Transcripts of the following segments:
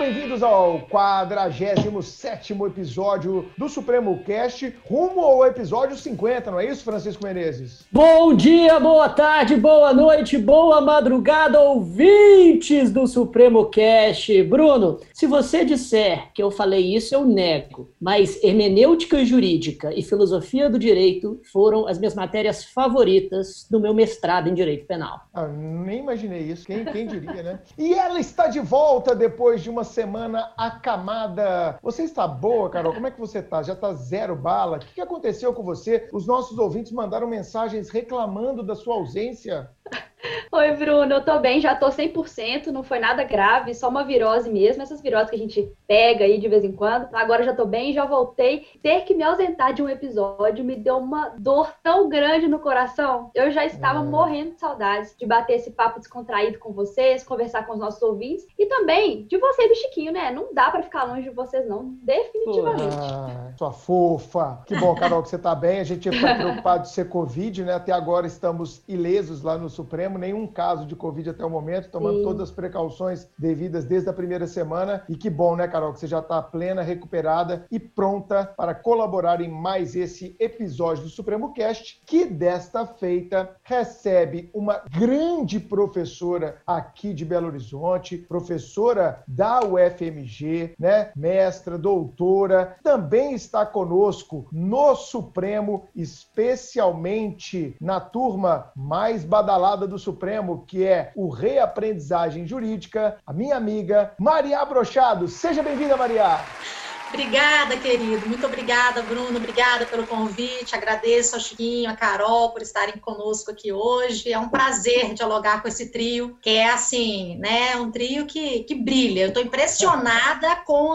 bem-vindos ao 47º episódio do Supremo Cast, rumo ao episódio 50, não é isso, Francisco Menezes? Bom dia, boa tarde, boa noite, boa madrugada, ouvintes do Supremo Cast. Bruno, se você disser que eu falei isso, eu nego, mas hermenêutica jurídica e filosofia do direito foram as minhas matérias favoritas do meu mestrado em Direito Penal. Nem imaginei isso, quem diria, né? E ela está de volta depois de uma semana acamada. Você está boa, Carol? Como é que você está? Já está zero bala? O que aconteceu com você? Os nossos ouvintes mandaram mensagens reclamando da sua ausência. Oi, Bruno, eu tô bem, já tô 100%, não foi nada grave, só uma virose mesmo, essas viroses que a gente pega aí de vez em quando. Agora já tô bem, já voltei. Ter que me ausentar de um episódio me deu uma dor tão grande no coração. Eu já estava morrendo de saudades de bater esse papo descontraído com vocês, conversar com os nossos ouvintes e também de você e do Chiquinho, né? Não dá pra ficar longe de vocês, não, definitivamente. Sua fofa. Que bom, Carol, que você tá bem. A gente tá preocupado de ser Covid, né? Até agora estamos ilesos lá no Supremo, nenhum caso de Covid até o momento, tomando todas as precauções devidas desde a primeira semana. E que bom, né, Carol, que você já está plena, recuperada e pronta para colaborar em mais esse episódio do Supremo Cast, que desta feita recebe uma grande professora aqui de Belo Horizonte, professora da UFMG, né, mestra, doutora, também está conosco no Supremo, especialmente na turma mais badalada do Supremo, que é o Reaprendizagem Jurídica, a minha amiga Maria Brochado. Seja bem-vinda, Maria! Obrigada, querido. Muito obrigada, Bruno. Obrigada pelo convite. Agradeço ao Chiquinho, a Carol por estarem conosco aqui hoje. É um prazer dialogar com esse trio, que é assim, né? Um trio que brilha. Eu estou impressionada com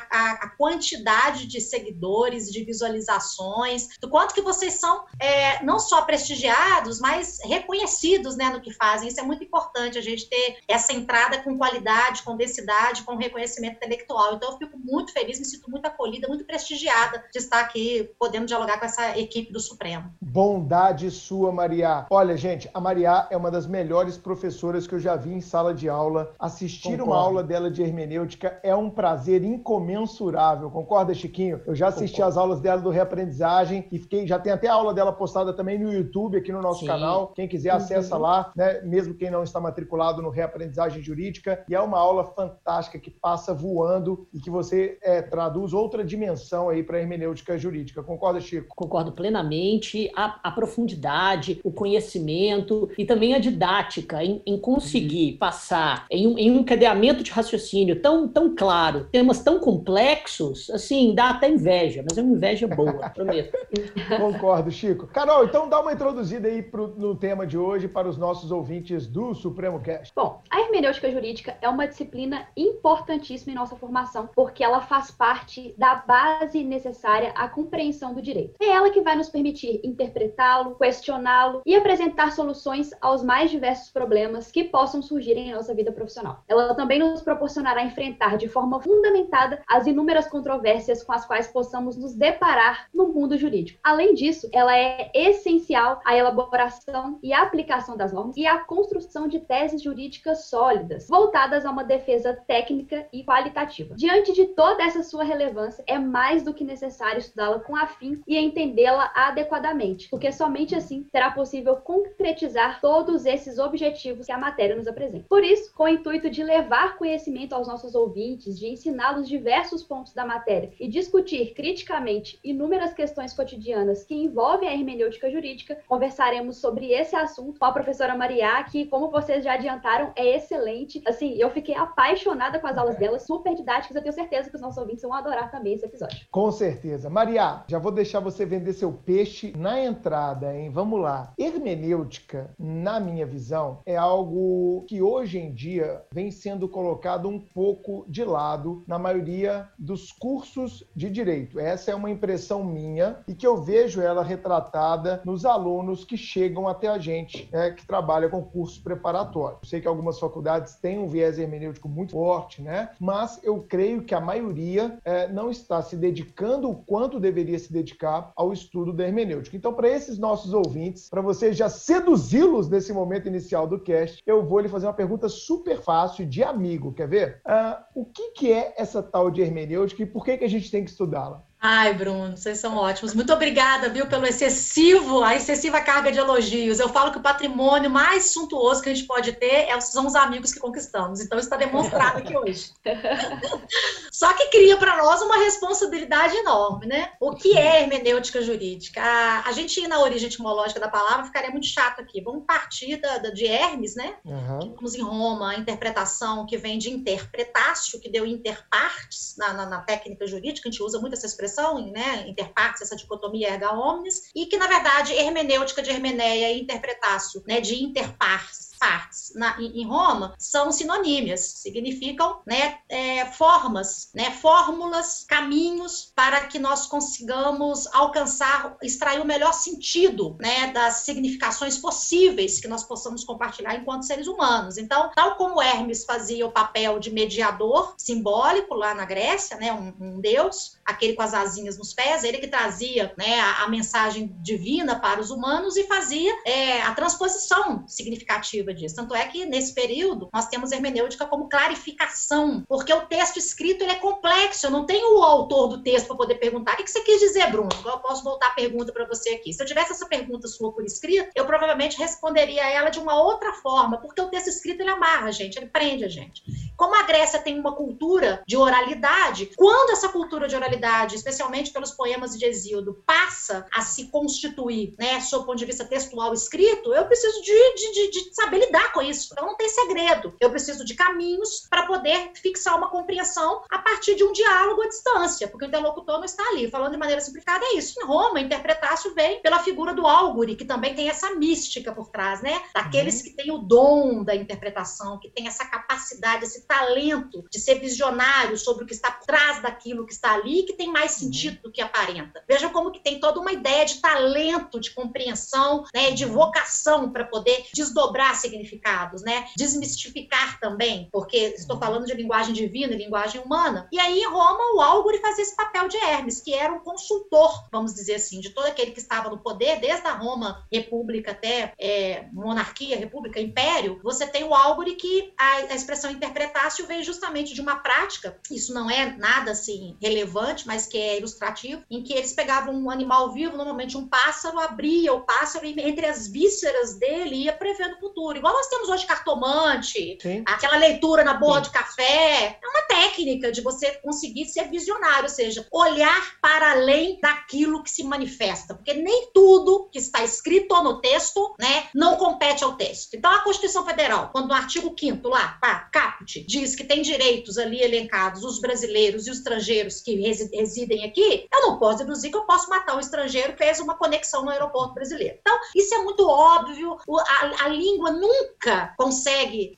a quantidade de seguidores, de visualizações, do quanto que vocês são não só prestigiados, mas reconhecidos, né, no que fazem. Isso é muito importante, a gente ter essa entrada com qualidade, com densidade, com reconhecimento intelectual. Então, eu fico muito feliz, me sinto muito acolhida, muito prestigiada de estar aqui, podendo dialogar com essa equipe do Supremo. Bondade sua, Maria. Olha, gente, a Maria é uma das melhores professoras que eu já vi em sala de aula. Assistir uma aula dela de hermenêutica é um prazer incomensurável. Concorda, Chiquinho? Eu já assisti as aulas dela do Reaprendizagem e já tem até a aula dela postada também no YouTube, aqui no nosso canal. Quem quiser, acessa lá, né? Mesmo quem não está matriculado no Reaprendizagem Jurídica. E é uma aula fantástica que passa voando e que você traduz outra dimensão aí para a hermenêutica jurídica. Concorda, Chico? Concordo plenamente. A profundidade, o conhecimento e também a didática em conseguir passar em um encadeamento de raciocínio tão claro, temas tão complexos, assim, dá até inveja, mas é uma inveja boa, prometo. Concordo, Chico. Carol, então dá uma introduzida aí no tema de hoje para os nossos ouvintes do Supremo Cast. Bom, a hermenêutica jurídica é uma disciplina importantíssima em nossa formação, porque ela faz parte da base necessária à compreensão do direito. É ela que vai nos permitir interpretá-lo, questioná-lo e apresentar soluções aos mais diversos problemas que possam surgir em nossa vida profissional. Ela também nos proporcionará enfrentar de forma fundamentada as inúmeras controvérsias com as quais possamos nos deparar no mundo jurídico. Além disso, ela é essencial à elaboração e aplicação das normas e à construção de teses jurídicas sólidas, voltadas a uma defesa técnica e qualitativa. Diante de toda essa sua relevância, é mais do que necessário estudá-la com afinco e entendê-la adequadamente, porque somente assim será possível concretizar todos esses objetivos que a matéria nos apresenta. Por isso, com o intuito de levar conhecimento aos nossos ouvintes, de ensiná-los diversos pontos da matéria e discutir criticamente inúmeras questões cotidianas que envolvem a hermenêutica jurídica, conversaremos sobre esse assunto com a professora Maria, que, como vocês já adiantaram, é excelente. Assim, eu fiquei apaixonada com as aulas dela, super didáticas, eu tenho certeza que os nossos ouvintes vão adorar também esse episódio. Com certeza. Maria, já vou deixar você vender seu peixe na entrada, hein? Vamos lá. Hermenêutica, na minha visão, é algo que hoje em dia vem sendo colocado um pouco de lado na maioria dos cursos de direito. Essa é uma impressão minha e que eu vejo ela retratada nos alunos que chegam até a gente, que trabalha com cursos preparatórios. Eu sei que algumas faculdades têm um viés hermenêutico muito forte, né? Mas eu creio que a maioria não está se dedicando o quanto deveria se dedicar ao estudo da hermenêutica. Então, para esses nossos ouvintes, para você já seduzi-los nesse momento inicial do cast, eu vou lhe fazer uma pergunta super fácil de amigo, quer ver? O que é essa tal de hermenêutica e por que a gente tem que estudá-la? Ai, Bruno, vocês são ótimos. Muito obrigada, viu, pelo a excessiva carga de elogios. Eu falo que o patrimônio mais suntuoso que a gente pode ter são os amigos que conquistamos. Então, isso está demonstrado aqui hoje. Só que cria para nós uma responsabilidade enorme, né? O que é hermenêutica jurídica? A gente ir na origem etimológica da palavra ficaria muito chato aqui. Vamos partir de Hermes, né? Vamos em Roma, a interpretação que vem de interpretatio, que deu inter partes na técnica jurídica. A gente usa muito essa expressão, né, interpartes, essa dicotomia erga omnes, e que, na verdade, hermenêutica de hermeneia e interpretatio, né, de interpartes em Roma, são sinonímias, significam, né, formas, né, fórmulas, caminhos para que nós consigamos alcançar, extrair o melhor sentido, né, das significações possíveis que nós possamos compartilhar enquanto seres humanos. Então, tal como Hermes fazia o papel de mediador simbólico lá na Grécia, né, um deus, aquele com as asinhas nos pés, ele que trazia, né, a mensagem divina para os humanos e fazia a transposição significativa disso. Tanto é que, nesse período, nós temos hermenêutica como clarificação, porque o texto escrito ele é complexo, eu não tenho o autor do texto para poder perguntar. O que você quis dizer, Bruno? Eu posso voltar a pergunta para você aqui. Se eu tivesse essa pergunta sua por escrito, eu provavelmente responderia a ela de uma outra forma, porque o texto escrito ele amarra a gente, ele prende a gente. Como a Grécia tem uma cultura de oralidade, quando essa cultura de oralidade, especialmente pelos poemas de Hesíodo, passa a se constituir, né, sob o ponto de vista textual escrito, eu preciso de saber lidar com isso. Então não tem segredo. Eu preciso de caminhos para poder fixar uma compreensão a partir de um diálogo à distância, porque o interlocutor não está ali. Falando de maneira simplificada, é isso. Em Roma, interpretatio vem pela figura do Álgore, que também tem essa mística por trás, né? Daqueles que têm o dom da interpretação, que tem essa capacidade, esse talento de ser visionário sobre o que está por trás daquilo que está ali, que tem mais sentido do que aparenta. Veja como que tem toda uma ideia de talento, de compreensão, né, de vocação para poder desdobrar significados, né, desmistificar também, porque estou falando de linguagem divina e linguagem humana. E aí, em Roma, o Álgore fazia esse papel de Hermes, que era um consultor, vamos dizer assim, de todo aquele que estava no poder, desde a Roma República até monarquia, república, império. Você tem o Álgore que a expressão interpretatio veio justamente de uma prática, isso não é nada assim relevante, mas que é ilustrativo, em que eles pegavam um animal vivo, normalmente um pássaro, abria o pássaro e entre as vísceras dele ia prevendo o futuro. Igual nós temos hoje cartomante, aquela leitura na borra de café. É uma técnica de você conseguir ser visionário, ou seja, olhar para além daquilo que se manifesta, porque nem tudo que está escrito no texto, né, não compete ao texto. Então, a Constituição Federal, quando no artigo 5º lá, caput, diz que tem direitos ali elencados os brasileiros e os estrangeiros que residem aqui, eu não posso deduzir que eu posso matar um estrangeiro que fez uma conexão no aeroporto brasileiro. Então, isso é muito óbvio, a língua nunca consegue,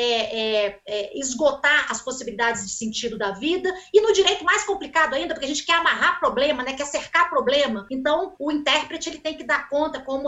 né, esgotar as possibilidades de sentido da vida, e no direito mais complicado ainda, porque a gente quer amarrar problema, né, quer cercar problema. Então, o intérprete ele tem que dar conta, como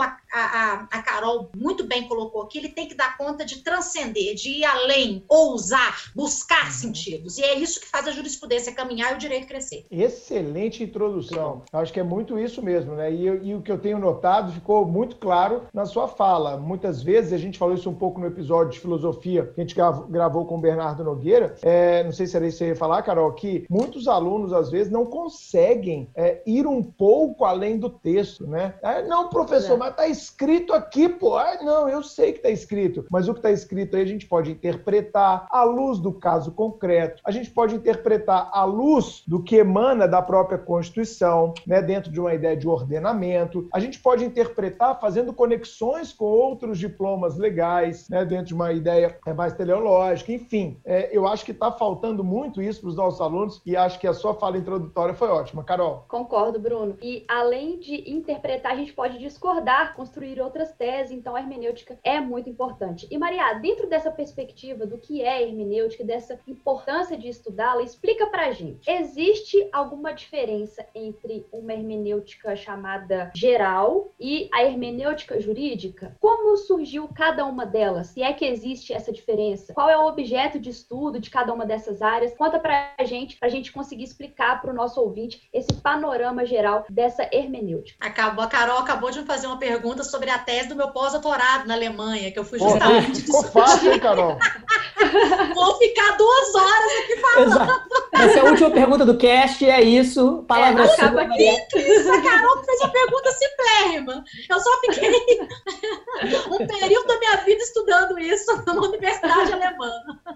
a Carol muito bem colocou aqui, ele tem que dar conta de transcender, de ir além, ousar, buscar sentidos. E é isso que faz a jurisprudência caminhar e o direito crescer. Excelente introdução. Eu acho que é muito isso mesmo, né? E o que eu tenho notado ficou muito claro na sua fala. Muitas vezes, a gente falou isso um pouco no episódio de filosofia que a gente gravou com o Bernardo Nogueira, não sei se era isso que você ia falar, Carol, que muitos alunos, às vezes, não conseguem ir um pouco além do texto, né? Não, professor, mas tá escrito aqui, pô. Não, eu sei que tá escrito, mas o que tá escrito aí a gente pode interpretar à luz do caso concreto, a gente pode interpretar à luz do que emana da própria Constituição, né, dentro de uma ideia de ordenamento, a gente pode interpretar fazendo conexões com outros diplomas legais, né, dentro de uma ideia mais teleológica, enfim. Eu acho que está faltando muito isso para os nossos alunos e acho que a sua fala introdutória foi ótima. Carol? Concordo, Bruno. E além de interpretar, a gente pode discordar, construir outras teses, então a hermenêutica é muito importante. E Maria, dentro dessa perspectiva do que é hermenêutica, dessa importância de estudá-la, explica pra gente. Existe alguma diferença entre uma hermenêutica chamada geral e a hermenêutica jurídica? Como surgiu cada uma delas? Se é que existe essa diferença? Qual é o objeto de estudo de cada uma dessas áreas? Conta pra gente conseguir explicar para o nosso ouvinte esse panorama geral dessa hermenêutica. A Carol acabou de me fazer uma pergunta sobre a tese do meu pós-doutorado na Alemanha, que eu fui justamente... Ficou fácil, hein, Carol? Vou ficar 2 horas aqui falando. Exato. Essa é a última pergunta do cast, é isso. Palavra sua, Maria. Isso, a Carol fez uma pergunta simplérrima. Eu só fiquei um período da minha vida estudando isso numa universidade alemã.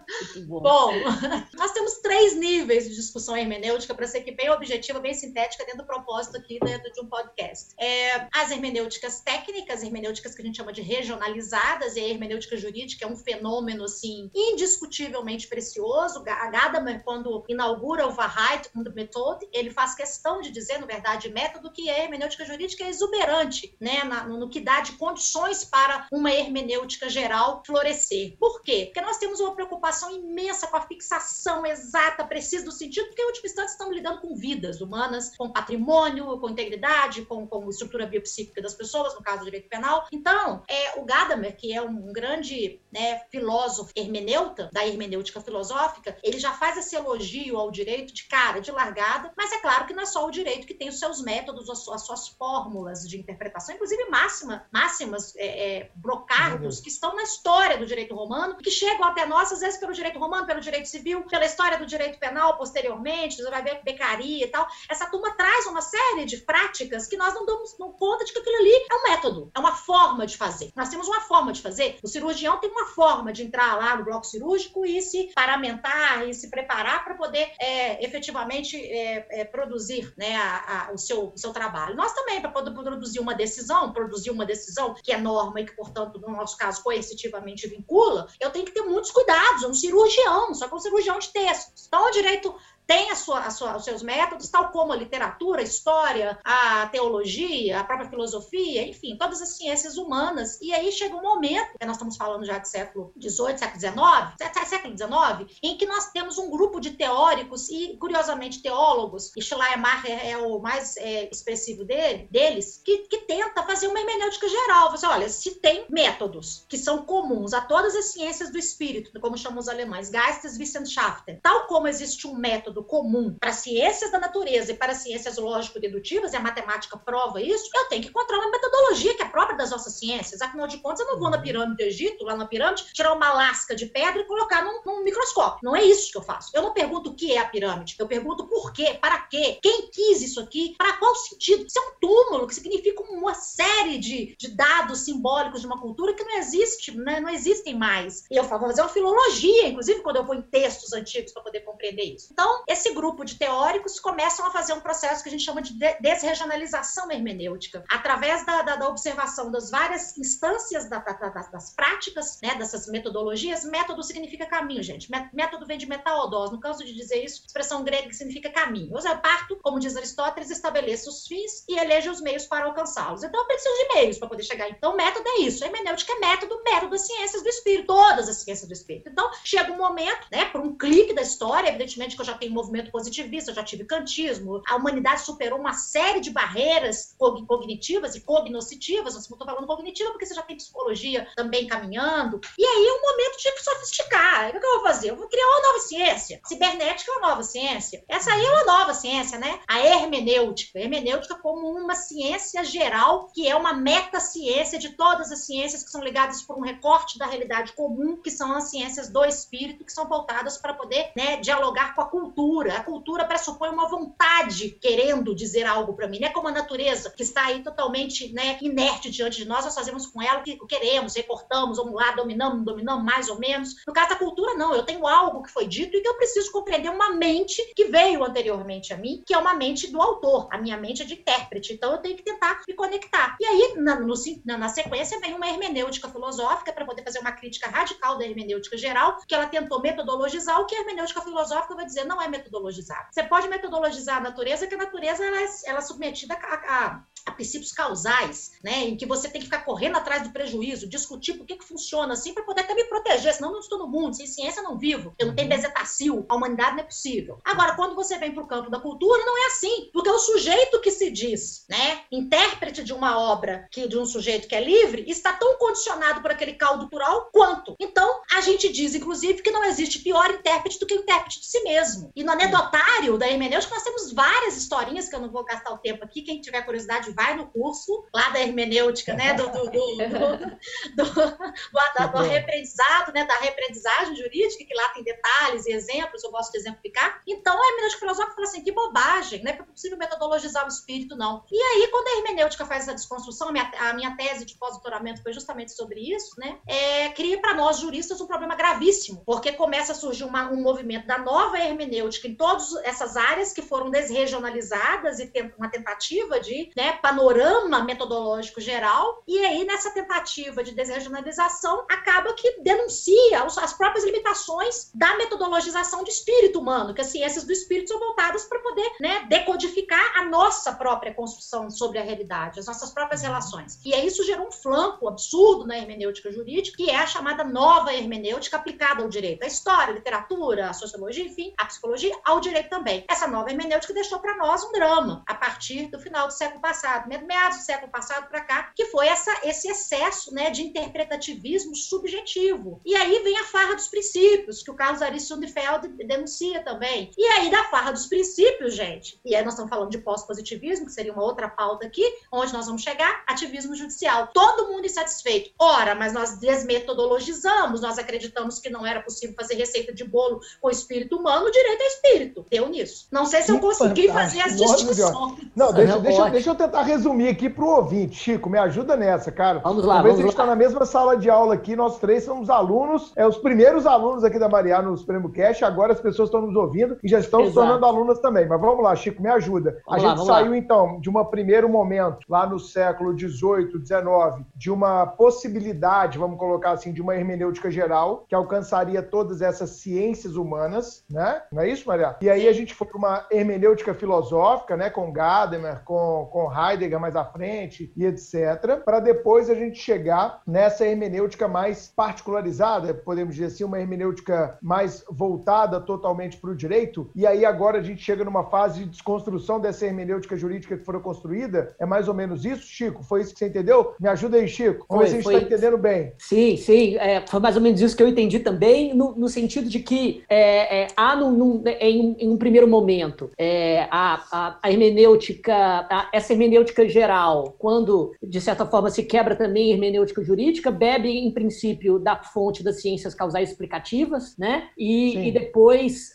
Bom, nós temos 3 níveis de discussão hermenêutica, para ser aqui bem objetiva, bem sintética, dentro do propósito aqui dentro de um podcast. As hermenêuticas técnicas, hermenêuticas que a gente chama de regionalizadas, e a hermenêutica jurídica é um fenômeno, assim, indiscutivelmente precioso. A Gadamer, quando inaugura o Wahrheit und Methode, ele faz questão de dizer, na verdade, método, que a hermenêutica jurídica é exuberante, né, no que dá de condições para uma hermenêutica geral florescer. Por quê? Porque nós temos uma preocupação imensa com a fixação exata, precisa do sentido, porque, em última instância, estamos lidando com vidas humanas, com patrimônio, com integridade, com estrutura biopsíquica das pessoas, no caso do direito penal. Então, o Gadamer, que é um grande, né, filósofo hermeneuta, da hermenêutica filosófica, ele já faz esse elogio ao direito de cara, de largada, mas é claro que não é só o direito que tem os seus métodos, as suas fórmulas de interpretação, inclusive máximas, brocardos, que estão na história do direito romano, que chegam até nós, às vezes, pelo direito romano, pelo direito civil, pela história do direito penal posteriormente, você vai ver Beccaria e tal. Essa turma traz uma série de práticas que nós não damos conta de que aquilo ali é um método, é uma forma de fazer. Nós temos uma forma de fazer. O cirurgião tem uma forma de entrar lá no bloco cirúrgico e se paramentar e se preparar para poder efetivamente produzir, né, o seu trabalho. Nós também, para poder produzir uma decisão que é norma e que, portanto, no nosso caso, coercitivamente vincula, eu tenho que ter muitos cuidados. É um cirurgião, só que é um cirurgião de textos. Então, o direito tem os seus métodos, tal como a literatura, a história, a teologia, a própria filosofia, enfim, todas as ciências humanas. E aí chega um momento, que nós estamos falando já de século XVIII, século XIX, em que nós temos um grupo de teóricos e, curiosamente, teólogos, e Schleiermacher é o mais expressivo deles, que tenta fazer uma hermenêutica geral. Você olha, se tem métodos que são comuns a todas as ciências do espírito, como chamam os alemães, Geisteswissenschaften, tal como existe um método comum para ciências da natureza e para ciências lógico-dedutivas, e a matemática prova isso, eu tenho que encontrar uma metodologia que é própria das nossas ciências. Afinal de contas, eu não vou na pirâmide do Egito, lá na pirâmide, tirar uma lasca de pedra e colocar num microscópio. Não é isso que eu faço. Eu não pergunto o que é a pirâmide, eu pergunto por quê, para quê, quem quis isso aqui, para qual sentido. Isso é um túmulo, que significa uma série de dados simbólicos de uma cultura que não existe, né? Não existem mais. E eu vou fazer uma filologia, inclusive, quando eu vou em textos antigos para poder compreender isso. Então, esse grupo de teóricos começam a fazer um processo que a gente chama de desregionalização hermenêutica, através da observação das várias instâncias das práticas, né, dessas metodologias. Método significa caminho, gente. Método vem de metaodós, não canso de dizer isso, expressão grega que significa caminho. Eu parto, como diz Aristóteles, estabeleço os fins e elejo os meios para alcançá-los. Então, eu preciso de meios para poder chegar. Então, método é isso. A hermenêutica é método das ciências do espírito, todas as ciências do espírito. Então, chega um momento, né, por um clique da história, evidentemente que eu já tenho movimento positivista, eu já tive kantismo, a humanidade superou uma série de barreiras cognitivas e cognoscitivas. Nós estamos falando cognitiva porque você já tem psicologia também caminhando. E aí é um momento de sofisticar. O que eu vou fazer? Eu vou criar uma nova ciência. Cibernética é uma nova ciência. Essa aí é uma nova ciência, né? A hermenêutica. A hermenêutica como uma ciência geral, que é uma meta-ciência de todas as ciências que são ligadas por um recorte da realidade comum, que são as ciências do espírito, que são voltadas para poder, né, dialogar com a cultura. A cultura pressupõe uma vontade querendo dizer algo para mim, né? Como a natureza, que está aí totalmente, né, inerte diante de nós, nós fazemos com ela o que queremos, recortamos, vamos lá, dominamos mais ou menos. No caso da cultura, não. Eu tenho algo que foi dito e que eu preciso compreender uma mente que veio anteriormente a mim, que é uma mente do autor. A minha mente é de intérprete. Então, eu tenho que tentar me conectar. E aí, na sequência, vem uma hermenêutica filosófica para poder fazer uma crítica radical da hermenêutica geral, que ela tentou metodologizar o que a hermenêutica filosófica vai dizer não é metodologizar. Você pode metodologizar a natureza, que a natureza ela é submetida a a princípios causais, né, em que você tem que ficar correndo atrás do prejuízo, discutir por que funciona assim, para poder até me proteger, senão eu não estou no mundo, sem ciência não vivo, eu não tenho bezetacil, a humanidade não é possível. Agora, quando você vem para o campo da cultura, não é assim, porque o sujeito que se diz, né, intérprete de uma obra, de um sujeito que é livre, está tão condicionado por aquele caldo cultural quanto. Então, a gente diz, inclusive, que não existe pior intérprete do que o intérprete de si mesmo. E no anedotário da hermenêutica, nós temos várias historinhas, que eu não vou gastar o tempo aqui, quem tiver curiosidade, vai no curso lá da hermenêutica, né, do reaprendizado, né, da reaprendizagem jurídica, que lá tem detalhes e exemplos, eu gosto de exemplificar. Então, a hermenêutica filosófica fala assim, que bobagem, não é possível metodologizar o espírito, não. E aí, quando a hermenêutica faz essa desconstrução, a minha tese de pós-doutoramento foi justamente sobre isso, né, cria para nós, juristas, um problema gravíssimo, porque começa a surgir um movimento da nova hermenêutica em todas essas áreas que foram desregionalizadas e uma tentativa de, né, panorama metodológico geral, e aí nessa tentativa de desregionalização acaba que denuncia as próprias limitações da metodologização do espírito humano, que as ciências do espírito são voltadas para poder, né, decodificar a nossa própria construção sobre a realidade, as nossas próprias relações. E aí isso gerou um flanco absurdo na hermenêutica jurídica, que é a chamada nova hermenêutica aplicada ao direito, a história, a literatura, a sociologia, enfim, a psicologia, ao direito também. Essa nova hermenêutica deixou para nós um drama a partir do final do século passado, meados do século passado para cá, que foi esse excesso, né, de interpretativismo subjetivo. E aí vem a farra dos princípios, que o Carlos Aris Sundfeld denuncia também. E aí da farra dos princípios, gente, e aí nós estamos falando de pós-positivismo, que seria uma outra pauta aqui, onde nós vamos chegar, ativismo judicial. Todo mundo insatisfeito. Ora, mas nós desmetodologizamos, nós acreditamos que não era possível fazer receita de bolo com espírito humano, o direito é espírito. Deu nisso. Não sei se eu consegui fazer as distinções. Não, deixa eu tentar resumir aqui pro ouvinte. Chico, me ajuda nessa, cara. Vamos lá, Talvez a gente está na mesma sala de aula aqui, nós três somos alunos, os primeiros alunos aqui da Mariá no Supremo Cast, agora as pessoas estão nos ouvindo e já estão se tornando alunas também. Mas vamos lá, Chico, me ajuda. A gente saiu, então, de um primeiro momento, lá no século XVIII, XIX, de uma possibilidade, vamos colocar assim, de uma hermenêutica geral, que alcançaria todas essas ciências humanas, né? Não é isso, Mariá? E aí a gente foi para uma hermenêutica filosófica, né? Com Gadamer, com Heidegger mais à frente e etc., para depois a gente chegar nessa hermenêutica mais particularizada, podemos dizer assim, uma hermenêutica mais voltada totalmente para o direito, e aí agora a gente chega numa fase de desconstrução dessa hermenêutica jurídica que foi construída. É mais ou menos isso, Chico? Foi isso que você entendeu? Me ajuda aí, Chico. Vamos ver se a gente está entendendo bem. Sim, foi mais ou menos isso que eu entendi também, no sentido de que há em um primeiro momento a hermenêutica, essa hermenêutica geral, quando de certa forma se quebra também a hermenêutica jurídica, bebe em princípio da fonte das ciências causais explicativas, né? E depois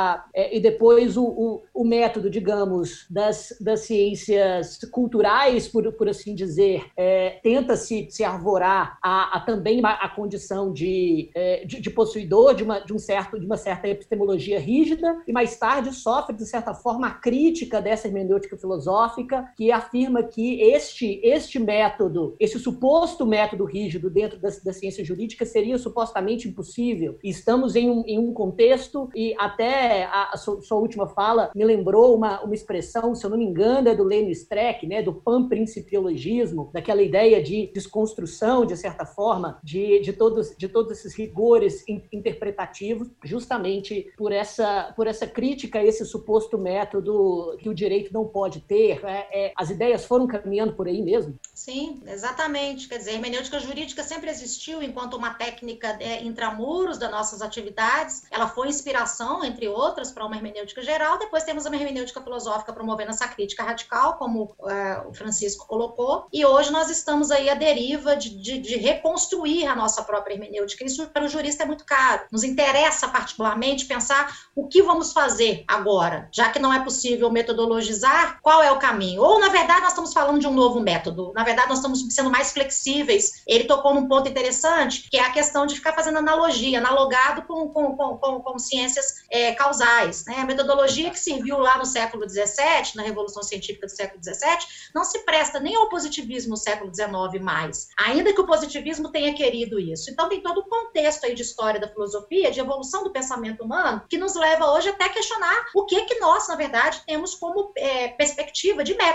o método, digamos, das ciências culturais, por assim dizer, tenta se arvorar também a condição de possuidor de uma certa epistemologia rígida, e mais tarde sofre, de certa forma, a crítica dessa hermenêutica filosófica, que afirma que este método, esse suposto método rígido dentro da ciência jurídica seria supostamente impossível. E estamos em um contexto, e até a sua última fala me lembrou uma expressão, se eu não me engano, é do Lênio Streck, né, do panprincipiologismo, daquela ideia de desconstrução, de certa forma, de todos esses rigores interpretativos, justamente por essa crítica a esse suposto método que o direito não pode ter. As ideias foram caminhando por aí mesmo? Sim, exatamente. Quer dizer, a hermenêutica jurídica sempre existiu enquanto uma técnica intramuros das nossas atividades. Ela foi inspiração, entre outras, para uma hermenêutica geral. Depois temos uma hermenêutica filosófica promovendo essa crítica radical, como o Francisco colocou. E hoje nós estamos aí à deriva de reconstruir a nossa própria hermenêutica. Isso, para o jurista, é muito caro. Nos interessa, particularmente, pensar o que vamos fazer agora, já que não é possível metodologizar, qual é o caminho? Ou, na verdade, nós estamos falando de um novo método. Na verdade, nós estamos sendo mais flexíveis. Ele tocou num ponto interessante, que é a questão de ficar fazendo analogado com ciências causais, né? A metodologia que serviu lá no século XVII, na Revolução Científica do século XVII, não se presta nem ao positivismo no século XIX mais, ainda que o positivismo tenha querido isso. Então, tem todo o contexto aí de história da filosofia, de evolução do pensamento humano, que nos leva hoje até a questionar o que nós, na verdade, temos como perspectiva de método.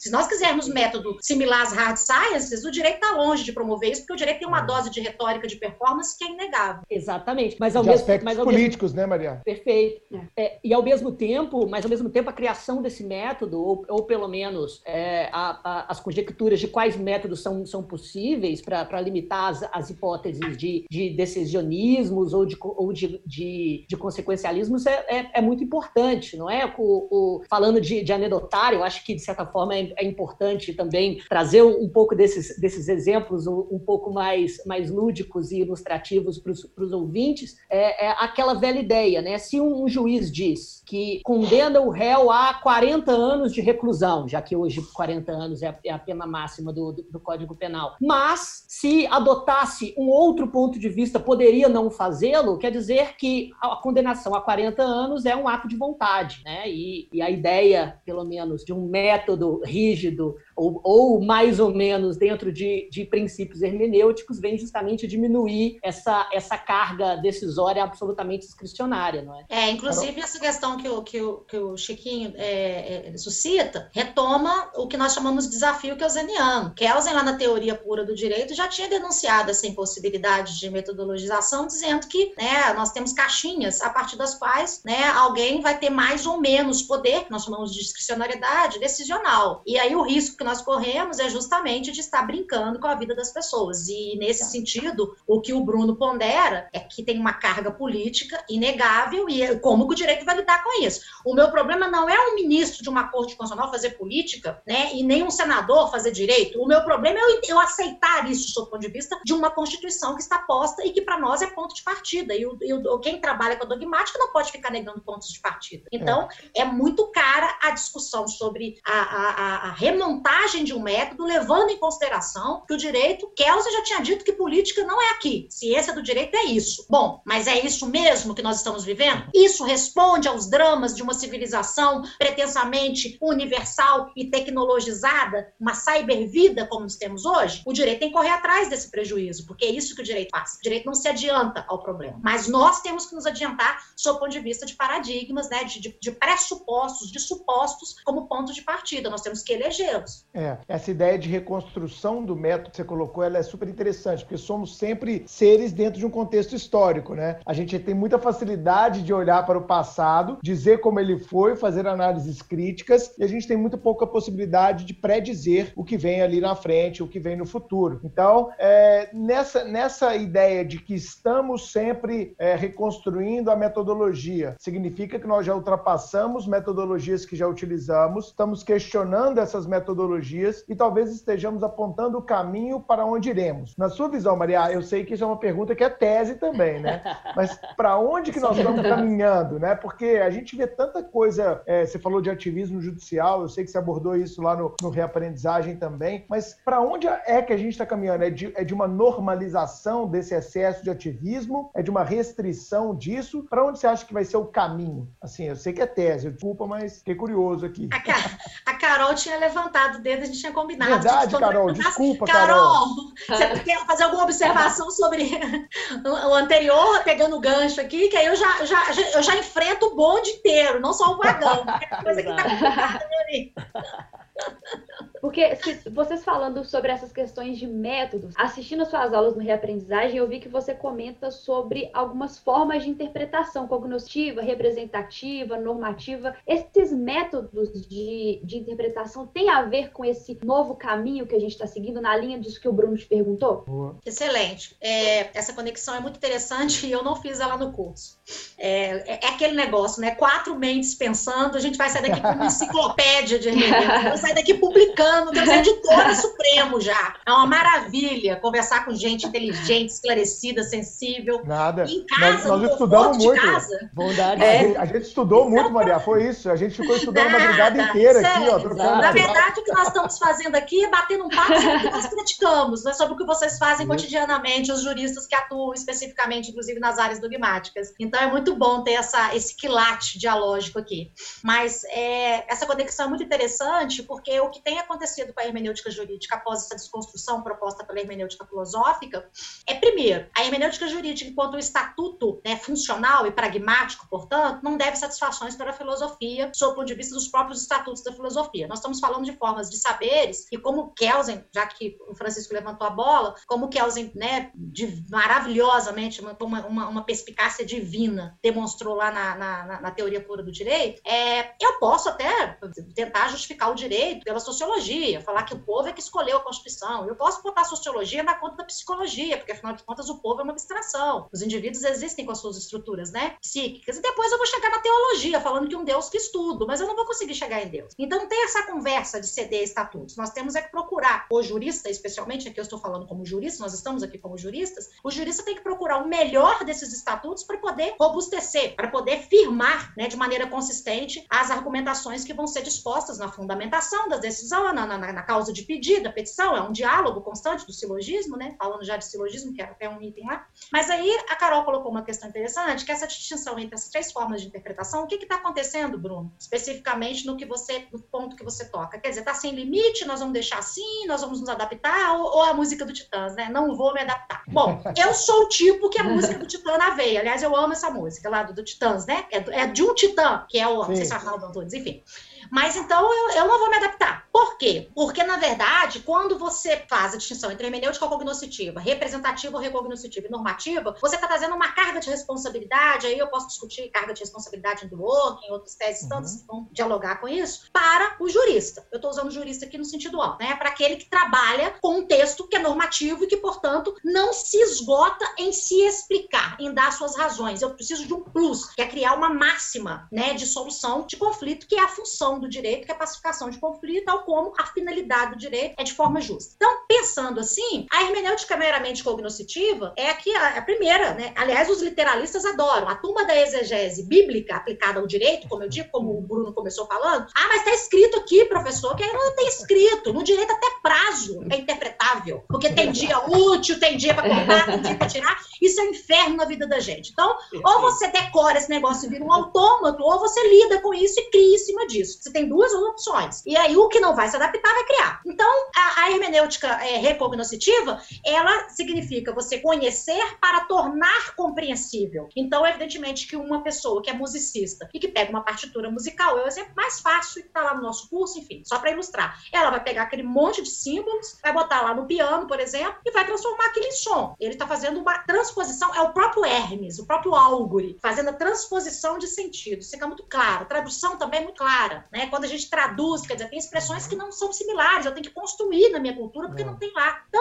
Se nós quisermos método similar às hard sciences, o direito está longe de promover isso, porque o direito tem uma dose de retórica de performance que é inegável. Exatamente. Mas ao aspectos políticos, né, Maria? Perfeito. E ao mesmo tempo, a criação desse método, ou pelo menos as conjecturas de quais métodos são possíveis para limitar as hipóteses de decisionismos ou de consequencialismos é muito importante, não é? Falando de anedotário, eu acho que, de certa forma, é importante também trazer um pouco desses exemplos um pouco mais lúdicos e ilustrativos para os ouvintes. É aquela velha ideia, né? Se um juiz diz que condena o réu a 40 anos de reclusão, já que hoje 40 anos é a pena máxima do Código Penal, mas se adotasse um outro ponto de vista, poderia não fazê-lo, quer dizer que a condenação a 40 anos é um ato de vontade, né? E a ideia, pelo menos, de um método rígido ou mais ou menos dentro de princípios hermenêuticos vem justamente diminuir essa carga decisória absolutamente discricionária, não é? Inclusive essa questão que o Chiquinho suscita retoma o que nós chamamos de desafio keynesiano. Kelsen, lá na Teoria Pura do Direito, já tinha denunciado essa impossibilidade de metodologização, dizendo que nós temos caixinhas a partir das quais alguém vai ter mais ou menos poder, que nós chamamos de discricionariedade decisional. E aí o risco que nós corremos é justamente de estar brincando com a vida das pessoas. E, nesse sentido, o que o Bruno pondera é que tem uma carga política inegável e como que o direito vai lidar com isso. O meu problema não é um ministro de uma corte constitucional fazer política, e nem um senador fazer direito. O meu problema é eu aceitar isso do ponto de vista de uma Constituição que está posta e que, para nós, é ponto de partida. E quem trabalha com a dogmática não pode ficar negando pontos de partida. Então, é muito cara a discussão sobre a remontagem de um método, levando em consideração que o direito, Kelsen já tinha dito que política não é aqui. Ciência do direito é isso. Bom, mas é isso mesmo que nós estamos vivendo? Isso responde aos dramas de uma civilização pretensamente universal e tecnologizada, uma cybervida como nós temos hoje? O direito tem que correr atrás desse prejuízo, porque é isso que o direito faz. O direito não se adianta ao problema. Mas nós temos que nos adiantar sob o ponto de vista de paradigmas, de pressupostos, de supostos como ponto de partida. Nós temos que elegê-los. Essa ideia de reconstrução do método que você colocou, ela é super interessante, porque somos sempre seres dentro de um contexto histórico, né? A gente tem muita facilidade de olhar para o passado, dizer como ele foi, fazer análises críticas, e a gente tem muito pouca possibilidade de predizer o que vem ali na frente, o que vem no futuro. Então, nessa ideia de que estamos sempre reconstruindo a metodologia, significa que nós já ultrapassamos metodologias que já utilizamos, estamos questionando essas metodologias e talvez estejamos apontando o caminho para onde iremos. Na sua visão, Maria, eu sei que isso é uma pergunta que é tese também, né? Mas para onde que nós estamos caminhando, né? Porque a gente vê tanta coisa, você falou de ativismo judicial, eu sei que você abordou isso lá no Reaprendizagem também, mas para onde é que a gente está caminhando? É de uma normalização desse excesso de ativismo? É de uma restrição disso? Para onde você acha que vai ser o caminho? Assim, eu sei que é tese, desculpa, mas fiquei curioso aqui. A Carol tinha levantado o dedo, a gente tinha combinado. Verdade, Carol, desculpa, Carol. Você quer fazer alguma observação sobre o anterior, pegando o gancho aqui, que aí eu já enfrento o bonde inteiro, não só o vagão. É coisa que tá complicada, meu Porque vocês falando sobre essas questões de métodos, assistindo as suas aulas no Reaprendizagem, eu vi que você comenta sobre algumas formas de interpretação cognitiva, representativa, normativa. Esses métodos de interpretação têm a ver com esse novo caminho que a gente está seguindo na linha disso que o Bruno te perguntou? Excelente. Essa conexão é muito interessante e eu não fiz ela no curso. É aquele negócio, né? 4 mentes pensando, a gente vai sair daqui com uma enciclopédia de hermenêutica, vai sair daqui publicando, temos editora Supremo já. É uma maravilha conversar com gente inteligente, esclarecida, sensível. Nada. Em casa, nós estudamos muito. Bondade. A gente estudou muito, Maria, foi isso. A gente ficou estudando a madrugada inteira aqui, ó. Na verdade, o que nós estamos fazendo aqui é batendo um papo sobre o que nós praticamos, né? Sobre o que vocês fazem cotidianamente, os juristas que atuam especificamente, inclusive, nas áreas dogmáticas. Então, é muito bom ter esse quilate dialógico aqui. Mas essa conexão é muito interessante porque o que tem acontecido cedo para a hermenêutica jurídica após essa desconstrução proposta pela hermenêutica filosófica é, primeiro, a hermenêutica jurídica, enquanto um estatuto, né, funcional e pragmático, portanto, não deve satisfações para a filosofia, sob o ponto de vista dos próprios estatutos da filosofia. Nós estamos falando de formas de saberes, e como Kelsen, já que o Francisco levantou a bola, como Kelsen, né, maravilhosamente, uma perspicácia divina, demonstrou lá na teoria pura do direito, eu posso até tentar justificar o direito pela sociologia, falar que o povo é que escolheu a Constituição. Eu posso botar a sociologia na conta da psicologia, porque, afinal de contas, o povo é uma abstração. Os indivíduos existem com as suas estruturas, né, psíquicas. E depois eu vou chegar na teologia, falando que um Deus quis tudo, mas eu não vou conseguir chegar em Deus. Então, não tem essa conversa de ceder estatutos. Nós temos que procurar, o jurista, especialmente, aqui eu estou falando como jurista, nós estamos aqui como juristas, o jurista tem que procurar o melhor desses estatutos para poder robustecer, para poder firmar, né, de maneira consistente as argumentações que vão ser dispostas na fundamentação da decisão, na causa de pedido, da petição. É um diálogo constante do silogismo, né? Falando já de silogismo, que era até um item lá. Mas aí a Carol colocou uma questão interessante, que é essa distinção entre as três formas de interpretação. O que está acontecendo, Bruno? Especificamente no ponto que você toca. Quer dizer, está sem limite, nós vamos deixar assim, nós vamos nos adaptar, ou a música do Titãs, né? Não vou me adaptar. Bom, eu sou o tipo que é a música do Titã na veia. Aliás, eu amo essa música lá do Titãs, né? É de um Titã, que é o... Não sei se é Arnaldo Antunes, enfim. Mas então eu não vou me adaptar. Por quê? Porque, na verdade, quando você faz a distinção entre hermenêutica cognoscitiva, representativa ou recognoscitiva e normativa, você está trazendo uma carga de responsabilidade, aí eu posso discutir carga de responsabilidade em Dworkin, em outras teses, tantos que vão dialogar com isso, para o jurista. Eu estou usando o jurista aqui no sentido amplo, né? Para aquele que trabalha com um texto que é normativo e que, portanto, não se esgota em se explicar, em dar suas razões. Eu preciso de um plus, que é criar uma máxima, né, de solução de conflito, que é a função do direito, que é a pacificação de conflito, tal como a finalidade do direito é de forma justa. Então, pensando assim, a hermenêutica meramente cognoscitiva é a primeira, né? Aliás, os literalistas adoram. A turma da exegese bíblica aplicada ao direito, como eu digo, como o Bruno começou falando, mas está escrito aqui, professor, que não tem escrito. No direito até prazo é interpretável, porque tem dia útil, tem dia para cortar, tem dia para tirar. Isso é um inferno na vida da gente. Então, ou você decora esse negócio e vira um autômato, ou você lida com isso e cria em cima disso. Você tem duas opções. E aí, o que não vai se adaptar vai criar. Então, a hermenêutica recognoscitiva, ela significa você conhecer para tornar compreensível. Então, evidentemente, que uma pessoa que é musicista e que pega uma partitura musical, é o exemplo mais fácil que está lá no nosso curso, enfim, só para ilustrar. Ela vai pegar aquele monte de símbolos, vai botar lá no piano, por exemplo, e vai transformar aquilo em som. Ele está fazendo uma transposição, é o próprio Hermes, o próprio Álgore, fazendo a transposição de sentido. Isso fica muito claro. A tradução também é muito clara, né? Quando a gente traduz, quer dizer, tem expressões que não são similares, eu tenho que construir na minha cultura porque não tem lá. Então,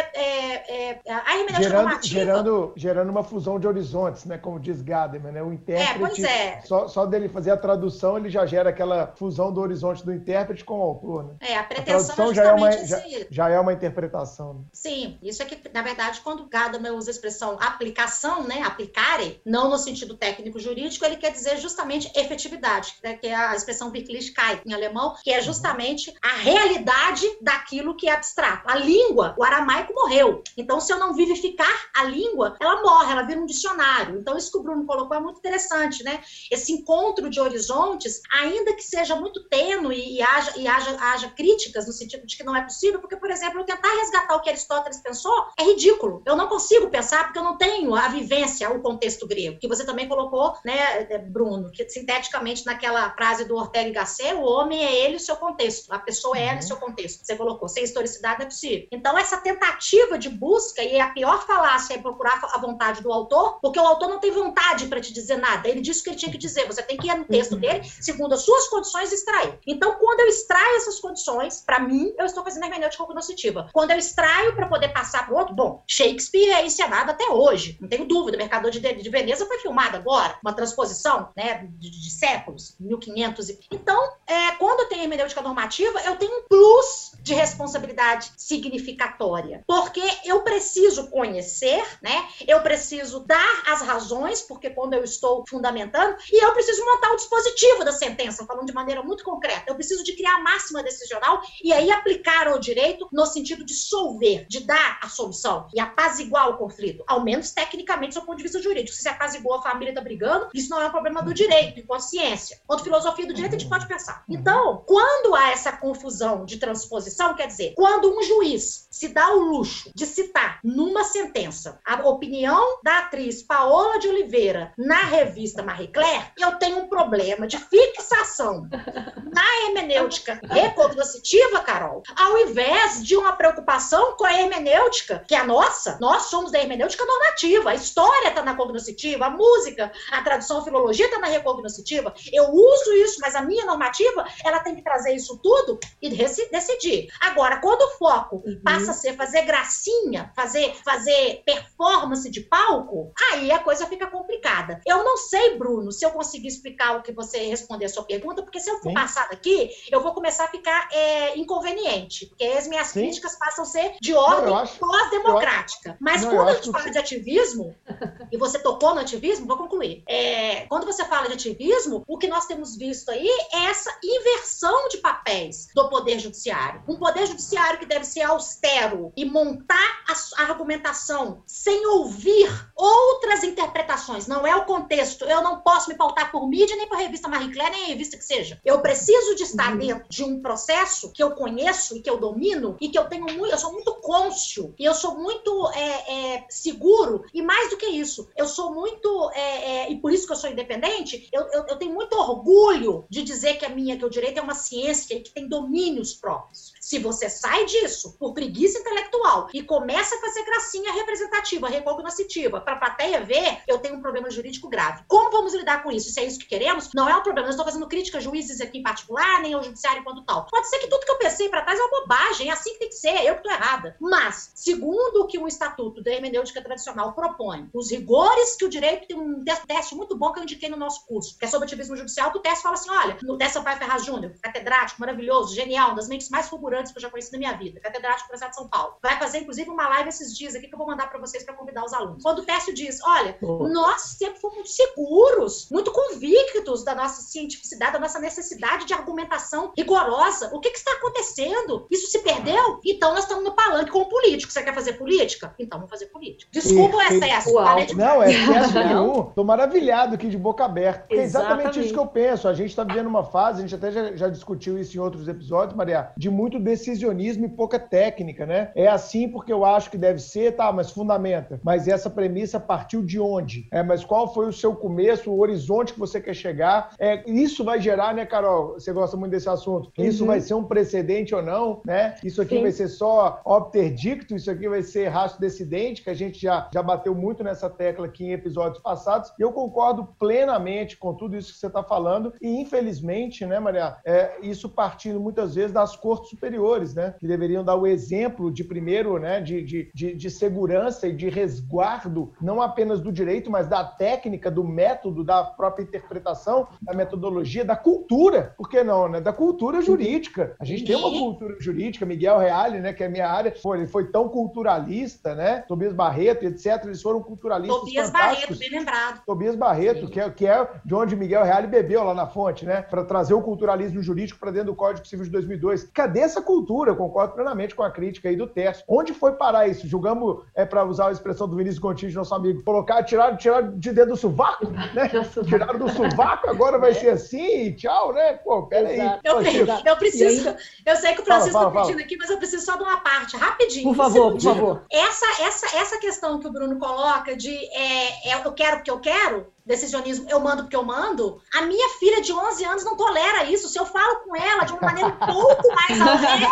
a hermenêutica normativa... Gerando uma fusão de horizontes, né? Como diz Gadamer, né? O intérprete, pois só dele fazer a tradução, ele já gera aquela fusão do horizonte do intérprete com o autor, né? A pretensão já é uma interpretação. Né? Sim, isso é que, na verdade, quando Gadamer usa a expressão aplicação, né? Applicare, não no sentido técnico-jurídico, ele quer dizer justamente efetividade, né? Que é a expressão Wirklichkeit em alemão, que é justamente a realidade daquilo que é abstrato. A língua, o aramaico morreu. Então, se eu não vivificar a língua, ela morre, ela vira um dicionário. Então, isso que o Bruno colocou é muito interessante, né? Esse encontro de horizontes, ainda que seja muito tênue e haja críticas no sentido de que não é possível, porque, por exemplo, eu tentar resgatar o que Aristóteles pensou é ridículo. Eu não consigo pensar porque eu não tenho a vivência, o contexto grego, que você também colocou, né, Bruno, que sinteticamente naquela frase do Ortega y Gasset, o homem é ele e o seu contexto, a pessoa é ela e o seu contexto. Você colocou, sem historicidade não é possível. Então, essa tentativa de busca, e a pior falácia é procurar a vontade do autor, porque o autor não tem vontade para te dizer nada. Ele disse o que ele tinha que dizer. Você tem que ir no texto dele, segundo as suas condições, extrair. Então, quando eu extraio essas condições, para mim, eu estou fazendo hermenêutica cognoscitiva. Quando eu extraio para poder passar para o outro, bom, Shakespeare é encenado até hoje, não tenho dúvida. O Mercador de Veneza foi filmado agora, uma transposição, né, de séculos, 1500. Então, quando eu tenho hermenêutica normativa, eu tenho um plus de responsabilidade significatória, porque eu preciso conhecer, né? Eu preciso dar as razões, porque quando eu estou fundamentando, e eu preciso montar o dispositivo da sentença, falando de maneira muito concreta. Eu preciso de criar a máxima decisional e aí aplicar ao direito no sentido de solver, de dar a solução e apaziguar o conflito, ao menos tecnicamente do ponto de vista jurídico. Se apaziguou, a família está brigando, isso não é um problema do direito, enquanto ciência. Quanto filosofia do direito, a gente pode pensar. Então, quando há essa confusão de transposição Constituição, quer dizer, quando um juiz se dá o luxo de citar numa sentença a opinião da atriz Paola de Oliveira na revista Marie Claire, eu tenho um problema de fixação na hermenêutica recognoscitiva, Carol, ao invés de uma preocupação com a hermenêutica, que é a nossa. Nós somos da hermenêutica normativa, a história está na cognoscitiva, a música, a tradução, a filologia está na recognoscitiva. Eu uso isso, mas a minha normativa, ela tem que trazer isso tudo e decidir. Agora, quando o foco passa a ser fazer gracinha, fazer performance de palco, aí a coisa fica complicada. Eu não sei, Bruno, se eu conseguir explicar o que você responder a sua pergunta, porque se eu for passar daqui, eu vou começar a ficar inconveniente, porque as minhas críticas passam a ser de ordem pós-democrática. Mas quando a gente fala de ativismo, e você tocou no ativismo, vou concluir. Quando você fala de ativismo, o que nós temos visto aí é essa inversão de papéis do Poder Judiciário. Um Poder Judiciário que deve ser austero e montar a argumentação sem ouvir outras interpretações. Não é o contexto. Eu não posso me pautar por mídia, nem por revista Marie Claire, nem a revista que seja. Eu preciso de estar dentro de um processo que eu conheço e que eu domino e que eu sou muito cônscio e eu sou muito seguro, e mais do que isso, eu sou muito, e por isso que eu sou independente, eu tenho muito orgulho de dizer que o direito é uma ciência e que tem domínios próprios. Se você sai disso por preguiça intelectual e começa a fazer gracinha representativa, recognoscitiva, para a plateia ver, eu tenho um problema jurídico grave. Como vamos lidar com isso? Se é isso que queremos, não é um problema. Eu não estou fazendo crítica a juízes aqui em particular, nem ao judiciário enquanto tal. Pode ser que tudo que eu pensei para trás é uma bobagem, é assim que tem que ser, eu que estou errada. Mas, segundo o que um estatuto da hermenêutica tradicional propõe, os rigores que o direito tem um teste muito bom que eu indiquei no nosso curso, que é sobre ativismo judicial, que o teste fala assim, olha, no teste Sampaio Ferraz Júnior, catedrático, maravilhoso, genial, uma das mentes mais fulgurantes que eu já conheci na minha vida, catedrático do Universidade de São Paulo. Vai fazer, inclusive, uma live esses dias aqui que eu vou mandar para vocês para convidar os alunos. Quando o teste diz, olha, nós sempre fomos muito seguros, muito convictos da nossa cientificidade, da nossa necessidade de argumentação rigorosa. O que está acontecendo? Isso se perdeu? Então nós estamos no palanque com o político. Você quer fazer política? Então vamos fazer política. Desculpa o excesso. Não, é excesso nenhum. Estou maravilhado aqui de boca aberta. Porque é exatamente isso que eu penso. A gente está vivendo uma fase, a gente até já discutiu isso em outros episódios, Maria, de muito decisionismo e pouca técnica, né? É assim porque eu acho que deve ser, tá, mas fundamenta. Mas essa premissa partiu de onde? Mas qual foi o seu começo, o horizonte que você quer chegar? Isso vai gerar, né, Carol? Você gosta muito desse assunto. Isso vai ser um precedente ou não, né? Isso aqui vai ser só obter dicto, isso aqui vai ser ratio decidente, que a gente já bateu muito nessa tecla aqui em episódios passados. E eu concordo plenamente com tudo isso que você está falando. E, infelizmente, né, Maria, isso partindo muitas vezes das cortes superiores, né? Que deveriam dar o exemplo de primeiro, né, de segurança e de resguardo, não apenas do direito, mas da técnica, do método, da própria interpretação, da metodologia, da cultura, por que não, né? Da cultura jurídica. A gente tem uma cultura jurídica, Miguel Reale, né, que é a minha área, ele foi tão culturalista, né? Tobias Barreto, etc., eles foram culturalistas Tobias fantásticos. Barreto, bem lembrado. Tobias Barreto, que é de onde Miguel Reale bebeu lá na fonte, né? Para trazer o culturalismo jurídico para dentro do Código Civil de 2002. Cadê essa cultura? Eu concordo plenamente com a crítica aí do Tércio. Onde foi parar isso? Julgamos, para usar a expressão do Vinícius Gontijo, nosso amigo, tiraram de dentro do sovaco, né? Tiraram do sovaco, agora vai ser assim e tchau, né? Pô, peraí. Eu preciso, eu sei que o Francisco está pedindo aqui, mas eu preciso só de uma parte, rapidinho. Por favor. Essa questão que o Bruno coloca de eu quero porque eu quero, decisionismo, eu mando porque eu mando, a minha filha de 11 anos não tolera isso. Se eu falo com ela de uma maneira um pouco mais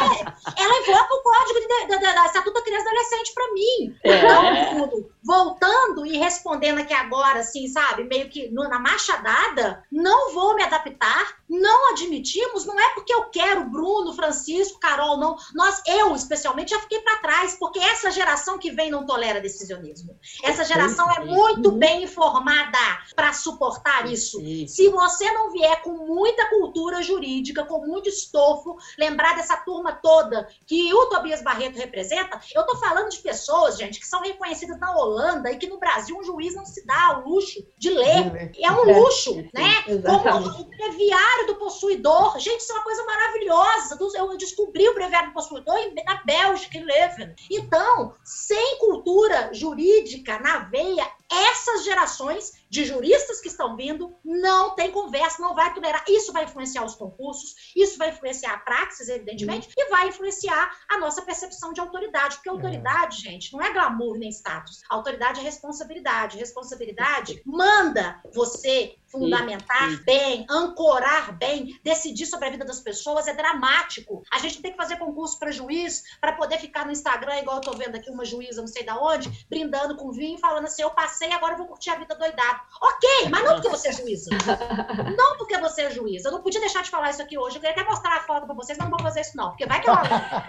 ela invoca o código da Estatuto da Criança e do Adolescente para mim. Então, voltando e respondendo aqui agora, assim, sabe, meio que na machadada, não vou me adaptar, não admitimos, não é porque eu quero Bruno, Francisco, Carol, não. Eu, especialmente, já fiquei para trás, porque essa geração que vem não tolera decisionismo. Essa geração é muito bem informada para suportar isso. Se você não vier com muita cultura jurídica, com muito estofo, lembrar dessa turma toda que o Tobias Barreto representa, eu tô falando de pessoas, gente, que são reconhecidas na Holanda e que no Brasil um juiz não se dá o luxo de ler. É um luxo, né? Como o breviário do possuidor. Gente, isso é uma coisa maravilhosa. Eu descobri o breviário do possuidor na Bélgica, em Leuven. Então, sem cultura jurídica na veia, essas gerações de juristas que estão vindo, não tem conversa, não vai tolerar. Isso vai influenciar os concursos, isso vai influenciar a praxis, evidentemente, e vai influenciar a nossa percepção de autoridade, porque autoridade, gente, não é glamour nem status. A autoridade é responsabilidade. Responsabilidade manda você fundamentar bem, ancorar bem, decidir sobre a vida das pessoas, é dramático. A gente tem que fazer concurso para juiz, para poder ficar no Instagram, igual eu tô vendo aqui uma juíza, não sei da onde, brindando com vinho, falando assim, eu passei, agora eu vou curtir a vida doidado. Ok, mas não porque você é juíza. Não porque você é juíza. Eu não podia deixar de falar isso aqui hoje. Eu queria até mostrar a foto para vocês, mas não vou fazer isso não, porque vai que eu...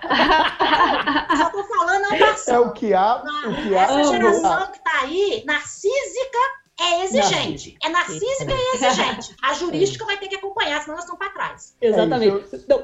Só tô falando a passão. É o que há. Essa geração que tá aí, narcísica, é exigente. É narcísica e exigente. A jurídica vai ter que acompanhar, senão nós estamos para trás. Exatamente.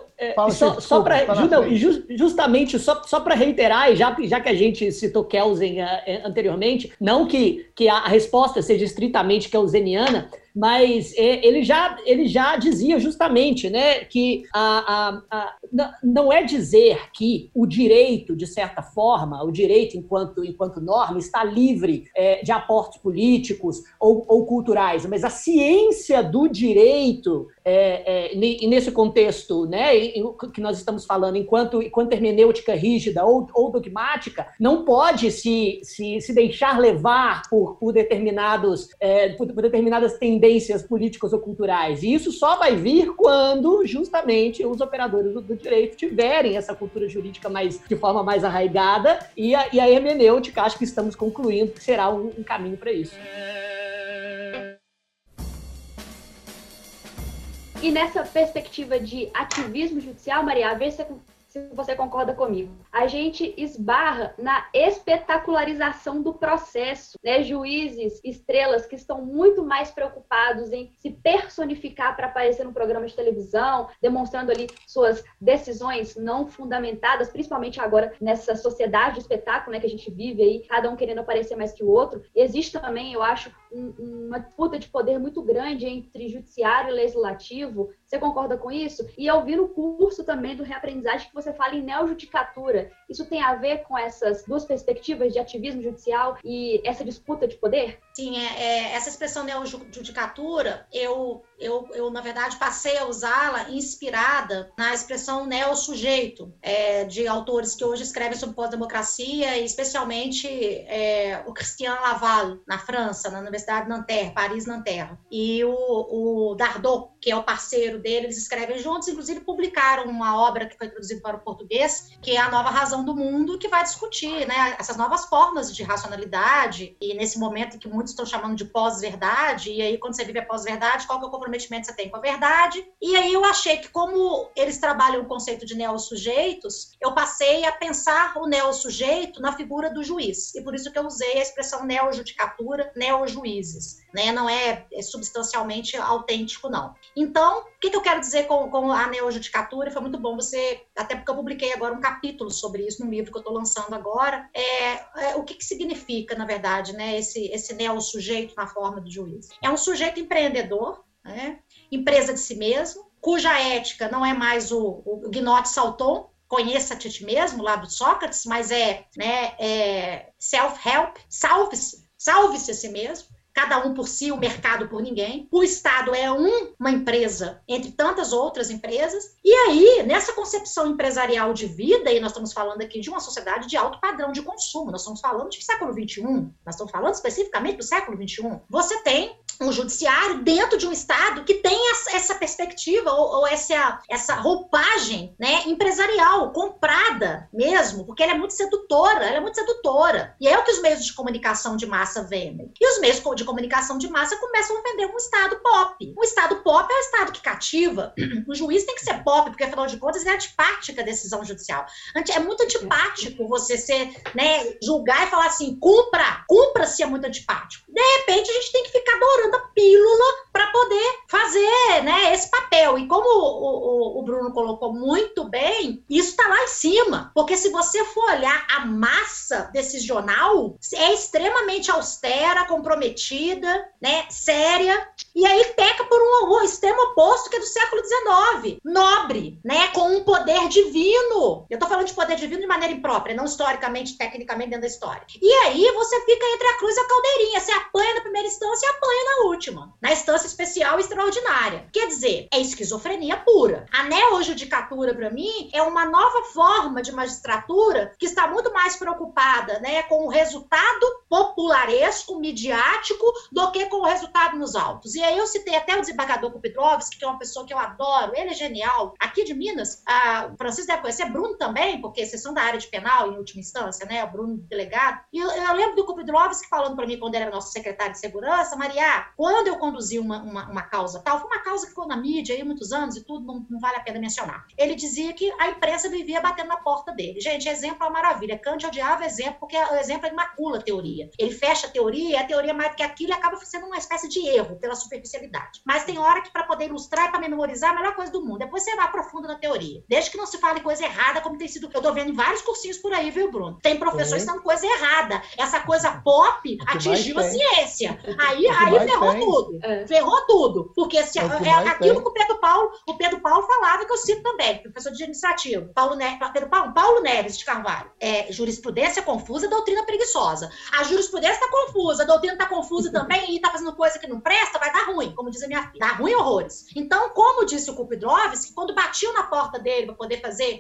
Justamente, só para reiterar, e já que a gente citou Kelsen anteriormente, não que a resposta seja estritamente kelseniana, mas ele já dizia justamente, né, que não é dizer que o direito, de certa forma, o direito enquanto norma, está livre de aportes políticos ou culturais, mas a ciência do direito, e nesse contexto, né, que nós estamos falando, enquanto hermenêutica rígida ou dogmática, não pode se deixar levar por determinadas tendências políticas ou culturais. E isso só vai vir quando, justamente, os operadores do direito tiverem essa cultura jurídica de forma mais arraigada, e a hermenêutica, acho que estamos concluindo que será um caminho para isso. E nessa perspectiva de ativismo judicial, Maria, vê se você concorda comigo. A gente esbarra na espetacularização do processo, né? Juízes, estrelas que estão muito mais preocupados em se personificar para aparecer no programa de televisão, demonstrando ali suas decisões não fundamentadas, principalmente agora nessa sociedade de espetáculo, né, que a gente vive aí, cada um querendo aparecer mais que o outro. Existe também, eu acho, uma disputa de poder muito grande entre judiciário e legislativo. Você concorda com isso? E eu vi no curso também do Reaprendizagem que você fala em neojudicatura. Isso tem a ver com essas duas perspectivas de ativismo judicial e essa disputa de poder? Sim, essa expressão neojudicatura, eu, na verdade, passei a usá-la inspirada na expressão neossujeito, de autores que hoje escrevem sobre pós-democracia, e especialmente o Christian Laval, na França, na Universidade de Nanterre, Paris-Nanterre, e o Dardot, que é o parceiro dele, eles escrevem juntos, inclusive publicaram uma obra que foi traduzida para o português, que é A Nova Razão do Mundo, que vai discutir, né, essas novas formas de racionalidade, e nesse momento em que muitos estão chamando de pós-verdade, e aí quando você vive a pós-verdade, qual que é o comprometimento que você tem com a verdade? E aí eu achei que, como eles trabalham o conceito de neossujeitos, eu passei a pensar o neossujeito na figura do juiz, e por isso que eu usei a expressão neojudicatura, neojuízes, né? Não é substancialmente autêntico, não. Então, o que eu quero dizer com a neojudicatura? Foi muito bom você, até porque eu publiquei agora um capítulo sobre isso num livro que eu estou lançando agora, o que significa, na verdade, né, esse neossujeito na forma do juiz. É um sujeito empreendedor, né, empresa de si mesmo, cuja ética não é mais o Gnote Salton, conheça-te a ti mesmo, lá do Sócrates, mas self-help, salve-se a si mesmo, cada um por si, o mercado por ninguém. O Estado é uma empresa entre tantas outras empresas. E aí, nessa concepção empresarial de vida, e nós estamos falando aqui de uma sociedade de alto padrão de consumo, nós estamos falando de século XXI, nós estamos falando especificamente do século XXI, você tem um judiciário dentro de um Estado que tem essa perspectiva ou essa roupagem, né, empresarial, comprada mesmo, porque ela é muito sedutora, E é o que os meios de comunicação de massa vendem. E os meios de comunicação de massa começam a vender um Estado pop. Um Estado pop é um Estado que cativa. O juiz tem que ser pop, porque, afinal de contas, é antipática a decisão judicial. É muito antipático você julgar e falar assim, cumpra se é muito antipático. De repente, a gente tem que ficar adorando a pílula para poder fazer, né, esse papel. E como o Bruno colocou muito bem, isso está lá em cima. Porque se você for olhar a massa decisional, é extremamente austera, comprometida, né, séria, e aí peca por um extremo oposto que é do século XIX, nobre, né, com um poder divino. Eu estou falando de poder divino de maneira imprópria, não historicamente, tecnicamente dentro da história. E aí você fica entre a cruz e a caldeirinha, você apanha na primeira instância e apanha na última, na instância especial e extraordinária. Quer dizer, é esquizofrenia pura. A neojudicatura, para mim, é uma nova forma de magistratura que está muito mais preocupada, né, com o resultado popularesco, midiático, do que com o resultado nos autos. E aí eu citei até o desembargador Kupidrovski, que é uma pessoa que eu adoro, ele é genial. Aqui de Minas, o Francisco deve conhecer, Bruno também, porque vocês são da área de penal, em última instância, né, o Bruno, delegado. E eu lembro do Kupidrovski falando para mim, quando ele era nosso secretário de segurança, Maria, quando eu conduzi uma causa tal, foi uma causa que ficou na mídia aí há muitos anos e tudo, não vale a pena mencionar. Ele dizia que a imprensa vivia batendo na porta dele. Gente, exemplo é uma maravilha. Kant odiava exemplo, porque o exemplo macula a teoria. Ele fecha a teoria, e a teoria mais do que aquilo acaba sendo uma espécie de erro pela superficialidade. Mas tem hora que, para poder ilustrar e para memorizar, é a melhor coisa do mundo. Depois você vai aprofunda na teoria. Desde que não se fale coisa errada, como tem sido. Eu tô vendo em vários cursinhos por aí, viu, Bruno? Tem professores falando coisa errada. Essa coisa pop atingiu a ciência. Aí ferrou tudo. Ferrou tudo. Porque aquilo que o Pedro Paulo falava, que eu cito também, professor de administrativo, Paulo Neves de Carvalho. Jurisprudência confusa, doutrina preguiçosa. A jurisprudência está confusa, a doutrina está confusa também e está fazendo coisa que não presta, vai dar ruim, como diz a minha filha. Dá ruim horrores. Então, como disse o Kupidrovski, quando batiam na porta dele para poder fazer,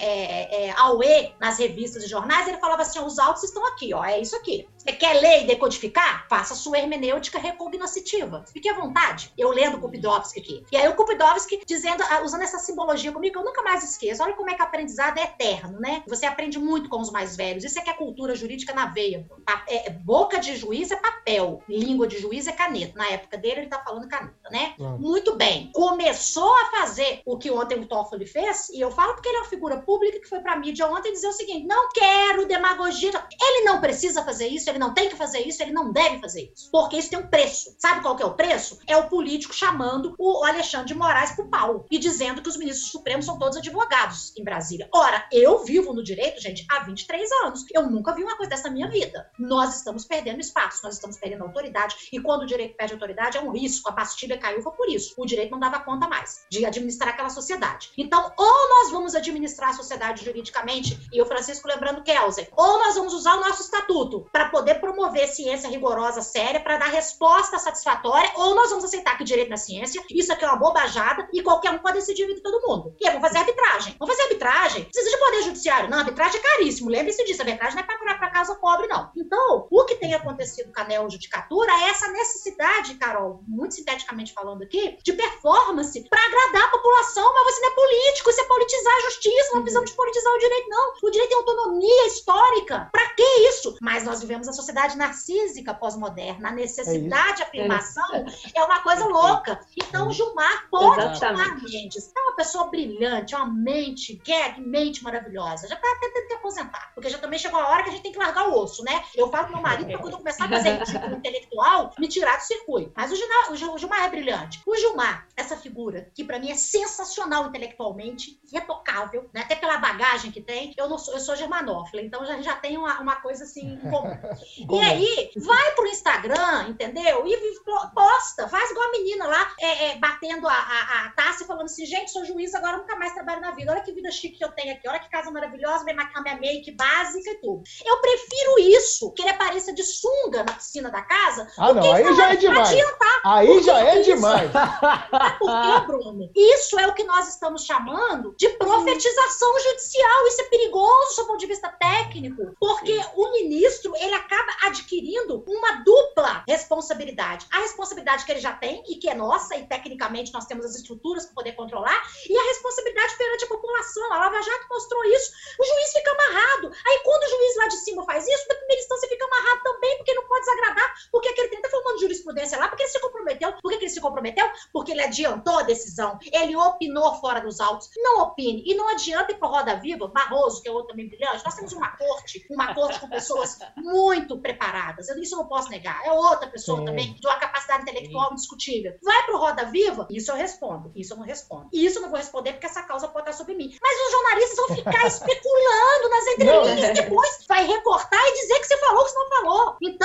né, auê nas revistas e jornais, ele falava assim, os autos estão aqui, ó, é isso aqui. Você quer ler e decodificar? Faça sua hermenêutica recognoscitiva. Fique à vontade. Eu lendo o Kupidrovski aqui. E aí o Kupidrovski dizendo, usando essa simbologia comigo, que eu nunca mais esqueço. Olha como é que o aprendizado é eterno, né? Você aprende muito com os mais velhos. Isso é que é cultura jurídica na veia. Boca de juiz é papel. Língua de juiz é caneta. Na época dele, ele tá falando caneta, né? Muito bem. Começou a fazer o que ontem o Toffoli fez, e eu falo porque ele é uma figura pública que foi pra mídia ontem dizer o seguinte, não quero demagogia. Ele não precisa fazer isso, ele não tem que fazer isso, ele não deve fazer isso. Porque isso tem um preço. Sabe qual que é o preço? É o político chamando o Alexandre de Moraes pro pau e dizendo que os ministros supremos são todos advogados em Brasília. Ora, eu vivo no direito, gente, há 23 anos. Eu nunca vi uma coisa dessa na minha vida. Nós estamos perdendo espaço, nós estamos perdendo autoridade, e quando o direito perde autoridade é um risco. A Bastilha caiu foi por isso. O direito não dava conta mais de administrar aquela sociedade. Então, ou nós vamos administrar a sociedade juridicamente, e o Francisco lembrando Kelsen, ou nós vamos usar o nosso estatuto para poder promover ciência rigorosa, séria, para dar resposta satisfatória, ou nós vamos aceitar que direito na ciência, isso aqui é uma bobajada, e qualquer um pode decidir a vida de todo mundo. E aí, vamos fazer arbitragem. Vamos fazer arbitragem. Precisa de poder judiciário. Não, arbitragem é caríssimo. Lembre-se disso. A arbitragem não é para curar para causa pobre, não. Então, o que tem acontecido com a neojudicatura é essa necessidade, Carol, muito sinteticamente falando aqui, de performance para agradar a população, mas você não é político, isso é politizar a justiça, não precisamos de politizar o direito, não. O direito tem autonomia histórica. Para que isso? Mas nós vivemos a sociedade narcísica pós-moderna. A necessidade de afirmação é uma coisa louca. Então, o Gilmar pode Gilmar Mendes é uma pessoa brilhante, uma mente maravilhosa. Já tá até tendo que aposentar, porque já também chegou a hora que a gente tem que largar o osso, né? Eu falo pro meu marido para quando eu começar a fazer título intelectual, me tirar do circuito. Mas o Gilmar é brilhante. O Gilmar, essa figura, que para mim é sensacional intelectualmente, irretocável, né? Até pela bagagem que tem, eu sou germanófila, então já tem uma coisa assim comum. E aí, vai pro Instagram, entendeu? E posta, faz igual a menina lá, batendo a taça e falando assim, gente, sou juiz, agora nunca mais trabalho na vida. Olha que vida chique que eu tenho aqui, olha que casa maravilhosa, minha make básica e tudo. Eu prefiro isso, que ele apareça de sunga na piscina da casa. Ah, não, aí já é demais. Aí já é demais. Por quê, Bruno? Isso é o que nós estamos chamando de profetização judicial. Isso é perigoso do ponto de vista técnico, porque o ministro, ele acaba adquirindo uma dupla responsabilidade. A responsabilidade que ele já tem e que é nossa, e tecnicamente nós temos as estruturas para poder controlar, e a responsabilidade perante a população. A Lava Jato mostrou isso. O juiz fica amarrado. Aí quando o juiz lá de cima faz isso, na primeira instância fica amarrado também, porque não pode desagradar, porque aquele tem tá formando jurisprudência lá, porque ele se comprometeu. Por que ele se comprometeu? Porque ele adiantou a decisão. Ele opinou fora dos autos. Não opine. E não adianta ir para Roda Viva, Barroso, que é outro também brilhante. Nós temos uma corte com pessoas muito preparadas. Isso eu não posso negar. É outra pessoa também, de uma capacidade intelectual indiscutível. Vai pro Roda Viva? Isso eu respondo. Isso eu não respondo. E isso eu não vou responder porque essa causa pode estar sobre mim. Mas os jornalistas vão ficar especulando nas entrelinhas. Depois vai recortar e dizer que você falou que você não falou. Então,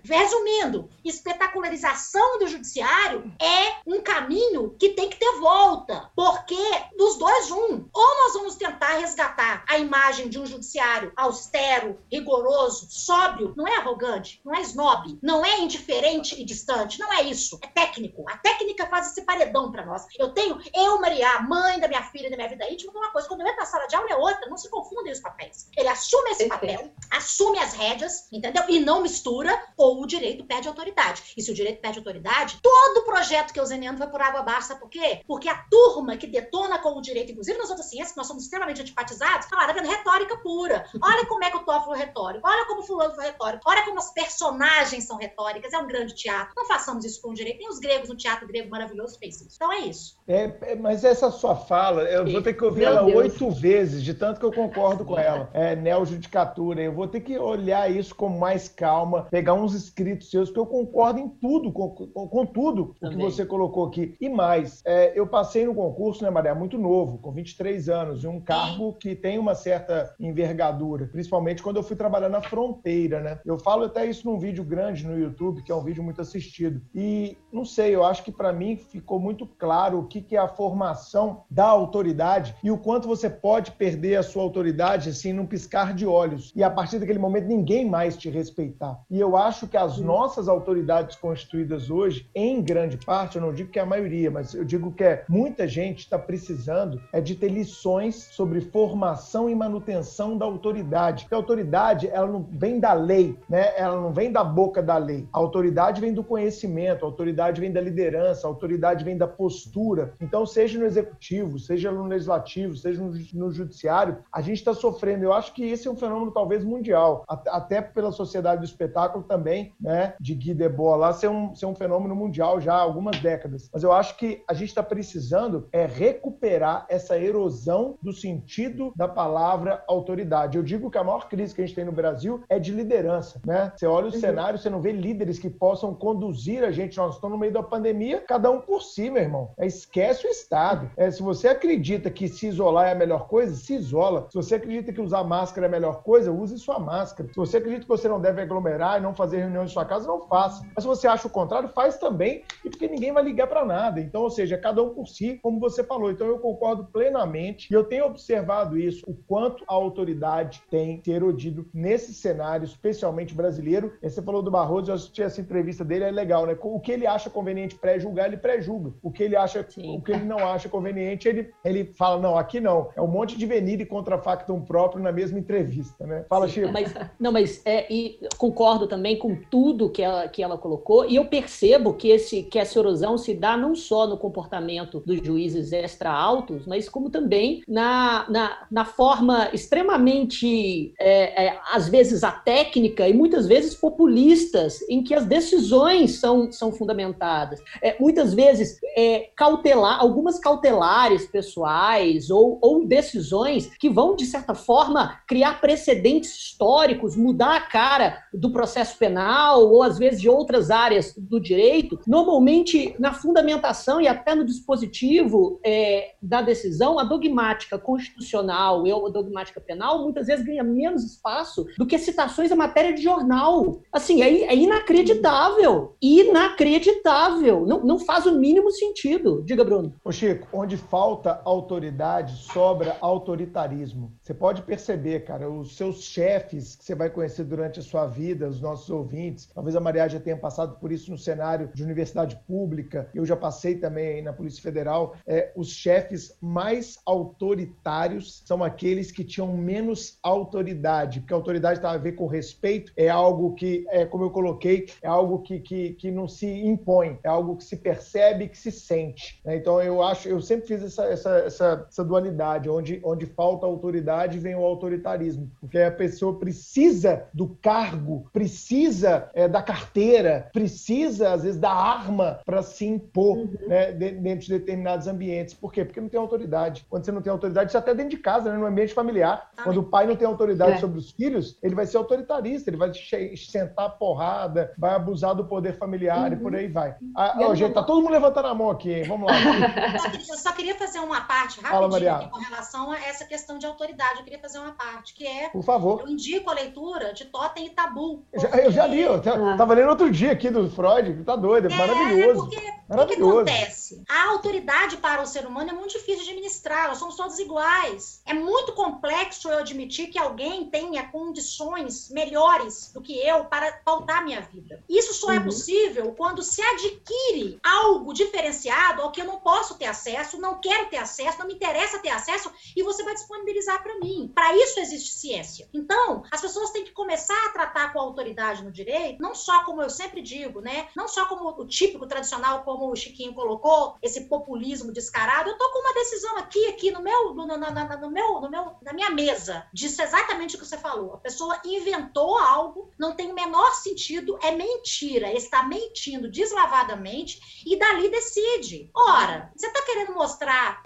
Resumindo, espetacularização do judiciário é um caminho que tem que ter volta, porque dos dois, ou nós vamos tentar resgatar a imagem de um judiciário austero, rigoroso, sóbrio, não é arrogante, não é snob, não é indiferente e distante, não é isso, é técnico. A técnica faz esse paredão pra nós. Eu, Maria, mãe da minha filha, da minha vida íntima, uma coisa, quando eu entro na sala de aula é outra, não se confundem os papéis. Ele assume esse papel, assume as rédeas, entendeu? E não mistura, ou o direito perde autoridade. E se o direito perde autoridade, todo projeto que eu zeneando vai por água abaixo, sabe por quê? Porque a turma que detona com o direito, inclusive nas outras ciências, que nós somos extremamente antipatizados, tá vendo? Retórica pura. Olha como é que o TOEFL é retórico, olha como o fulano foi retórico, olha como as personagens são retóricas, é um grande teatro. Não façamos isso com o direito, nem os gregos no teatro grego maravilhoso fez isso. Então é isso. Mas essa sua fala, eu vou ter que ouvir ela 8 vezes, de tanto que eu concordo com ela. Neojudicatura, eu vou ter que olhar isso com mais calma, pegar uns escritos seus, porque eu concordo em tudo, com tudo o que você colocou aqui. E mais, eu passei no concurso, né, Maria, muito novo, com 23 anos, e um cargo que tem uma certa envergadura, principalmente quando eu fui trabalhar na fronteira, né? Eu falo até isso num vídeo grande no YouTube, que é um vídeo muito assistido. E, não sei, eu acho que para mim ficou muito claro o que é a formação da autoridade e o quanto você pode perder a sua autoridade, assim, num piscar de olhos. E a partir daquele momento, ninguém mais te respeitar. E eu acho que as nossas autoridades constituídas hoje, em grande parte, eu não digo que é a maioria, mas eu digo que muita gente está precisando de ter lições sobre formação e manutenção da autoridade. Porque a autoridade, ela não vem da lei, né? Ela não vem da boca da lei. A autoridade vem do conhecimento, a autoridade vem da liderança, a autoridade vem da postura. Então, seja no executivo, seja no legislativo, seja no judiciário, a gente está sofrendo. Eu acho que esse é um fenômeno talvez mundial, até pela sociedade do espetáculo também, né, de Guy Debord lá, ser um fenômeno mundial já há algumas décadas. Mas eu acho que a gente está precisando recuperar essa erosão do sentido da palavra autoridade. Eu digo que a maior crise que a gente tem no Brasil é de liderança, né? Você olha o cenário, você não vê líderes que possam conduzir a gente. Nós estamos no meio da pandemia, cada um por si, meu irmão. Esquece o Estado. Se você acredita que se isolar é a melhor coisa, se isola. Se você acredita que usar máscara é a melhor coisa, use sua máscara. Se você acredita que você não deve aglomerar e não fazer reuniões em sua casa, não faça. Mas se você acha o contrário, faz também, e porque ninguém vai ligar para nada. Então, ou seja, cada um por si, como você falou. Então, eu concordo plenamente, e eu tenho observado isso, o quanto a autoridade tem se erodido nesse cenário, especialmente brasileiro. Você falou do Barroso, eu assisti essa entrevista dele, é legal, né? O que ele acha conveniente pré-julgar, ele pré-julga. O que ele acha, o que ele não acha conveniente, ele fala, não, aqui não. É um monte de venire e contra-factum próprio na mesma entrevista, né? Fala, Chico. E concordo também com tudo que ela colocou, e eu percebo que essa erosão se dá não só no comportamento dos juízes extra-altos, mas como também na forma extremamente, às vezes, atécnica e muitas vezes populistas, em que as decisões são fundamentadas. Muitas vezes, algumas cautelares pessoais ou decisões que vão, de certa forma, criar precedentes históricos, mudar a cara do processo penal ou, às vezes, de outras áreas do direito. Normalmente, na fundamentação e até no dispositivo da decisão, a dogmática constitucional ou a dogmática penal muitas vezes ganha menos espaço do que citações à matéria de jornal. Assim, é inacreditável. Inacreditável. Não faz o mínimo sentido. Diga, Bruno. Ô, Chico, onde falta autoridade, sobra autoritarismo. Você pode perceber, cara, os seus chefes que você vai conhecer durante a sua vida, os nossos ouvintes, talvez a Maria já tenha passado por isso no cenário de universidade pública, eu já passei também na Polícia Federal, os chefes mais autoritários são aqueles que tinham menos autoridade, porque a autoridade tem a ver com respeito, é algo que, como eu coloquei, é algo que não se impõe, é algo que se percebe, que se sente, né? Então eu sempre fiz essa dualidade, onde falta autoridade vem o autoritarismo, porque a pessoa precisa do cargo, precisa da carteira, precisa, às vezes, da arma para se impor, né, dentro de determinados ambientes. Por quê? Porque não tem autoridade. Quando você não tem autoridade, isso até dentro de casa, né, no ambiente familiar. Quando o pai não tem autoridade sobre os filhos, ele vai ser autoritarista, ele vai sentar a porrada, vai abusar do poder familiar e por aí vai. Gente, tá todo mundo levantando a mão aqui, hein? Vamos lá. Eu só queria fazer uma parte rapidinho com relação a essa questão de autoridade. Eu queria fazer uma parte, que por favor. indico a leitura de Totem e Tabu. Eu já li, eu tava lendo outro dia aqui do Freud, que tá doido, é maravilhoso. Porque o que maravilhoso. acontece? A autoridade para o ser humano é muito difícil de administrar, nós somos todos iguais. É muito complexo eu admitir que alguém tenha condições melhores do que eu para pautar minha vida. Isso só é possível quando se adquire algo diferenciado ao que eu não posso ter acesso, não quero ter acesso, não me interessa ter acesso, e você vai disponibilizar para mim. Para isso existe ciência. Então, as pessoas têm que começar a tratar com a autoridade no direito, não só como eu sempre digo, né? Não só como o típico tradicional, como o Chiquinho colocou, esse populismo descarado. Eu tô com uma decisão aqui na minha mesa. Disse exatamente o que você falou. A pessoa inventou algo, não tem o menor sentido, é mentira, está mentindo deslavadamente e dali decide. Ora, você tá querendo mostrar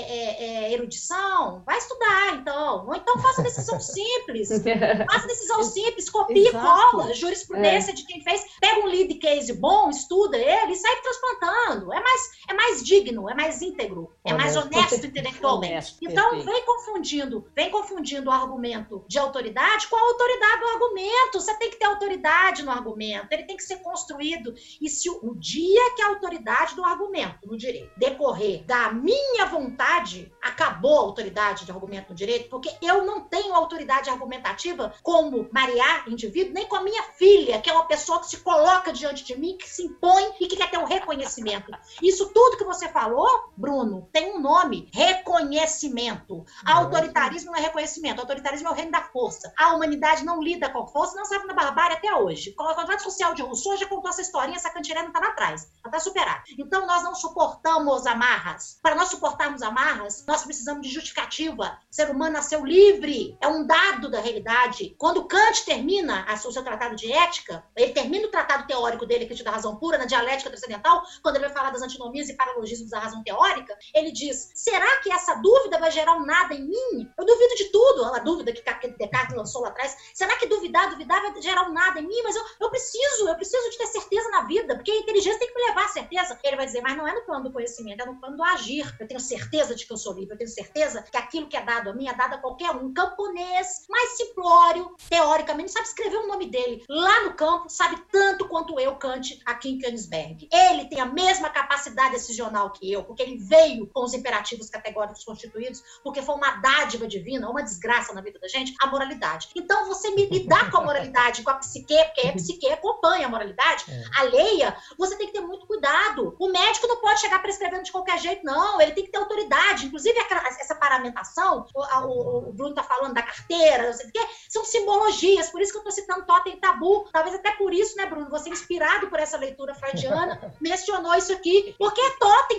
erudição? Vai estudar, então. Ou então faça decisão simples. Faça decisão simples, copia e cola. Jurisprudência de quem fez. Pega um lead case bom, estuda ele e sai transplantando. É mais digno, é mais íntegro, é mais honesto intelectualmente. Então, vem confundindo o argumento de autoridade com a autoridade do argumento. Você tem que ter autoridade no argumento. Ele tem que ser construído. E se o dia que a autoridade do argumento no direito decorrer da minha vontade, acabou a autoridade de argumento no direito, porque eu não tenho autoridade argumentativa como Mariá, indivíduo, nem com a minha filha, que é uma pessoa que se coloca diante de mim, que se impõe e que quer ter um reconhecimento. Isso tudo que você falou, Bruno, tem um nome: reconhecimento. Autoritarismo não é reconhecimento, autoritarismo é o reino da força. A humanidade não lida com a força, não sabe na barbárie até hoje. O contrato social de Rousseau já contou essa historinha, essa cantilena está lá atrás, ela está superada. Então nós não suportamos amarras. Para nós suportarmos amarras, nós precisamos de justificativa. O ser humano nasceu livre, é um dado da realidade. Quando Kant termina o seu tratado de ética, ele termina o tratado teórico dele, que te dá razão pura, na dialética transcendental, quando ele vai falar das antinomias e paralogismos da razão teórica, ele diz: será que essa dúvida vai gerar um nada em mim? Eu duvido de tudo, a dúvida que Descartes lançou lá atrás. Será que duvidar vai gerar um nada em mim? Mas eu preciso de ter certeza na vida, porque a inteligência tem que me levar à certeza. Ele vai dizer: mas não é no plano do conhecimento, é no plano do agir. Eu tenho certeza de que eu sou livre, eu tenho certeza que aquilo que é dado a mim é dado a qualquer um. Camponês, mais simplório, teoricamente, sabe escrever o nome dele lá no campo, sabe tanto quanto eu, Kant, aqui em Königsberg. Ele tem a mesma capacidade decisional que eu, porque ele veio com os imperativos categóricos constituídos, porque foi uma dádiva divina, uma desgraça na vida da gente, a moralidade. Então, você lidar com a moralidade, com a psique, porque a psique acompanha a moralidade alheia, você tem que ter muito cuidado. O médico não pode chegar prescrevendo de qualquer jeito, não. Ele tem que ter autoridade. Inclusive, essa paramentação, o Bruno tá falando da carteira, não sei o quê, são simbologias. Por isso que eu tô citando Totem e Tabu. Talvez até por isso, né, Bruno? Você, inspirado por essa leitura freudiana, mencionou isso aqui. Porque é Totem.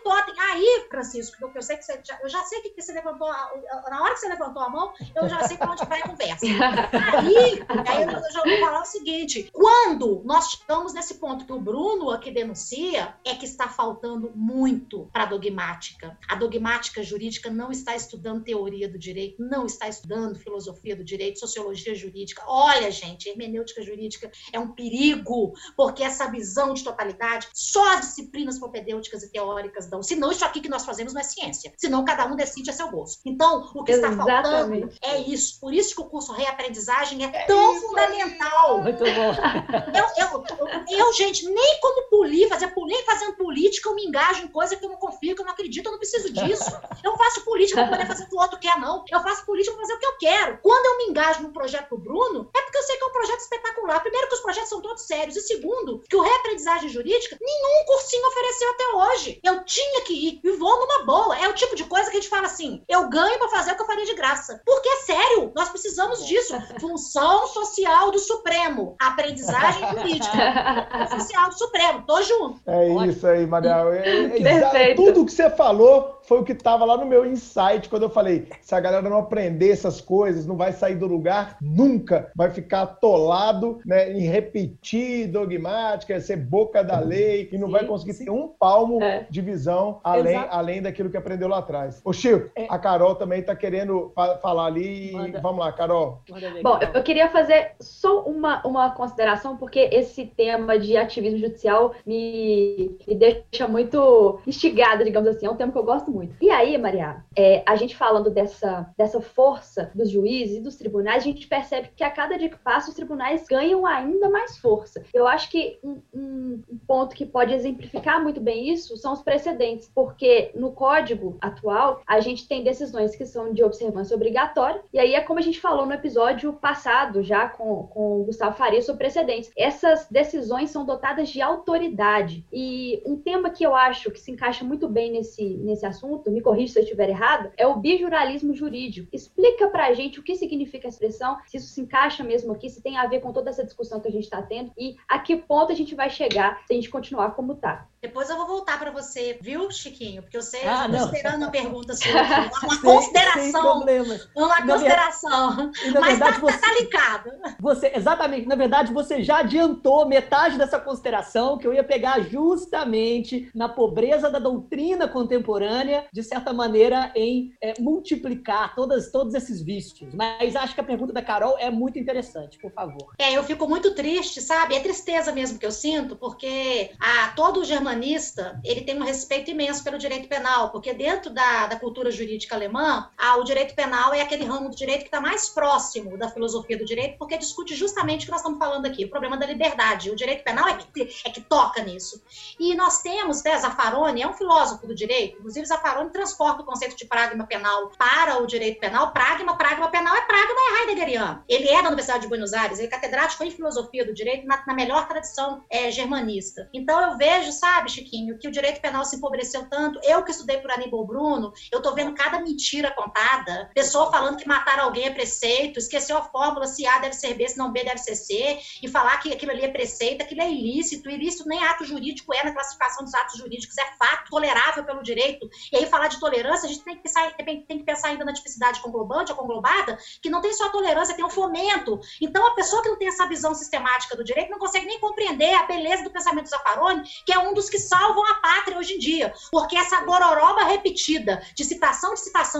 Aí, Francisco, eu sei que eu já sei que você levantou, na hora que você levantou a mão, eu já sei para onde vai a conversa. Aí eu já vou falar o seguinte: quando nós chegamos nesse ponto que o Bruno aqui denuncia, é que está faltando muito para a dogmática. A dogmática jurídica não está estudando teoria do direito, não está estudando filosofia do direito, sociologia jurídica. Olha, gente, hermenêutica jurídica é um perigo, porque essa visão de totalidade só as disciplinas propedêuticas e teóricas dão. Senão isso aqui que nós fazemos não é ciência. Senão cada um decide a seu gosto. Então, o que está faltando é isso. Por isso que o curso Reaprendizagem é tão fundamental. Muito bom. Eu, gente, nem fazendo política, eu me engajo em coisa que eu não confio, que eu não acredito, eu não preciso disso. Eu não faço política para poder fazer o que o outro quer, não. Eu faço política para fazer o que eu quero. Quando eu me engajo num projeto do Bruno, é porque eu sei que é um projeto espetacular. Primeiro, que os projetos são todos sérios. E segundo, que o Reaprendizagem Jurídica, nenhum cursinho ofereceu até hoje. Eu tinha que ir e vou numa boa. É o tipo de coisa que a gente fala assim: eu ganho para fazer o que eu faria de graça. Porque é sério, nós precisamos disso. Função social do Supremo. Aprendizagem jurídica. Social do Supremo. Tô junto. É isso aí, Mariel. Tudo que você falou foi o que estava lá no meu insight, quando eu falei: se a galera não aprender essas coisas, não vai sair do lugar nunca, vai ficar atolado, né, em repetir mentir dogmática, ser boca da lei e não vai conseguir ter um palmo de visão além daquilo que aprendeu lá atrás. Ô, Chico, a Carol também está querendo falar ali. Vamos lá, Carol. Bom, eu queria fazer só uma consideração, porque esse tema de ativismo judicial me deixa muito instigada, digamos assim. É um tema que eu gosto muito. E aí, Maria, a gente falando dessa força dos juízes e dos tribunais, a gente percebe que a cada dia que passa, os tribunais ganham ainda mais força. Eu acho que um ponto que pode exemplificar muito bem isso são os precedentes, porque no Código atual, a gente tem decisões que são de observância obrigatória, e aí é como a gente falou no episódio passado, já com o Gustavo Faria, sobre precedentes. Essas decisões são dotadas de autoridade, e um tema que eu acho que se encaixa muito bem nesse assunto, me corrija se eu estiver errado, é o bijuralismo jurídico. Explica pra gente o que significa a expressão, se isso se encaixa mesmo aqui, se tem a ver com toda essa discussão que a gente está tendo, e a que ponto a gente vai chegar se a gente continuar como tá. Depois eu vou voltar para você, viu, Chiquinho? Porque eu sei, eu estou esperando uma pergunta sua. Uma consideração. Uma consideração. Mas tá ligado. Exatamente. Na verdade, você já adiantou metade dessa consideração que eu ia pegar justamente na pobreza da doutrina contemporânea, de certa maneira, em multiplicar todos esses vícios. Mas acho que a pergunta da Carol é muito interessante, por favor. Eu fico muito triste, sabe? É tristeza mesmo que eu sinto, porque todo germanista, ele tem um respeito imenso pelo direito penal, porque dentro da cultura jurídica alemã, o direito penal é aquele ramo do direito que está mais próximo da filosofia do direito, porque discute justamente o que nós estamos falando aqui, o problema da liberdade. O direito penal é que toca nisso. E nós temos, Zaffaroni é um filósofo do direito, inclusive Zaffaroni transporta o conceito de pragma penal para o direito penal. Pragma penal é pragma heideggeriano. Ele é da Universidade de Buenos Aires, ele é catedrático em filosofia do direito na melhor tradição germanista. Então eu vejo, sabe, Chiquinho, que o direito penal se empobreceu tanto. Eu que estudei por Aníbal Bruno, eu tô vendo cada mentira contada. Pessoa falando que matar alguém é preceito, esqueceu a fórmula se A deve ser B, se não B deve ser C, e falar que aquilo ali é preceito, aquilo é ilícito. Ilícito nem ato jurídico na classificação dos atos jurídicos, é fato tolerável pelo direito. E aí falar de tolerância, a gente tem que pensar ainda na tipicidade conglobante ou conglobada, que não tem só tolerância, tem um fomento. Então a pessoa que não tem essa visão sistemática do direito não consegue nem compreender a beleza do pensamento do Zaffaroni, que é um dos que salvam a pátria hoje em dia, porque essa gororoba repetida de citação,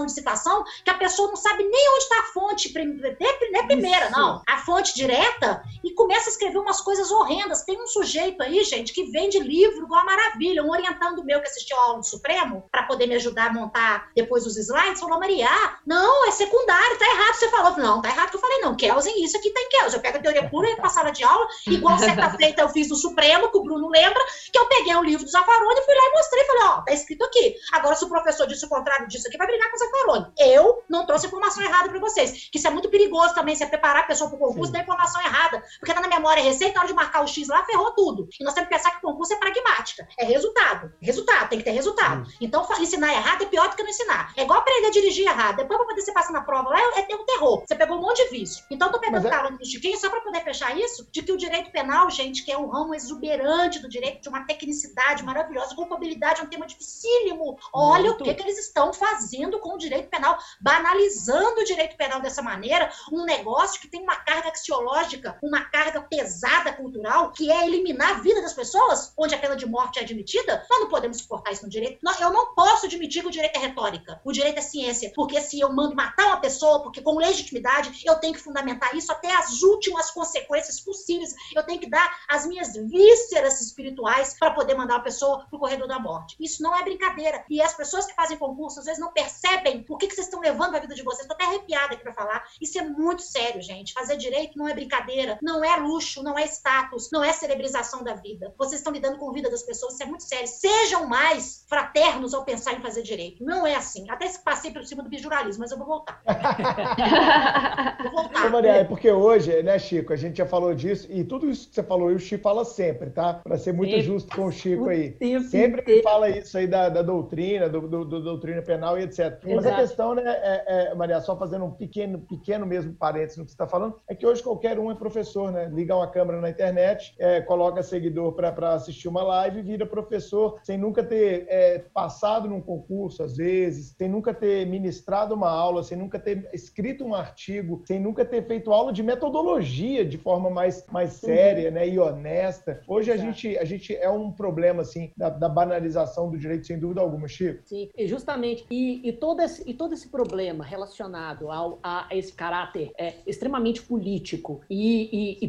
que a pessoa não sabe nem onde está a fonte, não é primeira, não, a fonte direta, e começa a escrever umas coisas horrendas. Tem um sujeito aí, gente, que vende livro igual a maravilha, um orientando meu que assistiu a aula do Supremo, para poder me ajudar a montar depois os slides, falou: Maria, não, é secundário, tá errado, você falou. Não, tá errado que eu falei, não, Kelsen, isso aqui tem Kelsen. Eu pego a teoria pura e entro pra sala de aula, igual certa feita eu fiz do Supremo, que o Bruno lembra, que eu peguei o livro do Zaffaroni, fui lá e mostrei, falei, tá escrito aqui. Agora, se o professor disse o contrário disso aqui, vai brigar com o Zaffaroni. Eu não trouxe informação errada para vocês, que isso é muito perigoso também, você preparar a pessoa para o concurso e dar informação errada, porque tá na memória receita, na hora de marcar o X lá, ferrou tudo. E nós temos que pensar que o concurso é pragmática, é resultado, tem que ter resultado. Então, ensinar errado é pior do que não ensinar. É igual aprender a dirigir errado, depois para poder você passar na prova lá, é ter um terror. Você pegou um monte de vício. Então, tô pegando carona do Chiquinho só para poder fechar isso, de que o direito penal, gente, que é um ramo exuberante do direito, de uma tecnicidade maravilhosa, culpabilidade é um tema dificílimo. Olha o que eles estão fazendo com o direito penal, banalizando o direito penal dessa maneira, um negócio que tem uma carga axiológica, uma carga pesada cultural, que é eliminar a vida das pessoas, onde a pena de morte é admitida. Nós não podemos suportar isso no direito. Eu não posso admitir que o direito é retórica. O direito é ciência, porque se eu mando matar uma pessoa, porque com legitimidade, eu tenho que fundamentar isso até as últimas consequências possíveis, eu tenho que dar as minhas vísceras espirituais para poder mandar uma pessoa pro corredor da morte. Isso não é brincadeira. E as pessoas que fazem concurso, às vezes, não percebem por que vocês estão levando a vida de vocês. Estou até arrepiada aqui para falar. Isso é muito sério, gente. Fazer direito não é brincadeira, não é luxo, não é status, não é celebrização da vida. Vocês estão lidando com a vida das pessoas, isso é muito sério. Sejam mais fraternos ao pensar em fazer direito. Não é assim. Até passei por cima do bijuralismo, mas eu vou voltar. Ô, Maria, é porque hoje, né, Chico, a gente já falou disso, e tudo isso que você falou, e o Chico fala sempre, tá? Para ser muito justo com o Chico aí. Sempre me fala isso aí da doutrina, do doutrina penal e etc. Mas a questão, né, Maria, só fazendo um pequeno mesmo parênteses no que você está falando, é que hoje qualquer um é professor, né? Liga uma câmera na internet, coloca seguidor para assistir uma live e vira professor, sem nunca ter passado num concurso, às vezes, sem nunca ter ministrado uma aula, sem nunca ter escrito um artigo, sem sem nunca ter feito aula de metodologia de forma mais séria, né, e honesta. Hoje a gente é um problema assim da banalização do direito, sem dúvida alguma, Chico. Sim, justamente. E todo esse problema relacionado a esse caráter extremamente político e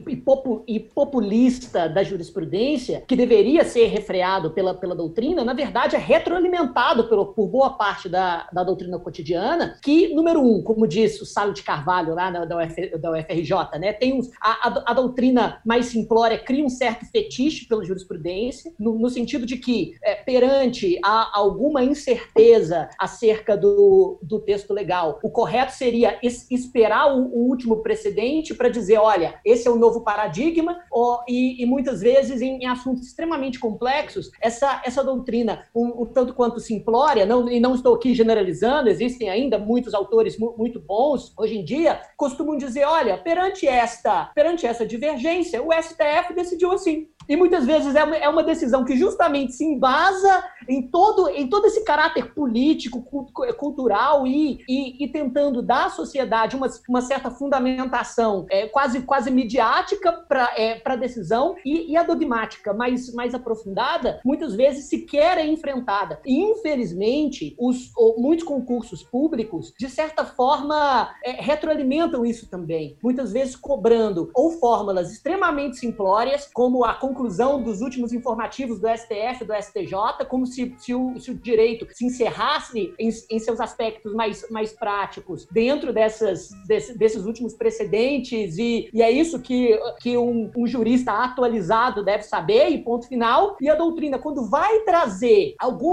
populista da jurisprudência, que deveria ser refreado pela doutrina, na verdade é retroalimentado por boa parte da doutrina cotidiana, que, número um, como disse o Salo de Carvalho lá da UFRJ, né, tem a doutrina mais simplória cria um certo fetiche pela jurisprudência, no sentido de que, perante alguma incerteza acerca do texto legal, o correto seria esperar o último precedente para dizer, olha, esse é o novo paradigma, e muitas vezes em assuntos extremamente complexos, essa doutrina, um tanto quanto simplória, e não estou aqui generalizando, existem ainda muitos autores muito bons hoje em dia, costumam dizer, olha, perante essa divergência, o STF decidiu assim. E muitas vezes é uma decisão que justamente se embasa em todo esse caráter político, cultural e tentando dar à sociedade uma certa fundamentação quase midiática para a decisão, e a dogmática mais aprofundada muitas vezes sequer é enfrentada. E, infelizmente, muitos concursos públicos, de certa forma, retroalimentam isso também, muitas vezes cobrando ou fórmulas extremamente simplórias, como a conclusão dos últimos informativos do STF, do STJ, como se o direito se encerrasse em seus aspectos mais práticos dentro desses últimos precedentes, e é isso que um jurista atualizado deve saber, e ponto final. E a doutrina, quando vai trazer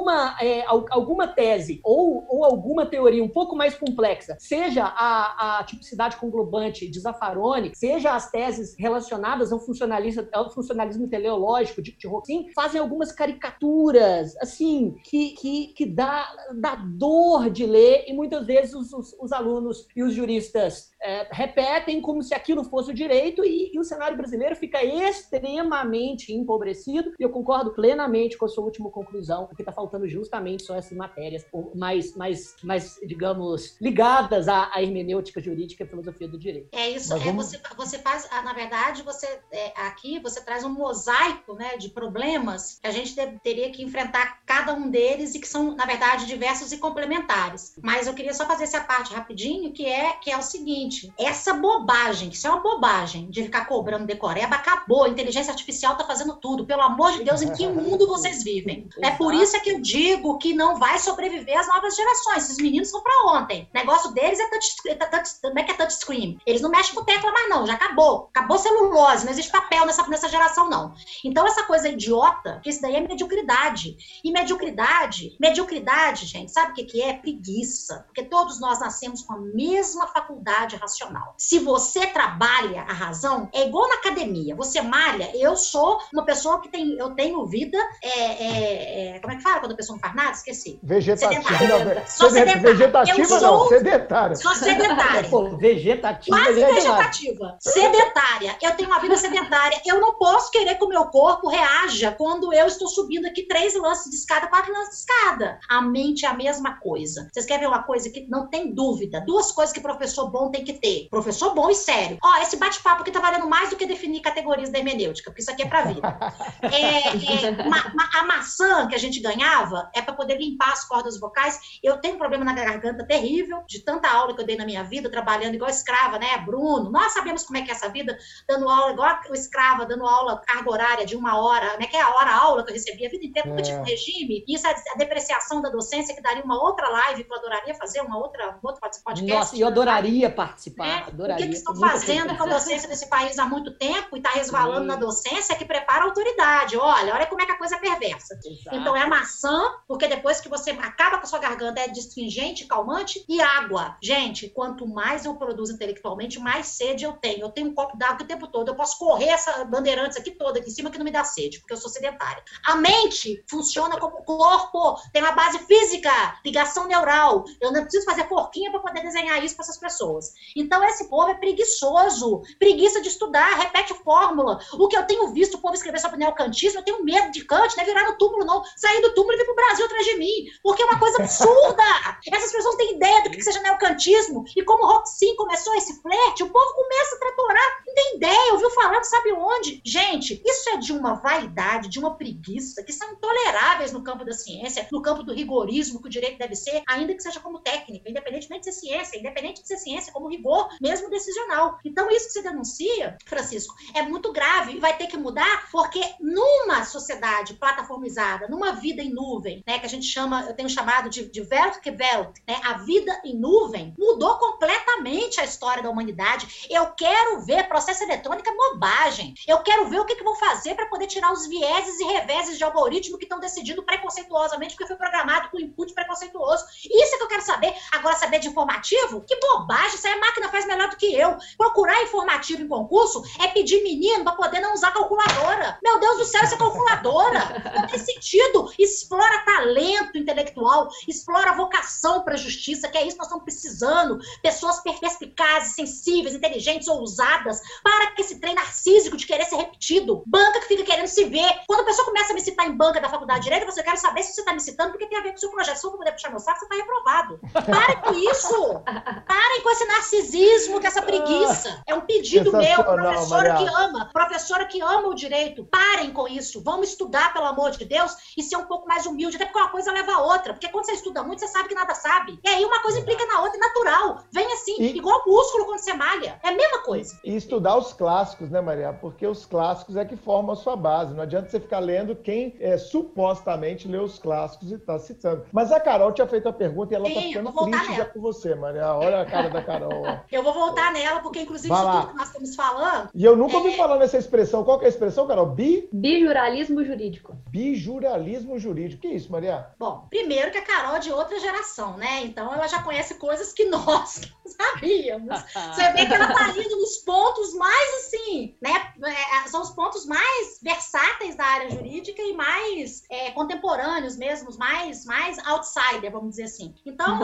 alguma tese ou alguma teoria um pouco mais complexa, seja a tipicidade conglobante de Zaffaroni, seja as teses relacionadas ao funcionalismo teleológico de Rochin, fazem algumas caricaturas, assim, que dá dor de ler, e muitas vezes os alunos e os juristas repetem como se aquilo fosse o direito, e o cenário brasileiro fica extremamente empobrecido, e eu concordo plenamente com a sua última conclusão, porque está faltando justamente só essas matérias mais, digamos, ligadas à hermenêutica jurídica e à filosofia do direito. É isso, você faz, na verdade, aqui você traz um mosaico, né, de problemas que a gente teria que enfrentar cada um deles, e que são, na verdade, diversos e complementares. Mas eu queria só fazer essa parte rapidinho, que é o seguinte: essa bobagem, que isso é uma bobagem, de ficar cobrando decoreba, acabou. A inteligência artificial está fazendo tudo. Pelo amor de Deus, em que mundo vocês vivem? É por isso que eu digo que não vai sobreviver às novas gerações. Esses meninos são para ontem. O negócio deles como é que é touchscreen? Eles não mexem com tecla mais não, já acabou. Acabou celulose, não existe papel nessa geração não. Então essa coisa idiota, que isso daí é mediocridade. E mediocridade, gente, sabe o que é? Preguiça. Porque todos nós nascemos com a mesma faculdade racional. Se você trabalha a razão, é igual na academia. Você malha. Eu sou uma pessoa que eu tenho vida, como é que fala quando a pessoa não faz nada? Esqueci. Vegetativa. Sou sedentária. Vegetativa não, sedentária. Sou sedentária. Vegetativa. Quase vegetativa. Sedentária. Eu tenho uma vida sedentária. Eu não posso querer que o meu corpo reaja quando eu estou subindo aqui 3 lances de escada, 4 lances de escada. A mente é a mesma coisa. Vocês querem ver uma coisa que não tem dúvida? 2 coisas que professor bom tem que ter. Professor bom e sério. Esse bate-papo aqui tá valendo mais do que definir categorias da hermenêutica, porque isso aqui é pra vida. A maçã que a gente ganhava é para poder limpar as cordas vocais. Eu tenho um problema na garganta terrível, de tanta aula que eu dei na minha vida, trabalhando igual escrava, né, Bruno? Nós sabemos como é que é essa vida, dando aula igual escrava, dando aula, carga horária de 1 hora, né, que é a hora-aula que eu recebia a vida inteira, nunca tive um regime. Isso é a depreciação da docência, que daria uma outra live que eu adoraria fazer, um outro podcast. Nossa, eu adoraria participar. Adoraria. O que estão fazendo com a docência desse país há muito tempo e está resvalando na docência, que prepara a autoridade. Olha como é que a coisa é perversa. Exato. Então é a maçã, porque depois que você acaba com a sua garganta, é astringente, calmante, e água. Gente, quanto mais eu produzo intelectualmente, mais sede eu tenho. Eu tenho um copo d'água o tempo todo. Eu posso correr essa Bandeirantes aqui toda toda aqui em cima que não me dá sede, porque eu sou sedentária. A mente funciona como corpo, tem uma base física, ligação neural. Eu não preciso fazer forquinha para poder desenhar isso para essas pessoas. Então esse povo é preguiçoso, preguiça de estudar, repete fórmula. O que eu tenho visto o povo escrever sobre neocantismo, eu tenho medo de Kant, né, virar no túmulo não, sair do túmulo e vir pro Brasil atrás de mim, porque é uma coisa absurda. Essas pessoas têm ideia do que seja neocantismo, e como o Roxin começou esse flerte, o povo começa a tratorar, não tem ideia, ouviu falar, não sabe onde. Gente, isso é de uma vaidade, de uma preguiça, que são intoleráveis no campo da ciência, no campo do rigorismo que o direito deve ser, ainda que seja como técnica, independentemente de ser ciência, independente de ser ciência, como rigor mesmo decisional. Então isso que você denuncia, Francisco, é muito grave e vai ter que mudar, porque numa sociedade plataformizada, numa vida em nuvem, né, que a gente chama, eu tenho chamado de Weltgewelt, né, a vida em nuvem, mudou completamente a história da humanidade. Eu quero ver processo eletrônico é bobagem. Eu quero ver o que vão fazer para poder tirar os vieses e reveses de algoritmo que estão decidindo preconceituosamente porque foi programado com input preconceituoso. Isso é que eu quero saber. Agora, saber de informativo? Que bobagem, isso aí a máquina faz melhor do que eu. Procurar informativo em concurso é pedir menino para poder não usar calculadora. Meu Deus do céu, isso é calculadora. Não tem sentido. Explora talento intelectual, explora vocação para a justiça, que é isso que nós estamos precisando. Pessoas perspicazes, sensíveis, inteligentes, ousadas, para que esse trem narcísico de querer ser repetido. Banca que fica querendo se ver. Quando a pessoa começa a me citar em banca da faculdade de Direito, você quer saber se você está me citando porque tem a ver com o seu projeto. Se eu não puder puxar meu saco, você está reprovado. Parem com isso. Parem com esse narcisismo, com essa preguiça. É um pedido meu, professora que ama o direito. Parem com isso. Vamos estudar, pelo amor de Deus, e ser um pouco mais humilde, até porque uma coisa leva a outra. Porque quando você estuda muito, você sabe que nada sabe. E aí uma coisa implica na outra, é natural. Vem assim, igual músculo quando você malha. É a mesma coisa. E estudar os clássicos, né, Maria? Porque os clássicos é que formam a sua base. Não adianta você ficar lendo quem supostamente lê os clássicos e está citando. Mas a Carol tinha feito a pergunta e ela está ficando triste já com você, Maria. Olha a cara da Carol. Ó. Eu vou voltar nela, porque inclusive isso tudo que nós estamos falando... E eu nunca ouvi falar nessa expressão. Qual que é a expressão, Carol? Bijuralismo jurídico. Bijuralismo jurídico. Que é isso, Maria? Bom, primeiro que a Carol é de outra geração, né? Então ela já conhece coisas que nós não sabíamos. Você vê que ela está indo nos pontos mais assim, né? São os pontos mais versáteis da área jurídica e mais contemporâneos mesmo, mais outsider, vamos dizer assim. Então,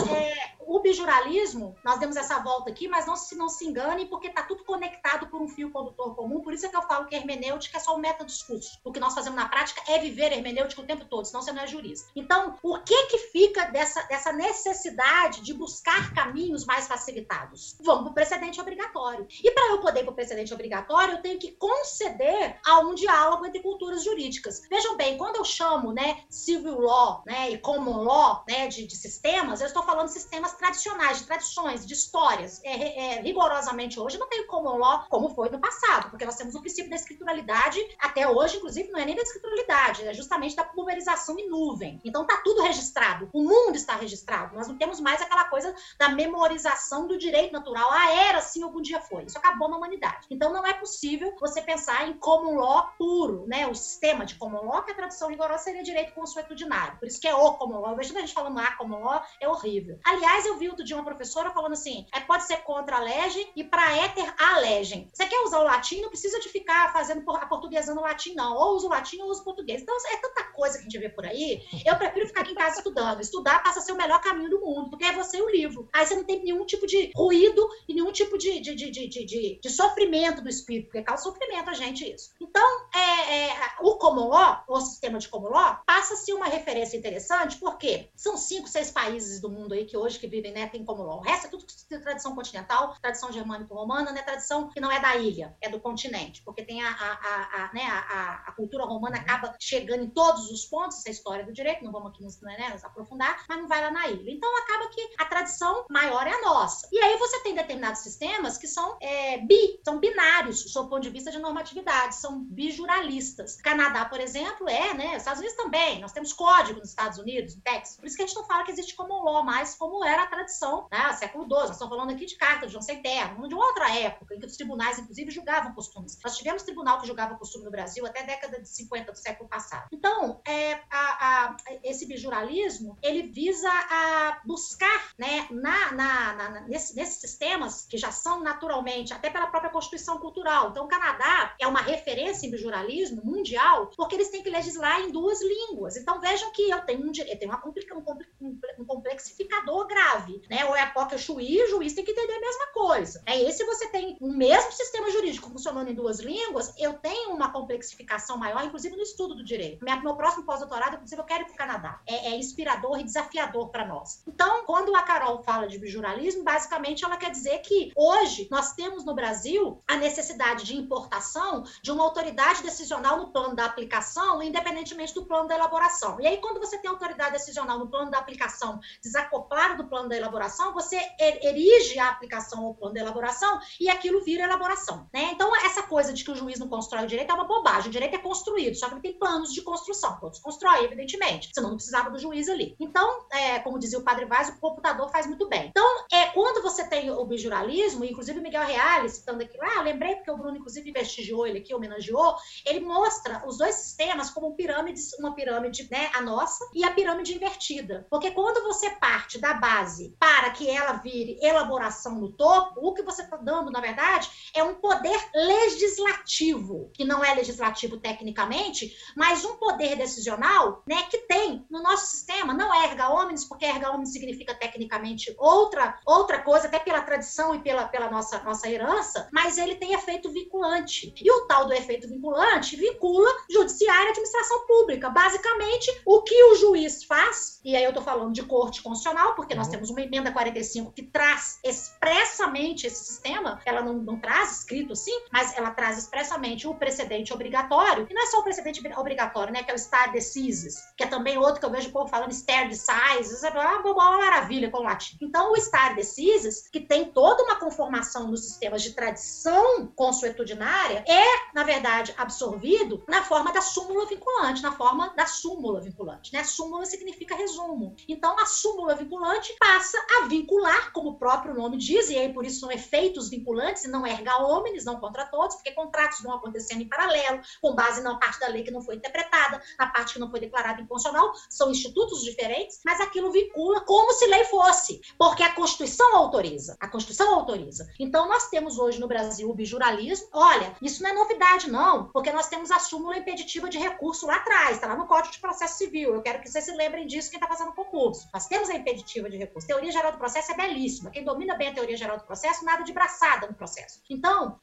o bijuralismo, nós demos essa volta aqui, mas não se engane, porque está tudo conectado por um fio condutor comum. Por isso é que eu falo que hermenêutica é só um metadiscurso. O que nós fazemos na prática é viver hermenêutica o tempo todo, senão você não é jurista. Então, o que fica dessa necessidade de buscar caminhos mais facilitados? Vamos para o precedente obrigatório. E para eu poder ir para o precedente obrigatório, eu tenho que conceder a um diálogo entre culturas jurídicas. Vejam bem, quando eu chamo, né, civil law, né, e common law, né, de sistemas, eu estou falando de sistemas tradicionais, de tradições, de histórias. Rigorosamente hoje não tem common law como foi no passado, porque nós temos o princípio da escrituralidade, até hoje, inclusive, não é nem da escrituralidade, é justamente da pulverização em nuvem. Então tá tudo registrado, o mundo está registrado, nós não temos mais aquela coisa da memorização do direito natural. Era assim, algum dia foi. Isso acabou na humanidade. Então não é possível você pensar em common law puro, né? O sistema de common law, que a tradução rigorosa seria direito consuetudinário. Por isso que é o common law. Eu vejo a gente falando common law, é horrível. Aliás, eu vi outro dia uma professora falando assim, pode ser contra a legem e para éter a legem. Você quer usar o latim, não precisa de ficar fazendo a portuguesando o latim, não. Ou usa o latim ou usa o português. Então é tanta coisa que a gente vê por aí. Eu prefiro ficar aqui em casa estudando. Estudar passa a ser o melhor caminho do mundo, porque é você e o livro. Aí você não tem nenhum tipo de ruído e nenhum tipo de sofrimento do espírito, porque causa sofrimento a gente isso. Então, o common law, o sistema de common law, passa a ser uma referência interessante, porque são 5, 6 países do mundo aí que hoje que vivem, né, tem common law. O resto é tudo tradição continental, tradição germânico-romana, né, tradição que não é da ilha, é do continente, porque tem a cultura romana acaba chegando em todos os pontos, essa história do direito, não vamos aqui nos aprofundar, mas não vai lá na ilha. Então, acaba que a tradição maior é a nossa. E aí você tem determinados sistemas que são são binários, do seu ponto de vista de normatividade, são bijuralistas. Canadá, por exemplo, né? Estados Unidos também. Nós temos código nos Estados Unidos, no Texas. Por isso que a gente não fala que existe common law mais como era era a tradição, né, século XII. Nós estamos falando aqui de carta de João Sem Terra, de outra época, em que os tribunais, inclusive, julgavam costumes. Nós tivemos tribunal que julgava costume no Brasil até a década de 50 do século passado. Então, esse bijuralismo, ele visa buscar, né, nesses sistemas que já são naturalmente, até pela própria Constituição Cultural. Então, o Canadá é uma referência em bijuralismo mundial, porque eles têm que legislar em 2 línguas. Então, vejam que eu tenho um complexificador grave, né? Ou é a poca chuí, o juiz tem que entender a mesma coisa. E se você tem o mesmo sistema jurídico funcionando em 2 línguas, eu tenho uma complexificação maior, inclusive no estudo do direito. Meu próximo pós-doutorado, inclusive, eu quero ir para o Canadá. É inspirador e desafiador para nós. Então, quando a Carol fala de bijuralismo, basicamente ela quer dizer que hoje nós temos no Brasil a necessidade de importação de uma autoridade decisional no plano da aplicação, independentemente do plano da elaboração. E aí, quando você tem autoridade decisional no plano da aplicação desacoplado do plano da elaboração, você erige a aplicação ao plano da elaboração e aquilo vira elaboração, né? Então, essa coisa de que o juiz não constrói o direito é uma bobagem. O direito é construído, só que ele tem planos de construção. Todos constroem, evidentemente, senão não precisava do juiz ali. Então, como dizia o Padre Vaz, o computador faz muito bem. Então, quando você tem o bijuralismo, inclusive o Miguel Reale, citando aqui, lembrei porque o Bruno, inclusive, prestigiou ele aqui, homenageou, ele mostra os 2 sistemas como uma pirâmide, né, a nossa, e a pirâmide invertida. Porque quando você parte da base para que ela vire elaboração no topo, o que você está dando, na verdade, é um poder legislativo, que não é legislativo tecnicamente, mas um poder decisional, né, que tem no nosso sistema, não é erga omnes, porque erga omnes significa tecnicamente outra coisa, até pela tradição e pela nossa herança, mas ele tem efeito vinculante. E o tal do efeito vinculante vincula judiciário e administração pública. Basicamente, o que o juiz faz, e aí eu estou falando de corte constitucional, porque nós temos uma emenda 45 que traz expressamente esse sistema, ela não traz escrito assim, mas ela traz expressamente o precedente obrigatório, e não é só o precedente obrigatório, né, que é o stare decisis, que é também outro que eu vejo o povo falando stare decisis, é uma maravilha com o latim. Então, o stare decisis, que tem toda uma conformação nos sistemas de tradição consuetudinária, na verdade, absorvido na forma da súmula vinculante, né? Súmula significa resumo. Então, a súmula vinculante passa a vincular, como o próprio nome diz, e aí por isso são efeitos vinculantes, e não erga omnes, não contra todos, porque contratos vão acontecendo em paralelo, com base na parte da lei que não foi interpretada, na parte que não foi declarada inconstitucional, são institutos diferentes, mas aquilo vincula como se lei fosse, porque a Constituição autoriza. Então, nós temos hoje no Brasil o bijuralismo. Olha, isso não é novidade, não, porque nós temos a súmula impeditiva de recurso lá atrás, está lá no Código de Processo Civil. Eu quero que vocês se lembrem disso, quem está fazendo concurso. Nós temos a impeditiva de recurso. Teoria geral do processo é belíssima. Quem domina bem a teoria geral do processo, nada de braçada no processo. Então,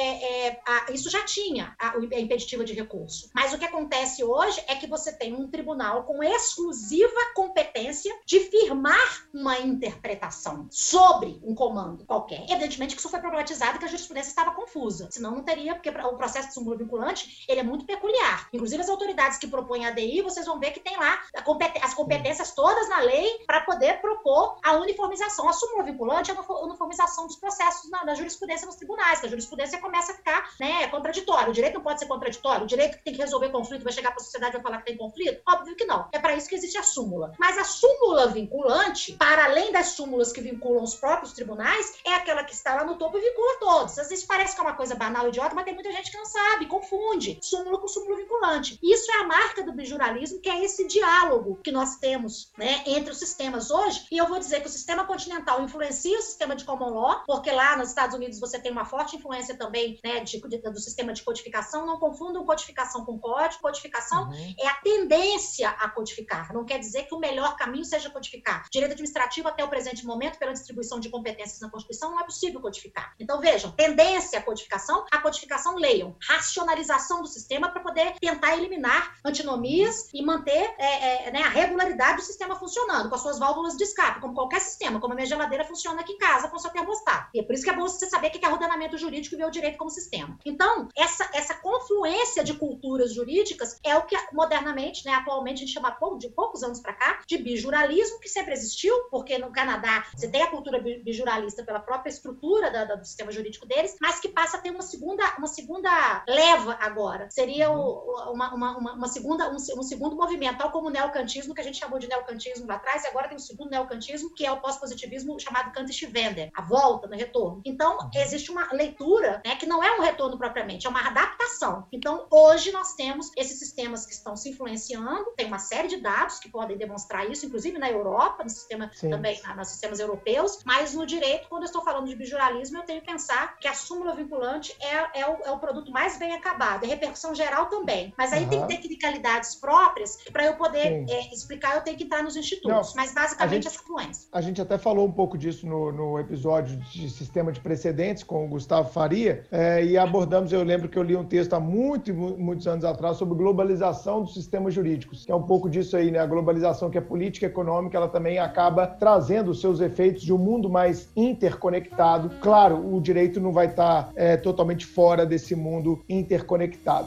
isso já tinha a impeditiva de recurso. Mas o que acontece hoje é que você tem um tribunal com exclusiva competência de firmar uma interpretação sobre um comando qualquer. Evidentemente que isso foi problematizado e que a jurisprudência estava confusa. Senão não teria, porque o processo de súmula vinculante, ele é muito peculiar. Inclusive as autoridades que propõem a ADI, vocês vão ver que tem lá as competências todas na lei para poder propor a uniformização. A súmula vinculante é a uniformização dos processos na jurisprudência nos tribunais, que a jurisprudência começa a ficar, né, contraditória. O direito não pode ser contraditório. O direito que tem que resolver conflito vai chegar para a sociedade e vai falar que tem conflito? Óbvio que não. É para isso que existe a súmula. Mas a súmula vinculante, para além das súmulas que vinculam os próprios tribunais, é aquela que está lá no topo e vincula todos. Às vezes parece que é uma coisa banal, idiota, mas tem muita gente que não sabe, confunde súmula com súmula vinculante. Isso é a marca do bijuralismo, que é esse diálogo que nós temos, né, entre os sistemas hoje. E eu vou dizer que o sistema continental influencia o sistema de common law, porque lá nos Estados Unidos você tem uma forte influência também, né, do sistema de codificação. Não confundam codificação com código. Codificação é a tendência a codificar. Não quer dizer que o melhor caminho seja codificar. Direito administrativo, até o presente momento, pela distribuição de competências na Constituição, não é possível codificar. Então, vejam, tendência à codificação, leiam. Racionalização do sistema para poder tentar eliminar antinomias e manter a regularidade do sistema funcionando, com as suas válvulas de escape, como qualquer sistema, como a minha geladeira funciona aqui em casa com o seu termostato. E é por isso que é bom você saber o que é ordenamento jurídico e ver o direito como sistema. Então, essa confluência de culturas jurídicas é o que modernamente, né, atualmente a gente chama de poucos anos para cá, de bijuralismo, que sempre existiu, porque no Canadá você tem a cultura bijuralista pela própria estrutura do sistema jurídico deles, mas que passa a ter uma segunda leva agora. Seria um segundo movimento, tal como o neocantismo, que a gente chamou de neocantismo lá atrás, e agora tem um segundo neocantismo, que é o pós-positivismo chamado Kant-Wende, a volta, no retorno. Então, existe uma leitura, né, que não é um retorno propriamente, é uma adaptação. Então, hoje nós temos esses sistemas que estão se influenciando, tem uma série de dados que podem demonstrar isso, inclusive na Europa, no sistema também, nos sistemas europeus, mas no direito, quando eu estou falando de bijuralismo, eu tenho que pensar que a súmula vinculante é o produto mais bem acabado, é repercussão geral também. Mas aí tem tecnicalidades próprias, que para eu poder explicar, eu tenho que entrar nos institutos, mas basicamente essa fluência. A gente até falou um pouco disso no episódio de sistema de precedentes com o Gustavo Faria, e abordamos, eu lembro que eu li um texto há muitos anos atrás sobre globalização dos sistemas jurídicos, que é um pouco disso aí, né? A globalização que é política econômica, ela também acaba trazendo os seus efeitos de um mundo mais interconectado. Claro, o direito não vai estar totalmente fora desse mundo interconectado.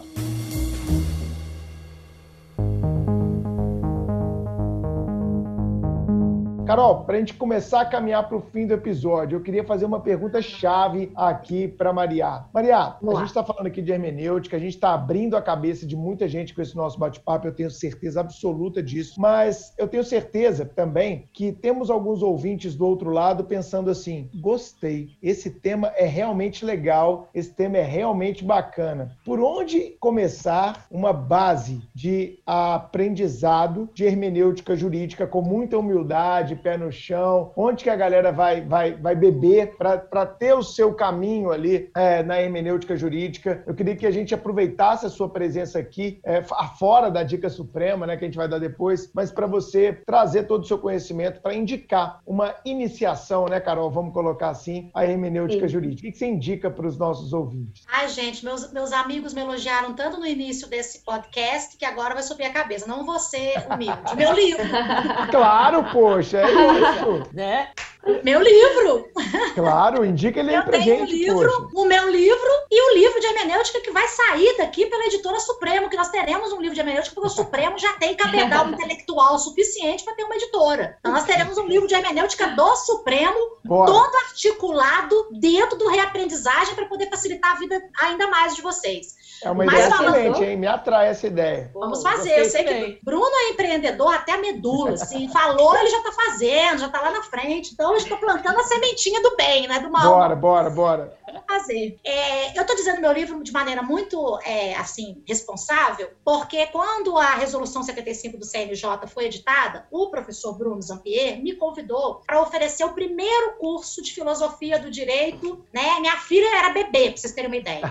Carol, para a gente começar a caminhar para o fim do episódio, eu queria fazer uma pergunta chave aqui para Maria. Maria, a gente está falando aqui de hermenêutica, a gente está abrindo a cabeça de muita gente com esse nosso bate-papo, eu tenho certeza absoluta disso, mas eu tenho certeza também que temos alguns ouvintes do outro lado pensando assim, gostei, esse tema é realmente legal, esse tema é realmente bacana. Por onde começar uma base de aprendizado de hermenêutica jurídica com muita humildade, pé no chão, onde que a galera vai beber para ter o seu caminho ali na hermenêutica jurídica? Eu queria que a gente aproveitasse a sua presença aqui, fora da Dica Suprema, né, que a gente vai dar depois, mas para você trazer todo o seu conhecimento para indicar uma iniciação, né, Carol, vamos colocar assim, a hermenêutica jurídica. O que você indica para os nossos ouvintes? Ai, gente, meus amigos me elogiaram tanto no início desse podcast que agora vai subir a cabeça. Não vou ser humilde. Meu livro. Claro, poxa, é isso. Né? Meu livro! Claro, indica ele aí pra gente, o meu livro e o livro de hermenêutica que vai sair daqui pela Editora Supremo, que nós teremos um livro de hermenêutica porque o Supremo já tem capital intelectual suficiente para ter uma editora. Então nós teremos um livro de hermenêutica do Supremo, todo articulado dentro do reaprendizagem para poder facilitar a vida ainda mais de vocês. É uma ideia excelente, hein? Me atrai essa ideia. Vamos fazer. Eu sei que Bruno é empreendedor até a medula, assim, falou, ele já tá fazendo, já tá lá na frente, então eu estou plantando a sementinha do bem, né, do mal. Bora. Vamos fazer. Eu tô dizendo meu livro de maneira muito, assim, responsável, porque quando a Resolução 75 do CNJ foi editada, o professor Bruno Zampier me convidou para oferecer o primeiro curso de filosofia do direito, né? Minha filha era bebê, para vocês terem uma ideia.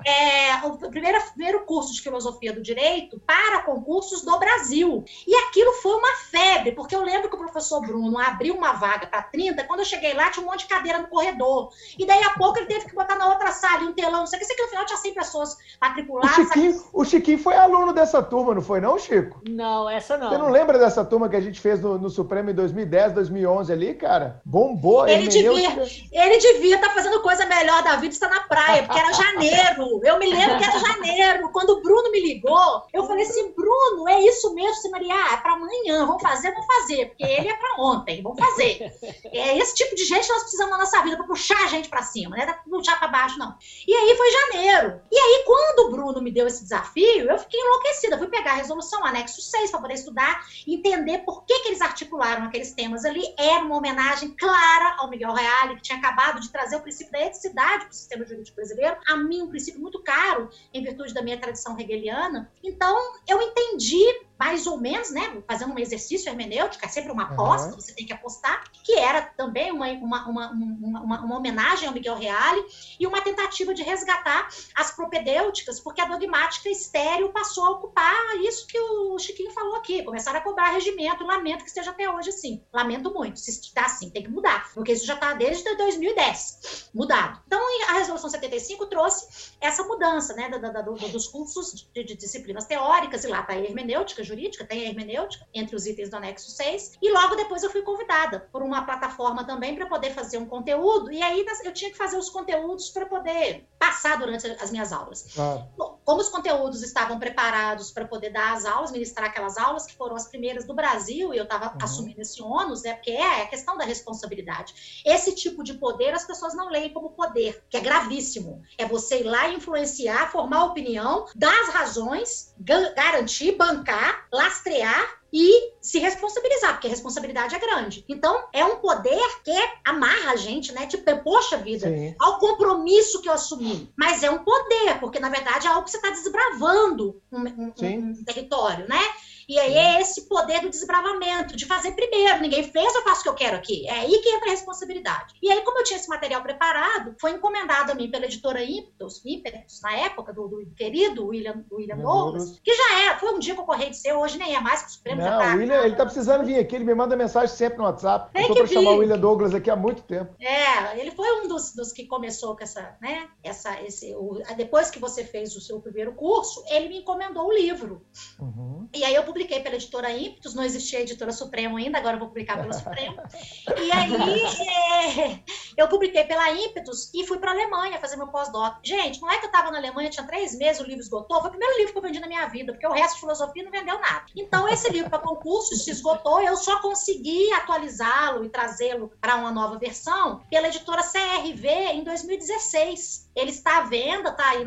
O primeiro curso de filosofia do direito para concursos do Brasil. E aquilo foi uma febre, porque eu lembro que o professor Bruno abriu uma vaga para 30, quando eu cheguei lá tinha um monte de cadeira no corredor. E daí a pouco ele teve que botar na outra sala um telão, não sei o que no final tinha 100 pessoas matriculadas. O Chiquinho foi aluno dessa turma, não foi não, Chico? Não, essa não. Você não lembra dessa turma que a gente fez no Supremo em 2010, 2011 ali, cara? Bombou. Ele devia estar fazendo coisa melhor da vida, estar na praia, porque era janeiro. Eu me lembro que era janeiro, quando o Bruno me ligou, eu falei assim, Bruno, é isso mesmo, Maria, é para amanhã, vamos fazer, porque ele é para ontem, vamos fazer. É esse tipo de gente que nós precisamos na nossa vida, para puxar a gente para cima, né, para puxar para baixo, não. E aí foi janeiro. E aí, quando o Bruno me deu esse desafio, eu fiquei enlouquecida, fui pegar a resolução, anexo 6, para poder estudar, entender por que eles articularam aqueles temas ali. Era uma homenagem clara ao Miguel Reale, que tinha acabado de trazer o princípio da eticidade para o sistema jurídico brasileiro, a mim um princípio muito caro, em virtude da minha tradição hegeliana. Então, eu entendi mais ou menos, né, fazendo um exercício hermenêutico, é sempre uma aposta, você tem que apostar, que era também uma homenagem ao Miguel Reale e uma tentativa de resgatar as propedêuticas, porque que a dogmática estéril passou a ocupar isso que o Chiquinho falou aqui, começaram a cobrar regimento, lamento que esteja até hoje assim, lamento muito, se está assim, tem que mudar, porque isso já está desde 2010, mudado. Então, a Resolução 75 trouxe essa mudança, né, dos cursos de disciplinas teóricas, e lá está a hermenêutica jurídica, tem a hermenêutica, entre os itens do anexo 6, e logo depois eu fui convidada por uma plataforma também para poder fazer um conteúdo, e aí eu tinha que fazer os conteúdos para poder passar durante as minhas aulas. Bom, como os conteúdos estavam preparados para poder dar as aulas, ministrar aquelas aulas que foram as primeiras do Brasil, e eu estava assumindo esse ônus, né, porque é a questão da responsabilidade. Esse tipo de poder as pessoas não leem como poder, que é gravíssimo. É você ir lá influenciar, formar opinião, dar as razões, garantir, bancar, lastrear e se responsabilizar, porque a responsabilidade é grande. Então, é um poder que amarra a gente, né? Tipo, poxa vida, Sim. ao compromisso que eu assumi. Mas é um poder, porque, na verdade, é algo que você está desbravando um território, né? E aí é esse poder do desbravamento, de fazer primeiro. Ninguém fez, eu faço o que eu quero aqui. É aí que entra a responsabilidade. E aí, como eu tinha esse material preparado, foi encomendado a mim pela editora Ímpetus, na época, do querido William Douglas, que já foi um dia que eu corri de ser, hoje nem é mais, que o Supremo já tá... O William, ele tá precisando vir aqui, ele me manda mensagem sempre no WhatsApp. Tem eu tô que pra chamar vir. o William Douglas aqui há muito tempo. Ele foi um dos que começou com essa, né? Depois que você fez o seu primeiro curso, ele me encomendou o livro. E aí eu publiquei pela editora Ímpetus, não existia a editora Supremo ainda, agora eu vou publicar pela Supremo. E aí eu publiquei pela Ímpetus e fui para a Alemanha fazer meu pós-doc. Gente, não é que eu estava na Alemanha, tinha 3 meses, o livro esgotou, foi o primeiro livro que eu vendi na minha vida, porque o resto de filosofia não vendeu nada. Então esse livro para concurso se esgotou, eu só consegui atualizá-lo e trazê-lo para uma nova versão pela editora CRV em 2016. Ele está à venda, está aí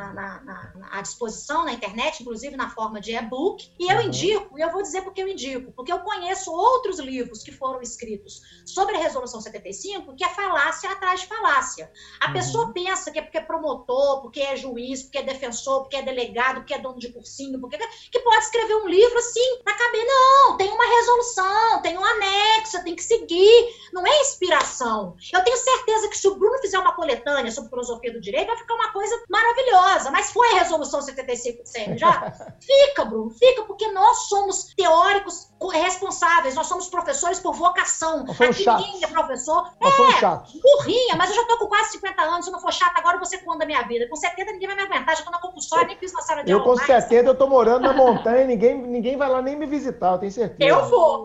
à disposição na internet, inclusive na forma de e-book. E eu indico, e eu vou dizer porque eu indico, porque eu conheço outros livros que foram escritos sobre a Resolução 75, que é falácia atrás de falácia. A pessoa pensa que é porque é promotor, porque é juiz, porque é defensor, porque é delegado, porque é dono de cursinho, que pode escrever um livro assim, pra caber. Não, tem uma resolução, tem um anexo, tem que seguir. Não é inspiração. Eu tenho certeza que se o Bruno fizer uma coletânea sobre filosofia do direito, vai ficar uma coisa maravilhosa. Mas foi a Resolução 75 de sempre já? Fica, Bruno, fica, porque nós somos teóricos responsáveis, nós somos professores por vocação. Aqui ninguém é professor. Nós somos chatos. Burrinha, mas eu já tô com quase 50 anos, se eu não for chata agora, você quando da minha vida. Com 70 ninguém vai me aguentar, já tô na compulsória, nem fiz na sala de aula. Eu com 70, eu tô morando na montanha, ninguém vai lá nem me visitar, eu tenho certeza. Eu vou.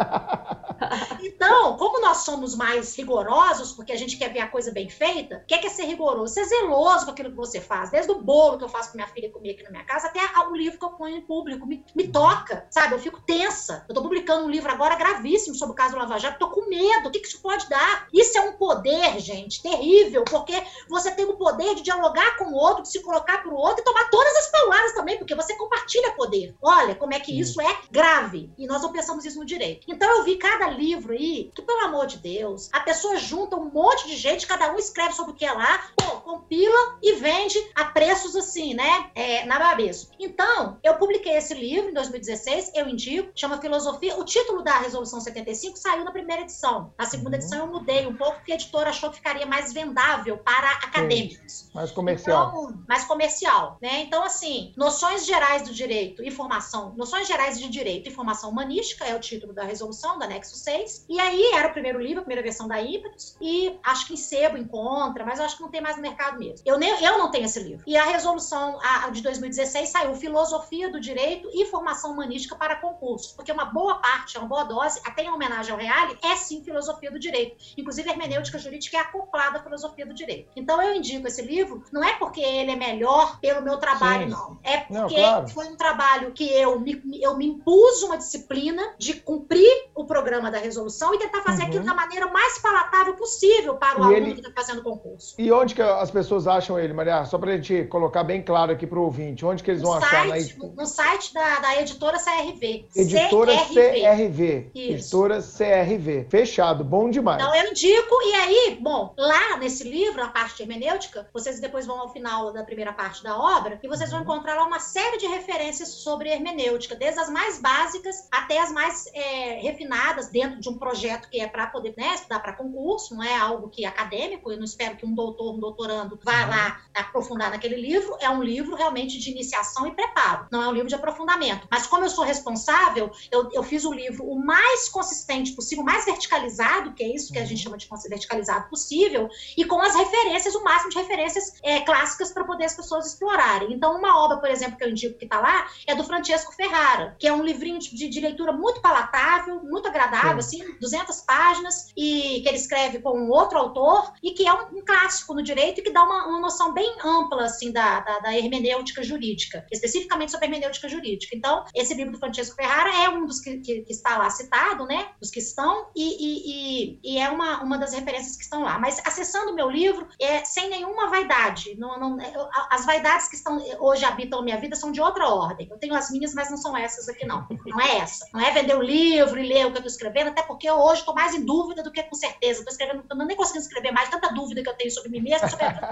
Então, como nós somos mais rigorosos, porque a gente quer ver a coisa bem feita, o que é ser rigoroso? Ser zeloso com aquilo que você faz. Desde o bolo que eu faço com minha filha comer aqui na minha casa, até o livro que eu ponho em público. Me toca, sabe? Eu fico tensa. Eu tô publicando um livro agora gravíssimo sobre o caso do Lava Jato, tô com medo. O que isso pode dar? Isso é um poder, gente, terrível, porque você tem o poder de dialogar com o outro, de se colocar pro outro e tomar todas as pauladas também, porque você compartilha poder. Olha como é que isso é grave. E nós não pensamos isso no direito. Então eu vi cada livro aí, que pelo amor de Deus, a pessoa junta um monte de gente, cada um escreve sobre o que é lá, compila e vende a preços assim, né? Na babesco. Então, eu publiquei esse livro em 2016, eu indico, chama Filosofia. O título da Resolução 75 saiu na primeira edição. Na segunda edição eu mudei um pouco, porque a editora achou que ficaria mais vendável para acadêmicos. Mais comercial. Então, mais comercial, né? Então, assim, noções gerais do direito e formação, noções gerais de direito e formação humanística é o título da resolução, do anexo 6. E aí era o primeiro livro, a primeira versão da Ímpetus, e acho que em sebo encontra, mas eu acho que não tem mais no mercado mesmo. Eu não tenho esse livro. E a resolução de 2016 saiu Filosofia do Direito e Formação Humanística para Concursos, porque uma boa parte, uma boa dose, até em homenagem ao Reale, é sim Filosofia do Direito. Inclusive, a hermenêutica jurídica é acoplada à Filosofia do Direito. Então, eu indico esse livro, não é porque ele é melhor pelo meu trabalho, não. É porque foi um trabalho que eu me impus uma disciplina de cumprir o programa da resolução e tentar fazer aquilo da maneira mais palatável possível para o aluno que está fazendo o concurso. E onde que as pessoas acham ele, Maria? Só para a gente colocar bem claro aqui para o ouvinte, onde que eles vão achar? No site da Editora CRV. Editora CRV. Isso. Editora CRV. Fechado, bom demais. Então eu indico, e aí, bom, lá nesse livro, a parte de hermenêutica, vocês depois vão ao final da primeira parte da obra, e vocês vão encontrar lá uma série de referências sobre hermenêutica, desde as mais básicas até as mais refinadas, dentro de um projeto que é para poder, né, estudar para concurso, não é algo que é acadêmico, eu não espero que um doutorando vá lá aprofundar naquele livro, é um livro realmente de iniciação e preparo, não é um livro de aprofundamento. Mas como eu sou responsável, eu fiz o livro o mais consistente possível, mais verticalizado, que é isso que a gente chama de verticalizado possível, e com as referências, o máximo de referências clássicas para poder as pessoas explorarem. Então, uma obra, por exemplo, que eu indico que está lá, é do Francesco Ferrara, que é um livrinho de leitura muito palatável, muito agradável, assim, 200 páginas, e que ele escreve com um outro autor, e que é um clássico no direito, e que dá uma noção bem ampla, assim, da hermenêutica jurídica, especificamente sobre a hermenêutica jurídica. Então, esse livro do Francesco Ferrara é um dos que está lá citado, né, dos que estão, e é uma das referências que estão lá. Mas, acessando o meu livro, sem nenhuma vaidade. As vaidades que hoje habitam a minha vida são de outra ordem. Eu tenho as minhas, mas não são essas aqui, não. Não é essa. Não é vender o livro e ler o que eu estou escrevendo, até porque eu hoje estou mais em dúvida do que com certeza. Estou escrevendo, eu não nem conseguindo escrever mais, tanta dúvida que eu tenho sobre mim mesma.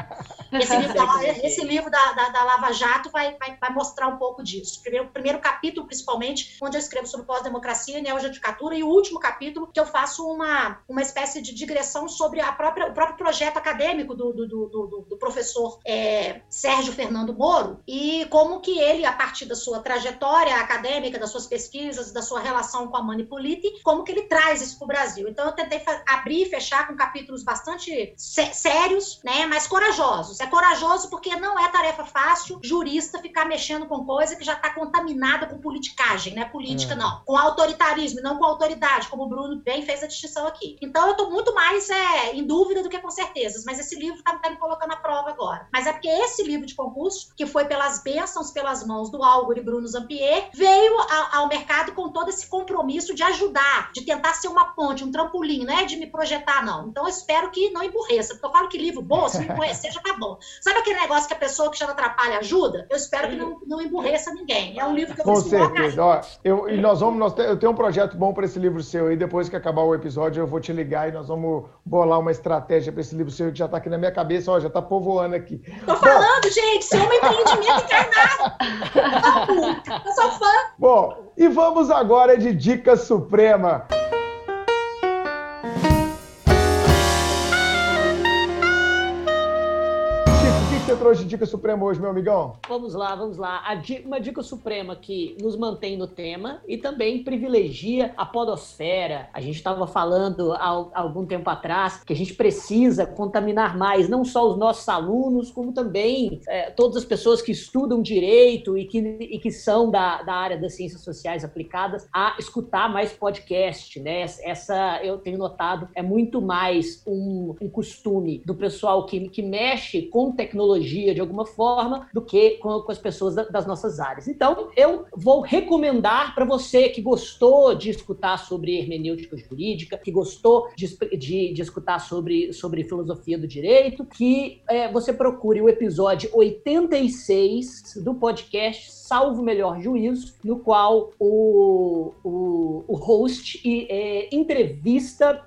Esse livro da Lava Jato vai mostrar um pouco disso. O primeiro capítulo, principalmente, onde eu escrevo sobre pós-democracia e neojadicatura, e o último capítulo, que eu faço uma espécie de digressão sobre o próprio projeto acadêmico do professor Sérgio Fernando Moro, e como que ele, a partir da sua trajetória acadêmica, das suas pesquisas, da sua relação com a Manipoliti, como que ele traz isso para o Brasil. Então, eu tentei abrir e fechar com capítulos bastante sérios, né, mas corajosos. É corajoso porque não é tarefa fácil jurista ficar mexendo com coisa que já está contaminada com politicagem, né? Política não. Com autoritarismo, não com autoridade, como o Bruno bem fez a distinção aqui. Então, eu estou muito mais em dúvida do que com certezas, mas esse livro está me colocando à prova agora. Mas é porque esse livro de concurso, que foi pelas bênçãos, pelas mãos do Álvaro e Bruno Zampier, veio ao mercado com todo esse compromisso de ajudar, de tentar ser uma ponte, um trampolim, não é de me projetar, não. Então, eu espero que não emburreça, porque eu falo que livro bom, se não emburrecer, já tá bom. Sabe aquele negócio que a pessoa que já não atrapalha ajuda? Eu espero que não emburreça ninguém. É um livro que eu com certeza. Ó, eu tenho um projeto bom para esse livro seu aí, depois que acabar o episódio eu vou te ligar e nós vamos bolar uma estratégia para esse livro seu que já tá aqui na minha cabeça, ó, já tá povoando aqui. Tô falando, gente, seu empreendimento encarnado. Eu sou fã. Bom, e vamos agora de Dica Suprema. Você trouxe Dica Suprema hoje, meu amigão? Vamos lá. Uma dica suprema que nos mantém no tema e também privilegia a podosfera. A gente estava falando há algum tempo atrás que a gente precisa contaminar mais, não só os nossos alunos, como também todas as pessoas que estudam direito e que são da área das ciências sociais aplicadas a escutar mais podcast, né? Essa, eu tenho notado, é muito mais um costume do pessoal que mexe com tecnologia de alguma forma do que com as pessoas das nossas áreas. Então, eu vou recomendar para você que gostou de escutar sobre hermenêutica jurídica, que gostou de escutar sobre filosofia do direito, que você procure o episódio 86 do podcast Salvo o Melhor Juízo, no qual o host entrevista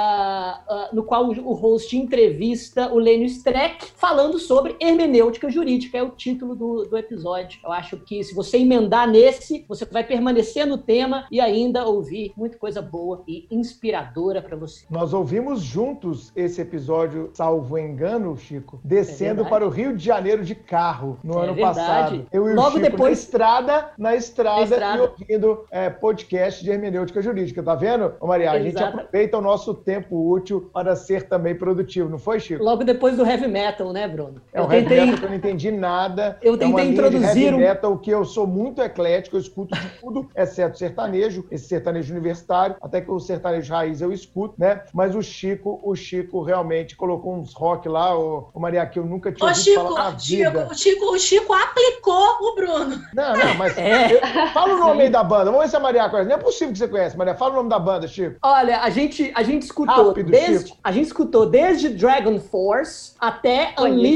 o Lênio Streck falando sobre hermenêutica jurídica, é o título do episódio. Eu acho que se você emendar nesse, você vai permanecer no tema e ainda ouvir muita coisa boa e inspiradora para você. Nós ouvimos juntos esse episódio, salvo engano, Chico, descendo para o Rio de Janeiro de carro no ano passado. Eu e o Chico depois na estrada e ouvindo podcast de hermenêutica jurídica, tá vendo, Maria? A gente aproveita o nosso tempo útil para ser também produtivo, não foi, Chico? Logo depois do heavy metal, né, Bruno? O heavy metal que eu não entendi nada. Eu tentei introduzir heavy metal que eu sou muito eclético, eu escuto de tudo, exceto sertanejo, esse sertanejo universitário, até que o sertanejo raiz eu escuto, né? Mas o Chico realmente colocou uns rock lá, o Maria, que eu nunca tinha ouvido falar na vida. O Chico aplicou o Bruno. Não, mas fala o nome aí da banda. Vamos ver se a Maria conhece. Não é possível que você conhece, Maria. Fala o nome da banda, Chico. Olha, a gente escutou Rápido, desde Dragon Force até Unleash the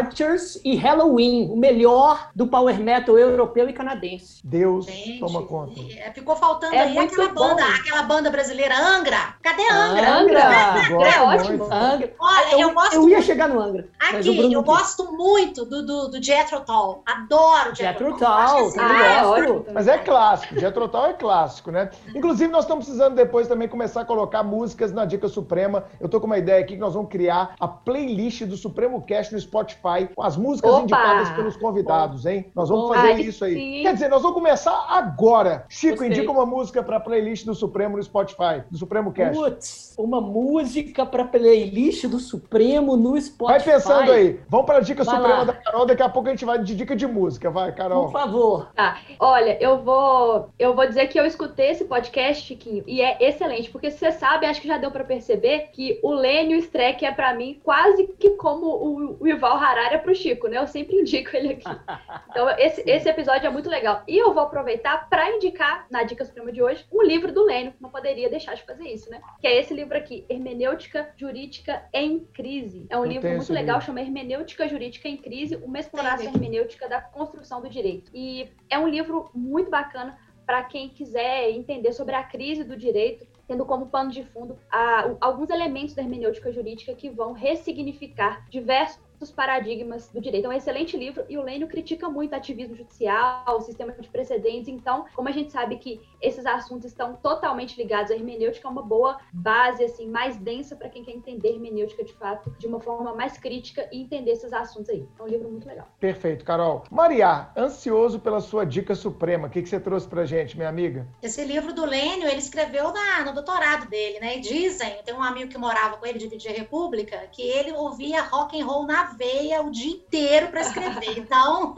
Watchers e Halloween, o melhor do power metal europeu e canadense. Deus Gente, toma conta. Ficou faltando aí aquela banda brasileira, Angra. Cadê Angra? Angra é ótimo. Angra. Olha, eu ia chegar no Angra. Aqui, eu gosto muito do Jethro Tull. Adoro Jethro Tull. É ótimo. Mas é clássico, Jethro Tull é clássico, né? Inclusive, nós estamos precisando depois também começar a colocar músicas na Dica Suprema. Eu tô com uma ideia aqui que nós vamos criar a playlist do Supremo Cast no Spotify com as músicas indicadas pelos convidados, hein? Nós vamos fazer isso aí. Sim. Quer dizer, nós vamos começar agora. Chico, Gostei. indica uma música para a playlist do Supremo no Spotify, do Supremo Cast. Putz, uma música para playlist do Supremo no Spotify. Vai pensando aí. Vamos para a Dica Vai Suprema lá. da Carol. Daqui a pouco a gente vai de dica de música. Vai, Carol. Por favor. Tá. Olha, eu vou dizer que eu escutei esse podcast, Chiquinho, e é excelente, porque você sabe, acho que já deu pra perceber que o Lênio Streck é pra mim quase que como o Yuval Harari é pro Chico, né? Eu sempre indico ele aqui. Então, esse episódio é muito legal. E eu vou aproveitar pra indicar, na Dica Suprema de hoje, um livro do Lênio. Não poderia deixar de fazer isso, né? Que é esse livro aqui, Hermenêutica Jurídica em Crise. É um livro muito legal, chama Hermenêutica Jurídica em Crise, uma exploração hermenêutica da construção do direito. E é um livro muito bacana para quem quiser entender sobre a crise do direito, tendo como pano de fundo alguns elementos da hermenêutica jurídica que vão ressignificar diversos paradigmas do direito. É um excelente livro e o Lênio critica muito ativismo judicial, o sistema de precedentes. Então, como a gente sabe que esses assuntos estão totalmente ligados à hermenêutica, é uma boa base, assim, mais densa para quem quer entender hermenêutica de fato, de uma forma mais crítica e entender esses assuntos aí. É um livro muito legal. Perfeito, Carol. Maria, ansioso pela sua Dica Suprema. O que você trouxe pra gente, minha amiga? Esse livro do Lênio, ele escreveu no doutorado dele, né? E dizem, tem um amigo que morava com ele, dividia a República, que ele ouvia rock and roll na veia o dia inteiro para escrever. Então,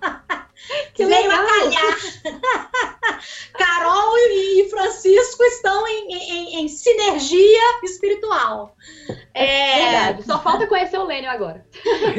que veio legal. a calhar. Carol e Francisco estão em sinergia espiritual. Verdade. Só falta conhecer o Lênio agora.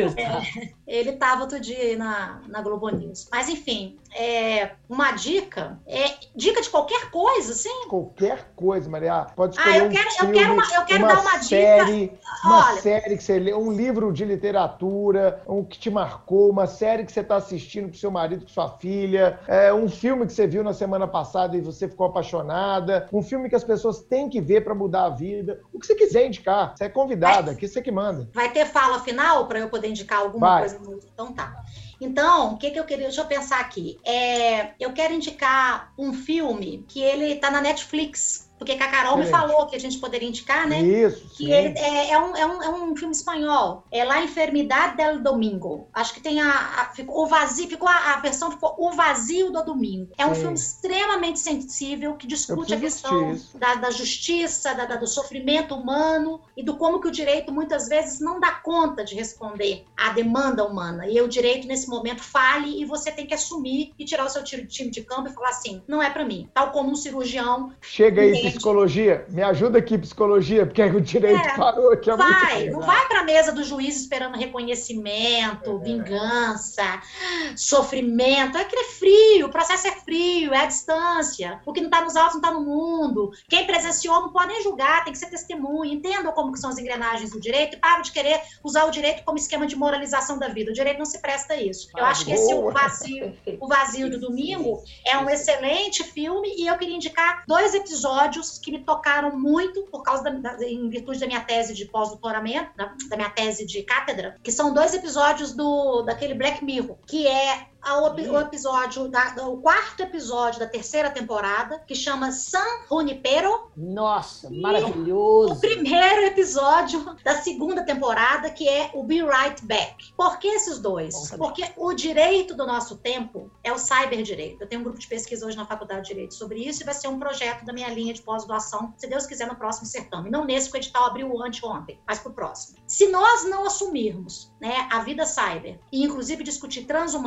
Ele estava outro dia aí na Globo News. Mas, enfim, uma dica. Dica de qualquer coisa, assim? Qualquer coisa, Maria. Pode escolher eu quero dar uma série, dica. Uma Olha, série que você lê, um livro de literatura, um que te marcou, uma série que você está assistindo com seu marido, com sua filha, um filme que você viu na semana passada e você ficou apaixonada, um filme que as pessoas têm que ver para mudar a vida. O que você quiser indicar. Você é convidada, aqui você que manda. Vai ter fala final para eu poder indicar alguma coisa? Então tá. Então, o que eu queria? Deixa eu pensar aqui. Eu quero indicar um filme que ele tá na Netflix. Porque a Carol me falou que a gente poderia indicar, né? Isso, que ele é um filme espanhol. É La Enfermidad del Domingo. Acho que tem ficou o vazio, a versão ficou O Vazio do Domingo. É um filme extremamente sensível que discute a questão da justiça, do sofrimento humano e do como que o direito muitas vezes não dá conta de responder à demanda humana. E o direito nesse momento fale e você tem que assumir e tirar o seu time de campo e falar assim, não é pra mim. Tal como um cirurgião. Chega aí, psicologia, me ajuda aqui, psicologia, porque o direito parou aqui. Não vai pra mesa do juiz esperando reconhecimento, vingança, sofrimento. É que é frio, o processo é frio, é a distância. O que não tá nos autos não tá no mundo. Quem presenciou não pode nem julgar, tem que ser testemunha. Entendam como que são as engrenagens do direito e param de querer usar o direito como esquema de moralização da vida. O direito não se presta a isso. Eu acho que esse O Vazio do Domingo é um excelente filme e eu queria indicar 2 episódios que me tocaram muito por causa em virtude da minha tese de pós-doutoramento, da minha tese de cátedra, que são 2 episódios daquele Black Mirror, que é o episódio, o 4º episódio da 3ª temporada, que chama San Junipero. Nossa, maravilhoso. O primeiro episódio da 2ª temporada, que é o Be Right Back. Por que esses 2? Porque o direito do nosso tempo é o cyberdireito. Eu tenho um grupo de pesquisa hoje na Faculdade de Direito sobre isso e vai ser um projeto da minha linha de pós-doação, se Deus quiser, no próximo certame. Não nesse que o edital abriu anteontem, mas pro próximo. Se nós não assumirmos, né, a vida cyber e inclusive discutir transhumanismo,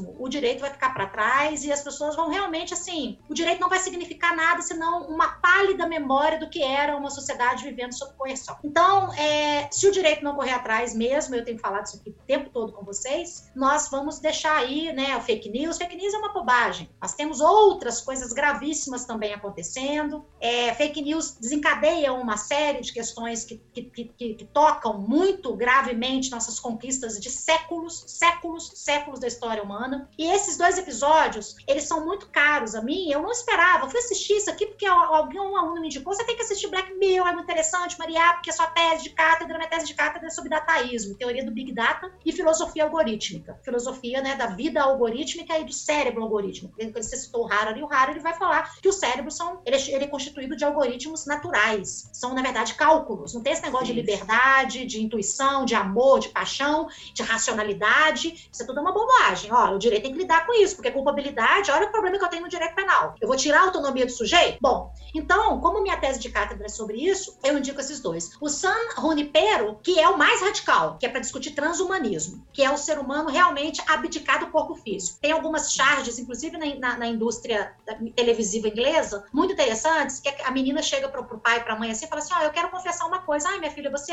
mesmo, o direito vai ficar para trás e as pessoas vão realmente, assim, o direito não vai significar nada senão uma pálida memória do que era uma sociedade vivendo sob coerção. Então, se o direito não correr atrás mesmo, eu tenho falado isso aqui o tempo todo com vocês, nós vamos deixar aí, né, o fake news. Fake news é uma bobagem. Nós temos outras coisas gravíssimas também acontecendo. Fake news desencadeiam uma série de questões que tocam muito gravemente nossas conquistas de séculos da história humana. E esses 2 episódios, eles são muito caros a mim. Eu não esperava. Eu fui assistir isso aqui porque um aluno me indicou. Você tem que assistir Black Mirror, é muito interessante, Maria, porque sua tese de cátedra, minha tese de cátedra é sobre dataísmo, teoria do Big Data e filosofia algorítmica. Filosofia, né, da vida algorítmica e do cérebro algorítmico. Você citou o Harari vai falar que o cérebro ele é constituído de algoritmos naturais. São, na verdade, cálculos. Não tem esse negócio de liberdade, de intuição, de amor, de paixão, de racionalidade. Isso é tudo uma bobagem. O direito tem que lidar com isso, porque culpabilidade, olha o problema que eu tenho no direito penal. Eu vou tirar a autonomia do sujeito? Bom, então, como minha tese de cátedra é sobre isso, eu indico esses 2. O San Junipero, que é o mais radical, que é para discutir transhumanismo, que é o ser humano realmente abdicado do corpo físico. Tem algumas charges, inclusive na indústria televisiva inglesa, muito interessantes, que a menina chega pro pai e pra mãe assim e fala assim, eu quero confessar uma coisa. Ai, minha filha, você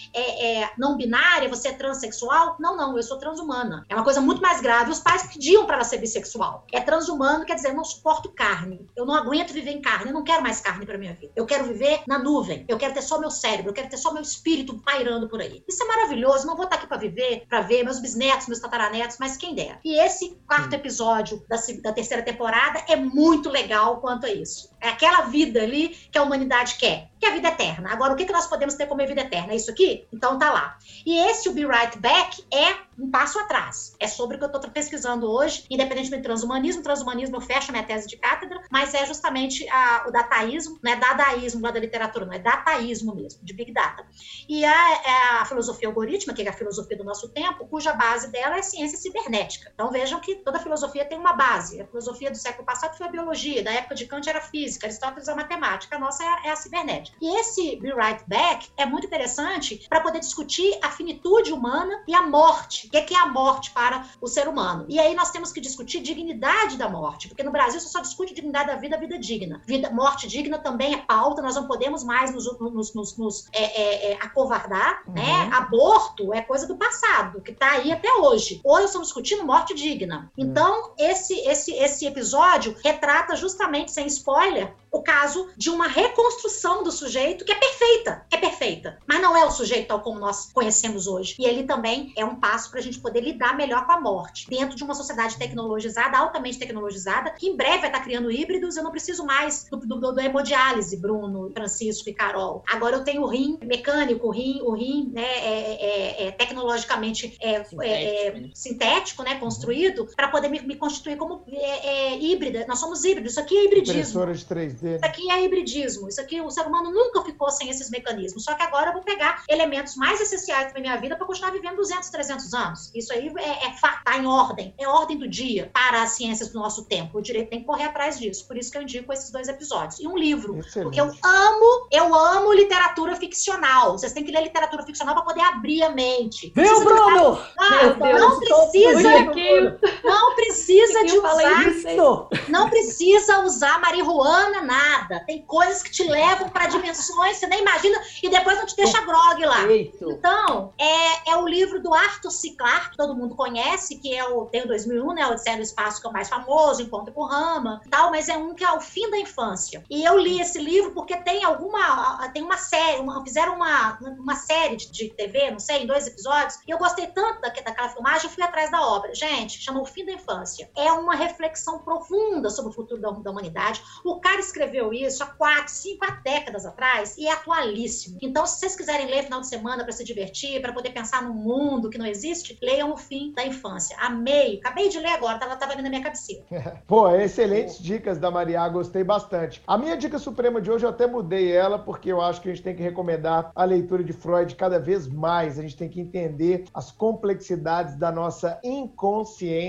é não binária, você é transexual? Não, eu sou transhumana. É uma coisa muito mais grave. Os pais pediam para ela ser bissexual. É transhumano, quer dizer, eu não suporto carne. Eu não aguento viver em carne. Eu não quero mais carne pra minha vida. Eu quero viver na nuvem. Eu quero ter só meu cérebro. Eu quero ter só meu espírito pairando por aí. Isso é maravilhoso. Não vou estar aqui pra viver, pra ver meus bisnetos, meus tataranetos, mas quem dera. E esse 4º episódio da 3ª temporada é muito legal quanto a isso. É aquela vida ali que a humanidade quer, que é a vida eterna. Agora, o que nós podemos ter como vida eterna? É isso aqui? Então tá lá. E esse, o Be Right Back, é um passo atrás. É sobre o que eu estou pesquisando hoje, independente do transhumanismo. Transhumanismo, eu fecho a minha tese de cátedra, mas é justamente o dataísmo, não é dadaísmo lá da literatura, não é dataísmo mesmo, de Big Data. E a filosofia algorítmica, que é a filosofia do nosso tempo, cuja base dela é ciência cibernética. Então vejam que toda filosofia tem uma base. A filosofia do século passado foi a biologia, da época de Kant era a física, Aristóteles a matemática, a nossa é a cibernética. E esse Be Right Back é muito interessante para poder discutir a finitude humana e a morte. O que é a morte para o ser humano? E aí nós temos que discutir dignidade da morte, porque no Brasil você só discute dignidade da vida digna. Morte digna também é pauta, nós não podemos mais nos acovardar, né? Aborto é coisa do passado, que está aí até hoje. Hoje nós estamos discutindo morte digna. Então, esse episódio retrata justamente, sem spoiler, o caso de uma reconstrução do sujeito que é perfeita, mas não é o sujeito tal como nós conhecemos hoje. E ele também é um passo para a gente poder lidar melhor com a morte, dentro de uma sociedade tecnologizada, altamente tecnologizada, que em breve vai estar criando híbridos. Eu não preciso mais do hemodiálise, Bruno, Francisco e Carol. Agora eu tenho o rim mecânico, o rim né, tecnologicamente sintético, né, construído, para poder me constituir como híbrida. Nós somos híbridos, isso aqui é hibridismo. Impressora de 3D. Isso aqui é hibridismo, isso aqui o ser humano nunca ficou sem esses mecanismos, só que agora eu vou pegar elementos mais essenciais para minha vida para continuar vivendo 200, 300 anos. Isso aí tá em ordem, é ordem do dia para as ciências do nosso tempo. O direito tem que correr atrás disso, por isso que eu indico esses 2 episódios. E um livro, excelente. Porque eu amo literatura ficcional. Vocês têm que ler literatura ficcional para poder abrir a mente. Viu, Bruno? Não precisa usar marihuana, nada. Tem coisas que te levam para dimensões, você nem imagina, e depois não te deixa grog lá. Então, é o livro do Arthur C. Clarke, que todo mundo conhece, que tem o 2001, né, Odisseia no Espaço, que é o mais famoso, Encontro com Rama, tal, mas é um que é o fim da infância. E eu li esse livro porque tem uma série, fizeram uma série de TV, não sei, em 2 episódios, e eu gostei tanto daquela filmagem, eu fui atrás da obra. Gente, chama O Fim da Infância. É uma reflexão profunda sobre o futuro da humanidade. O cara escreveu isso há 4, 5 décadas atrás e é atualíssimo. Então, se vocês quiserem ler final de semana para se divertir, para poder pensar num mundo que não existe, leiam O Fim da Infância. Amei. Acabei de ler agora, estava ali na minha cabeceira. Pô, excelentes dicas da Maria, gostei bastante. A minha dica suprema de hoje, eu até mudei ela, porque eu acho que a gente tem que recomendar a leitura de Freud cada vez mais. A gente tem que entender as complexidades da nossa inconsciência. Afinal,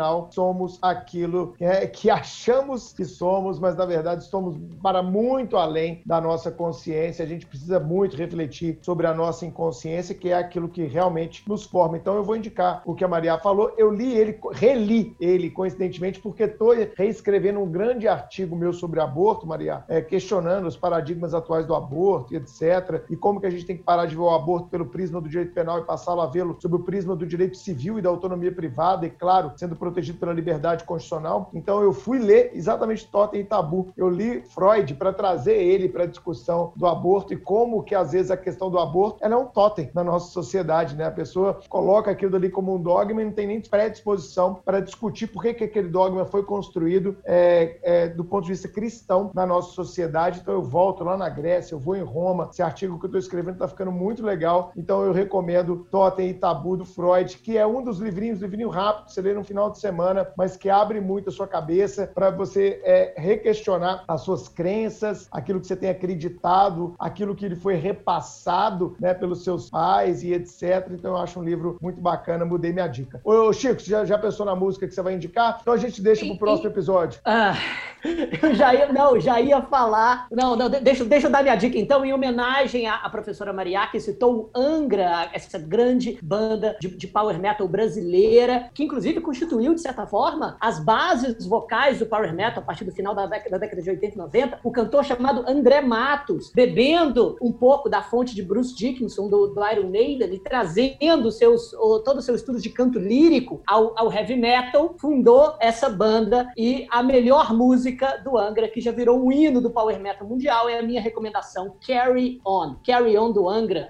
final somos aquilo que achamos que somos, mas na verdade estamos para muito além da nossa consciência. A gente precisa muito refletir sobre a nossa inconsciência, que é aquilo que realmente nos forma. Então eu vou indicar o que a Maria falou. Eu reli ele, coincidentemente, porque estou reescrevendo um grande artigo meu sobre aborto, Maria, questionando os paradigmas atuais do aborto, etc. E como que a gente tem que parar de ver o aborto pelo prisma do direito penal e passá-lo a vê-lo sob o prisma do direito civil e da autonomia privada, e claro, sendo protegido pela liberdade constitucional. Então eu fui ler exatamente Totem e Tabu. Eu li Freud para trazer ele para a discussão do aborto e como que às vezes a questão do aborto ela é um totem na nossa sociedade, né? A pessoa coloca aquilo ali como um dogma e não tem nem predisposição para discutir por que aquele dogma foi construído do ponto de vista cristão na nossa sociedade. Então eu volto lá na Grécia, eu vou em Roma. Esse artigo que eu estou escrevendo está ficando muito legal. Então eu recomendo Totem e Tabu do Freud, que é um dos livrinho rápido, você lê no final de semana, mas que abre muito a sua cabeça para você requestionar as suas crenças, aquilo que você tem acreditado, aquilo que lhe foi repassado, né, pelos seus pais e etc. Então eu acho um livro muito bacana, mudei minha dica. Ô Chico, você já pensou na música que você vai indicar? Então a gente deixa pro próximo episódio. Eu já ia falar. Deixa eu dar minha dica, então, em homenagem à professora Maria, que citou o Angra, essa grande banda de power metal brasileira, que inclusive constituiu, de certa forma, as bases vocais do power metal a partir do final da década de 80 e 90, o cantor chamado André Matos, bebendo um pouco da fonte de Bruce Dickinson, do Iron Maiden, e trazendo todo o seu estudo de canto lírico ao heavy metal, fundou essa banda, e a melhor música do Angra, que já virou um hino do power metal mundial, é a minha recomendação, Carry On do Angra.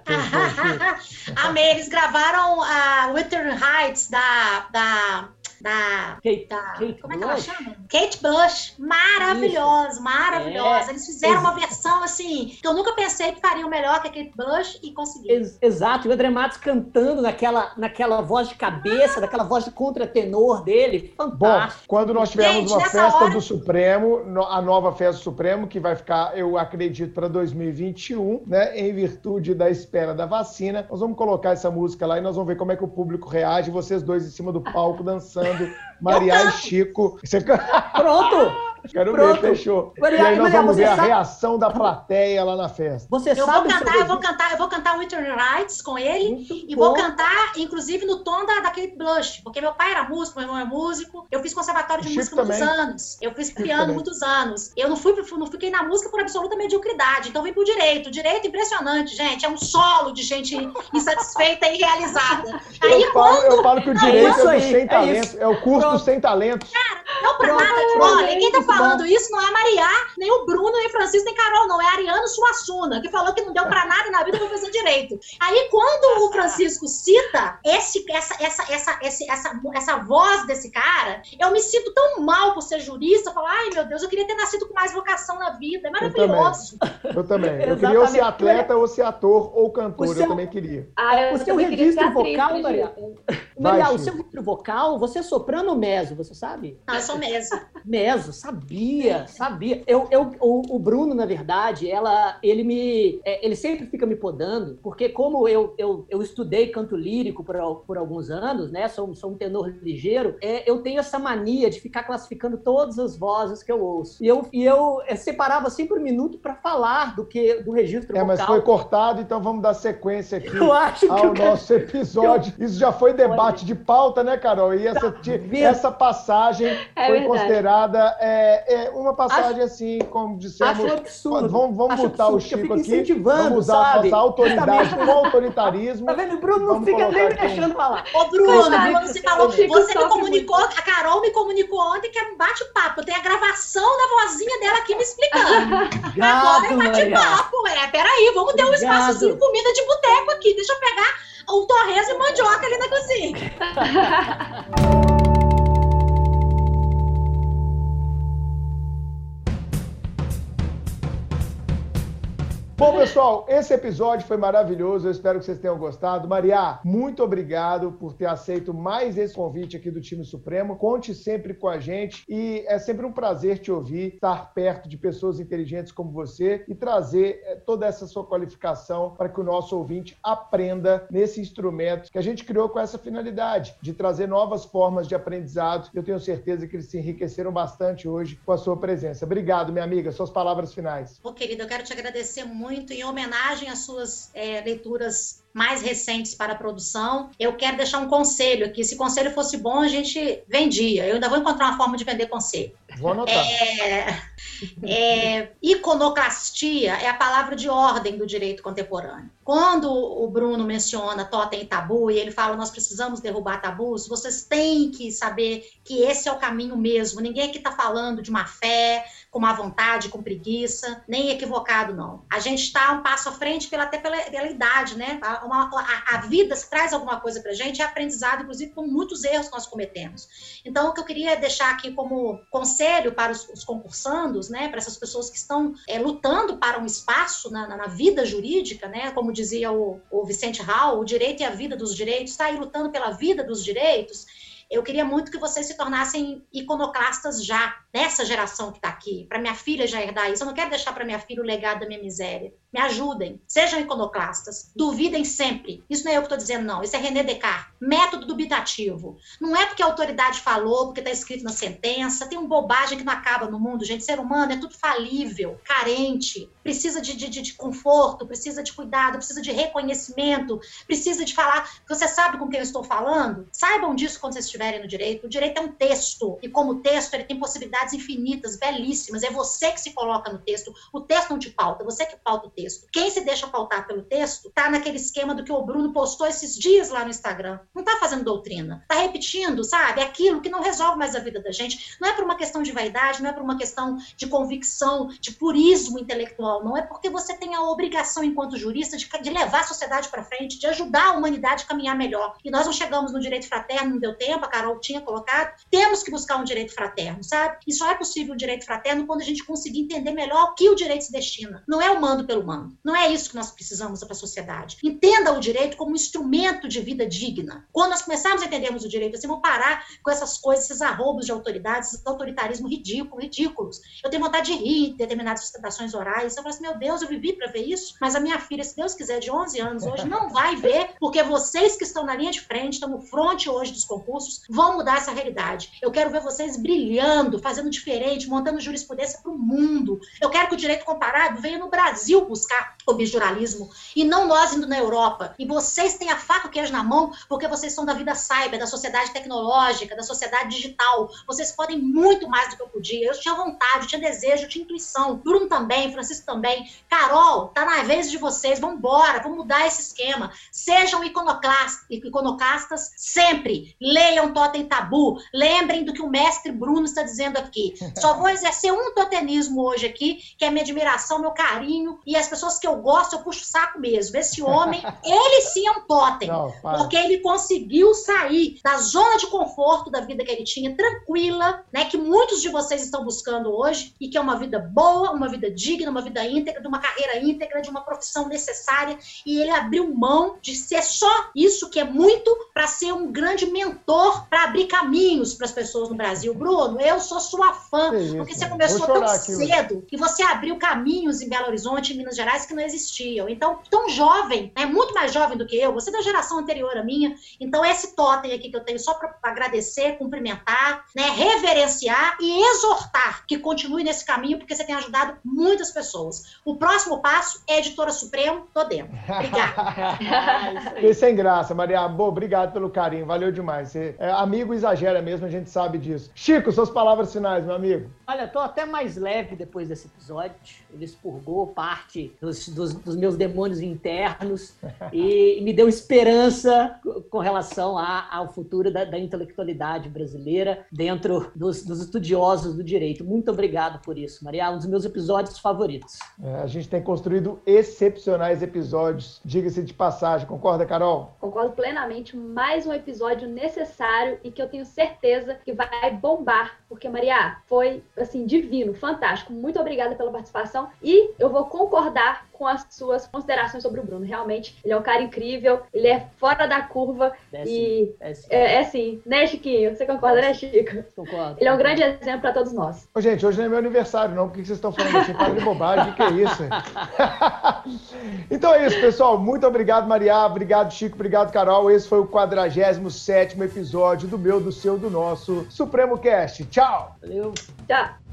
Amei, eles gravaram a Wuthering Heights da como é que ela chama? Kate Bush. Maravilhosa. Eles fizeram uma versão assim, que eu nunca pensei que fariam melhor que a Kate Bush e conseguiram. Exato, e o André Matos cantando naquela voz de cabeça, daquela voz de contratenor dele, fantástico. Bom, quando nós tivermos uma festa do Supremo, a nova festa do Supremo, que vai ficar, eu acredito, para 2021, né, em virtude da espera da vacina, nós vamos colocar essa música lá e nós vamos ver como é que o público reage, vocês dois em cima do palco dançando, Maria e Chico. Pronto! Quero ver, fechou. Maria, e aí nós vamos ver a sabe... reação da plateia lá na festa. Eu vou cantar Wuthering Heights com ele. Muito e bom. Vou cantar, inclusive, no tom da Kate Bush, porque meu pai era músico, meu irmão é músico. Eu fiz conservatório de música muitos anos. Eu fiz piano muitos anos. Eu não fiquei na música por absoluta mediocridade. Então vim pro direito. O direito impressionante, gente. É um solo de gente insatisfeita e realizada. Eu falo que o direito é sem talento. É o curso do sem talento. Cara, não pra nada. Olha, quem tá falando isso não é a Maria, nem o Bruno, nem o Francisco, nem Carol, não. É a Ariano Suassuna, que falou que não deu pra nada e na vida foi fazer direito. Aí, quando o Francisco cita essa voz desse cara, eu me sinto tão mal por ser jurista, eu falo, ai, meu Deus, eu queria ter nascido com mais vocação na vida. É maravilhoso. Eu também. Eu queria ou ser atleta, ou ser ator, ou cantor. Eu também queria. O seu registro vocal, Maria? Maria, o seu registro vocal, você é soprano ou meso, você sabe? Não, eu sou meso. Meso, sabia. O Bruno, na verdade, ele sempre fica me podando, porque como eu estudei canto lírico por alguns anos, né, sou um tenor ligeiro, eu tenho essa mania de ficar classificando todas as vozes que eu ouço. E eu separava sempre um minuto para falar do registro vocal. Mas foi cortado, então vamos dar sequência aqui ao nosso episódio. Isso já foi debate de pauta, né, Carol? E essa passagem foi considerada uma passagem assim, como dissemos. Acho absurdo. Vamos botar o Chico aqui. Vamos usar a nossa autoridade com autoritarismo. Tá vendo? O Bruno não fica nem me deixando falar. Ô, Bruno, quando você falou, você me comunicou, a Carol me comunicou ontem que é um bate-papo. Tem a gravação da vozinha dela aqui me explicando. Agora é bate-papo. Peraí, vamos ter um espaçozinho, comida de boteco aqui. Deixa eu pegar o torresmo e mandioca ali na cozinha. Bom, pessoal, Pessoal, esse episódio foi maravilhoso, eu espero que vocês tenham gostado. Maria, muito obrigado por ter aceito mais esse convite aqui do Time Supremo. Conte sempre com a gente e é sempre um prazer te ouvir, estar perto de pessoas inteligentes como você e trazer toda essa sua qualificação para que o nosso ouvinte aprenda nesse instrumento que a gente criou com essa finalidade, de trazer novas formas de aprendizado. Eu tenho certeza que eles se enriqueceram bastante hoje com a sua presença. Obrigado, minha amiga. Suas palavras finais. Querida, eu quero te agradecer muito em homenagem às suas leituras mais recentes para a produção. Eu quero deixar um conselho aqui. Se conselho fosse bom, a gente vendia. Eu ainda vou encontrar uma forma de vender conselho. Vou anotar. Iconoclastia é a palavra de ordem do direito contemporâneo. Quando o Bruno menciona totem e tabu, e ele fala, nós precisamos derrubar tabus, vocês têm que saber que esse é o caminho mesmo. Ninguém aqui está falando de má fé, com má vontade, com preguiça, nem equivocado, não. A gente está um passo à frente até pela idade, né? A vida traz alguma coisa pra gente, é aprendizado, inclusive, com muitos erros que nós cometemos. Então, o que eu queria deixar aqui como conselho para os concursandos, né? Para essas pessoas que estão lutando para um espaço na vida jurídica, né? Como dizia o Vicente Hall, o direito e a vida dos direitos, está aí lutando pela vida dos direitos. Eu queria muito que vocês se tornassem iconoclastas já, nessa geração que está aqui, para minha filha já herdar isso. Eu não quero deixar para minha filha o legado da minha miséria. Me ajudem, sejam iconoclastas, duvidem sempre. Isso não é eu que estou dizendo, não. Isso é René Descartes, método dubitativo. Não é porque a autoridade falou, porque está escrito na sentença, tem uma bobagem que não acaba no mundo, gente. Ser humano é tudo falível, carente, precisa de conforto, precisa de cuidado, precisa de reconhecimento, precisa de falar. Você sabe com quem eu estou falando? Saibam disso quando vocês estiverem no direito. O direito é um texto, e como texto, ele tem possibilidades infinitas, belíssimas. É você que se coloca no texto. O texto não te pauta, você que pauta o texto. Quem se deixa pautar pelo texto tá naquele esquema do que o Bruno postou esses dias lá no Instagram. Não tá fazendo doutrina, tá repetindo, sabe? Aquilo que não resolve mais a vida da gente. Não é por uma questão de vaidade, não é por uma questão de convicção, de purismo intelectual, não. É porque você tem a obrigação, enquanto jurista, de levar a sociedade para frente, de ajudar a humanidade a caminhar melhor. E nós não chegamos no direito fraterno, não deu tempo, a Carol tinha colocado. Temos que buscar um direito fraterno, sabe? E só é possível o direito fraterno quando a gente conseguir entender melhor o que o direito se destina. Não é o mando pelo mando. Não é isso que nós precisamos para a sociedade. Entenda o direito como um instrumento de vida digna. Quando nós começarmos a entendermos o direito, assim, vamos parar com essas coisas, esses arroubos de autoridades, esses autoritarismos ridículos. Eu tenho vontade de rir de determinadas sustentações orais. Eu falo assim, meu Deus, eu vivi para ver isso, mas a minha filha, se Deus quiser, de 11 anos hoje, não vai ver, porque vocês que estão na linha de frente, estão no fronte hoje dos concursos, vão mudar essa realidade. Eu quero ver vocês brilhando, fazendo diferente, montando jurisprudência para o mundo. Eu quero que o direito comparado venha no Brasil buscar o bijuralismo, e não nós indo na Europa. E vocês têm a faca e o queijo na mão, porque vocês são da vida cyber, da sociedade tecnológica, da sociedade digital. Vocês podem muito mais do que eu podia. Eu tinha vontade, eu tinha desejo, eu tinha intuição. Bruno também, Francisco também. Carol, tá na vez de vocês. Vamos embora, vamos mudar esse esquema. Sejam iconoclastas sempre. Leiam Totem e Tabu. Lembrem do que o mestre Bruno está dizendo aqui. Só vou exercer um totenismo hoje aqui, que é minha admiração, meu carinho, e as pessoas que eu gosto, eu puxo o saco mesmo. Esse homem, ele sim é um totem, porque ele conseguiu sair da zona de conforto da vida que ele tinha, tranquila, né, que muitos de vocês estão buscando hoje, e que é uma vida boa, uma vida digna, uma vida íntegra, de uma carreira íntegra, de uma profissão necessária, e ele abriu mão de ser só isso, que é muito, para ser um grande mentor, para abrir caminhos para as pessoas no Brasil. Bruno, eu sou sua fã, porque você começou tão cedo, e você abriu caminhos em Belo Horizonte, em Minas Gerais, que não existiam. Então, tão jovem, né, muito mais jovem do que eu, você é da geração anterior à minha, então esse totem aqui que eu tenho só para agradecer, cumprimentar, né, reverenciar e exortar que continue nesse caminho, porque você tem ajudado muitas pessoas. O próximo passo é Editora Supremo, tô dentro. Obrigada. Fiquei sem graça, Maria. Bom, obrigado pelo carinho, valeu demais. Você, amigo exagera mesmo, a gente sabe disso. Chico, suas palavras finais, meu amigo. Olha, tô até mais leve depois desse episódio. Ele expurgou parte dos meus demônios internos e me deu esperança com relação ao futuro da intelectualidade brasileira dentro dos estudiosos do direito. Muito obrigado por isso, Maria. Um dos meus episódios favoritos. A gente tem construído excepcionais episódios, diga-se de passagem. Concorda, Carol? Concordo plenamente. Mais um episódio necessário comentário e que eu tenho certeza que vai bombar, porque, Maria, foi, assim, divino, fantástico. Muito obrigada pela participação e eu vou concordar com as suas considerações sobre o Bruno. Realmente, ele é um cara incrível, ele é fora da curva e é sim, né, Chiquinho? Você concorda, né, Chico? Concordo. Ele é um grande exemplo para todos nós. Ô, gente, hoje não é meu aniversário, não. Por que vocês estão falando assim? Para de bobagem, que é isso? Então é isso, pessoal. Muito obrigado, Maria. Obrigado, Chico. Obrigado, Carol. Esse foi o 47º episódio do meu, do seu, do nosso Supremo Cast. Tchau! Valeu! Tchau!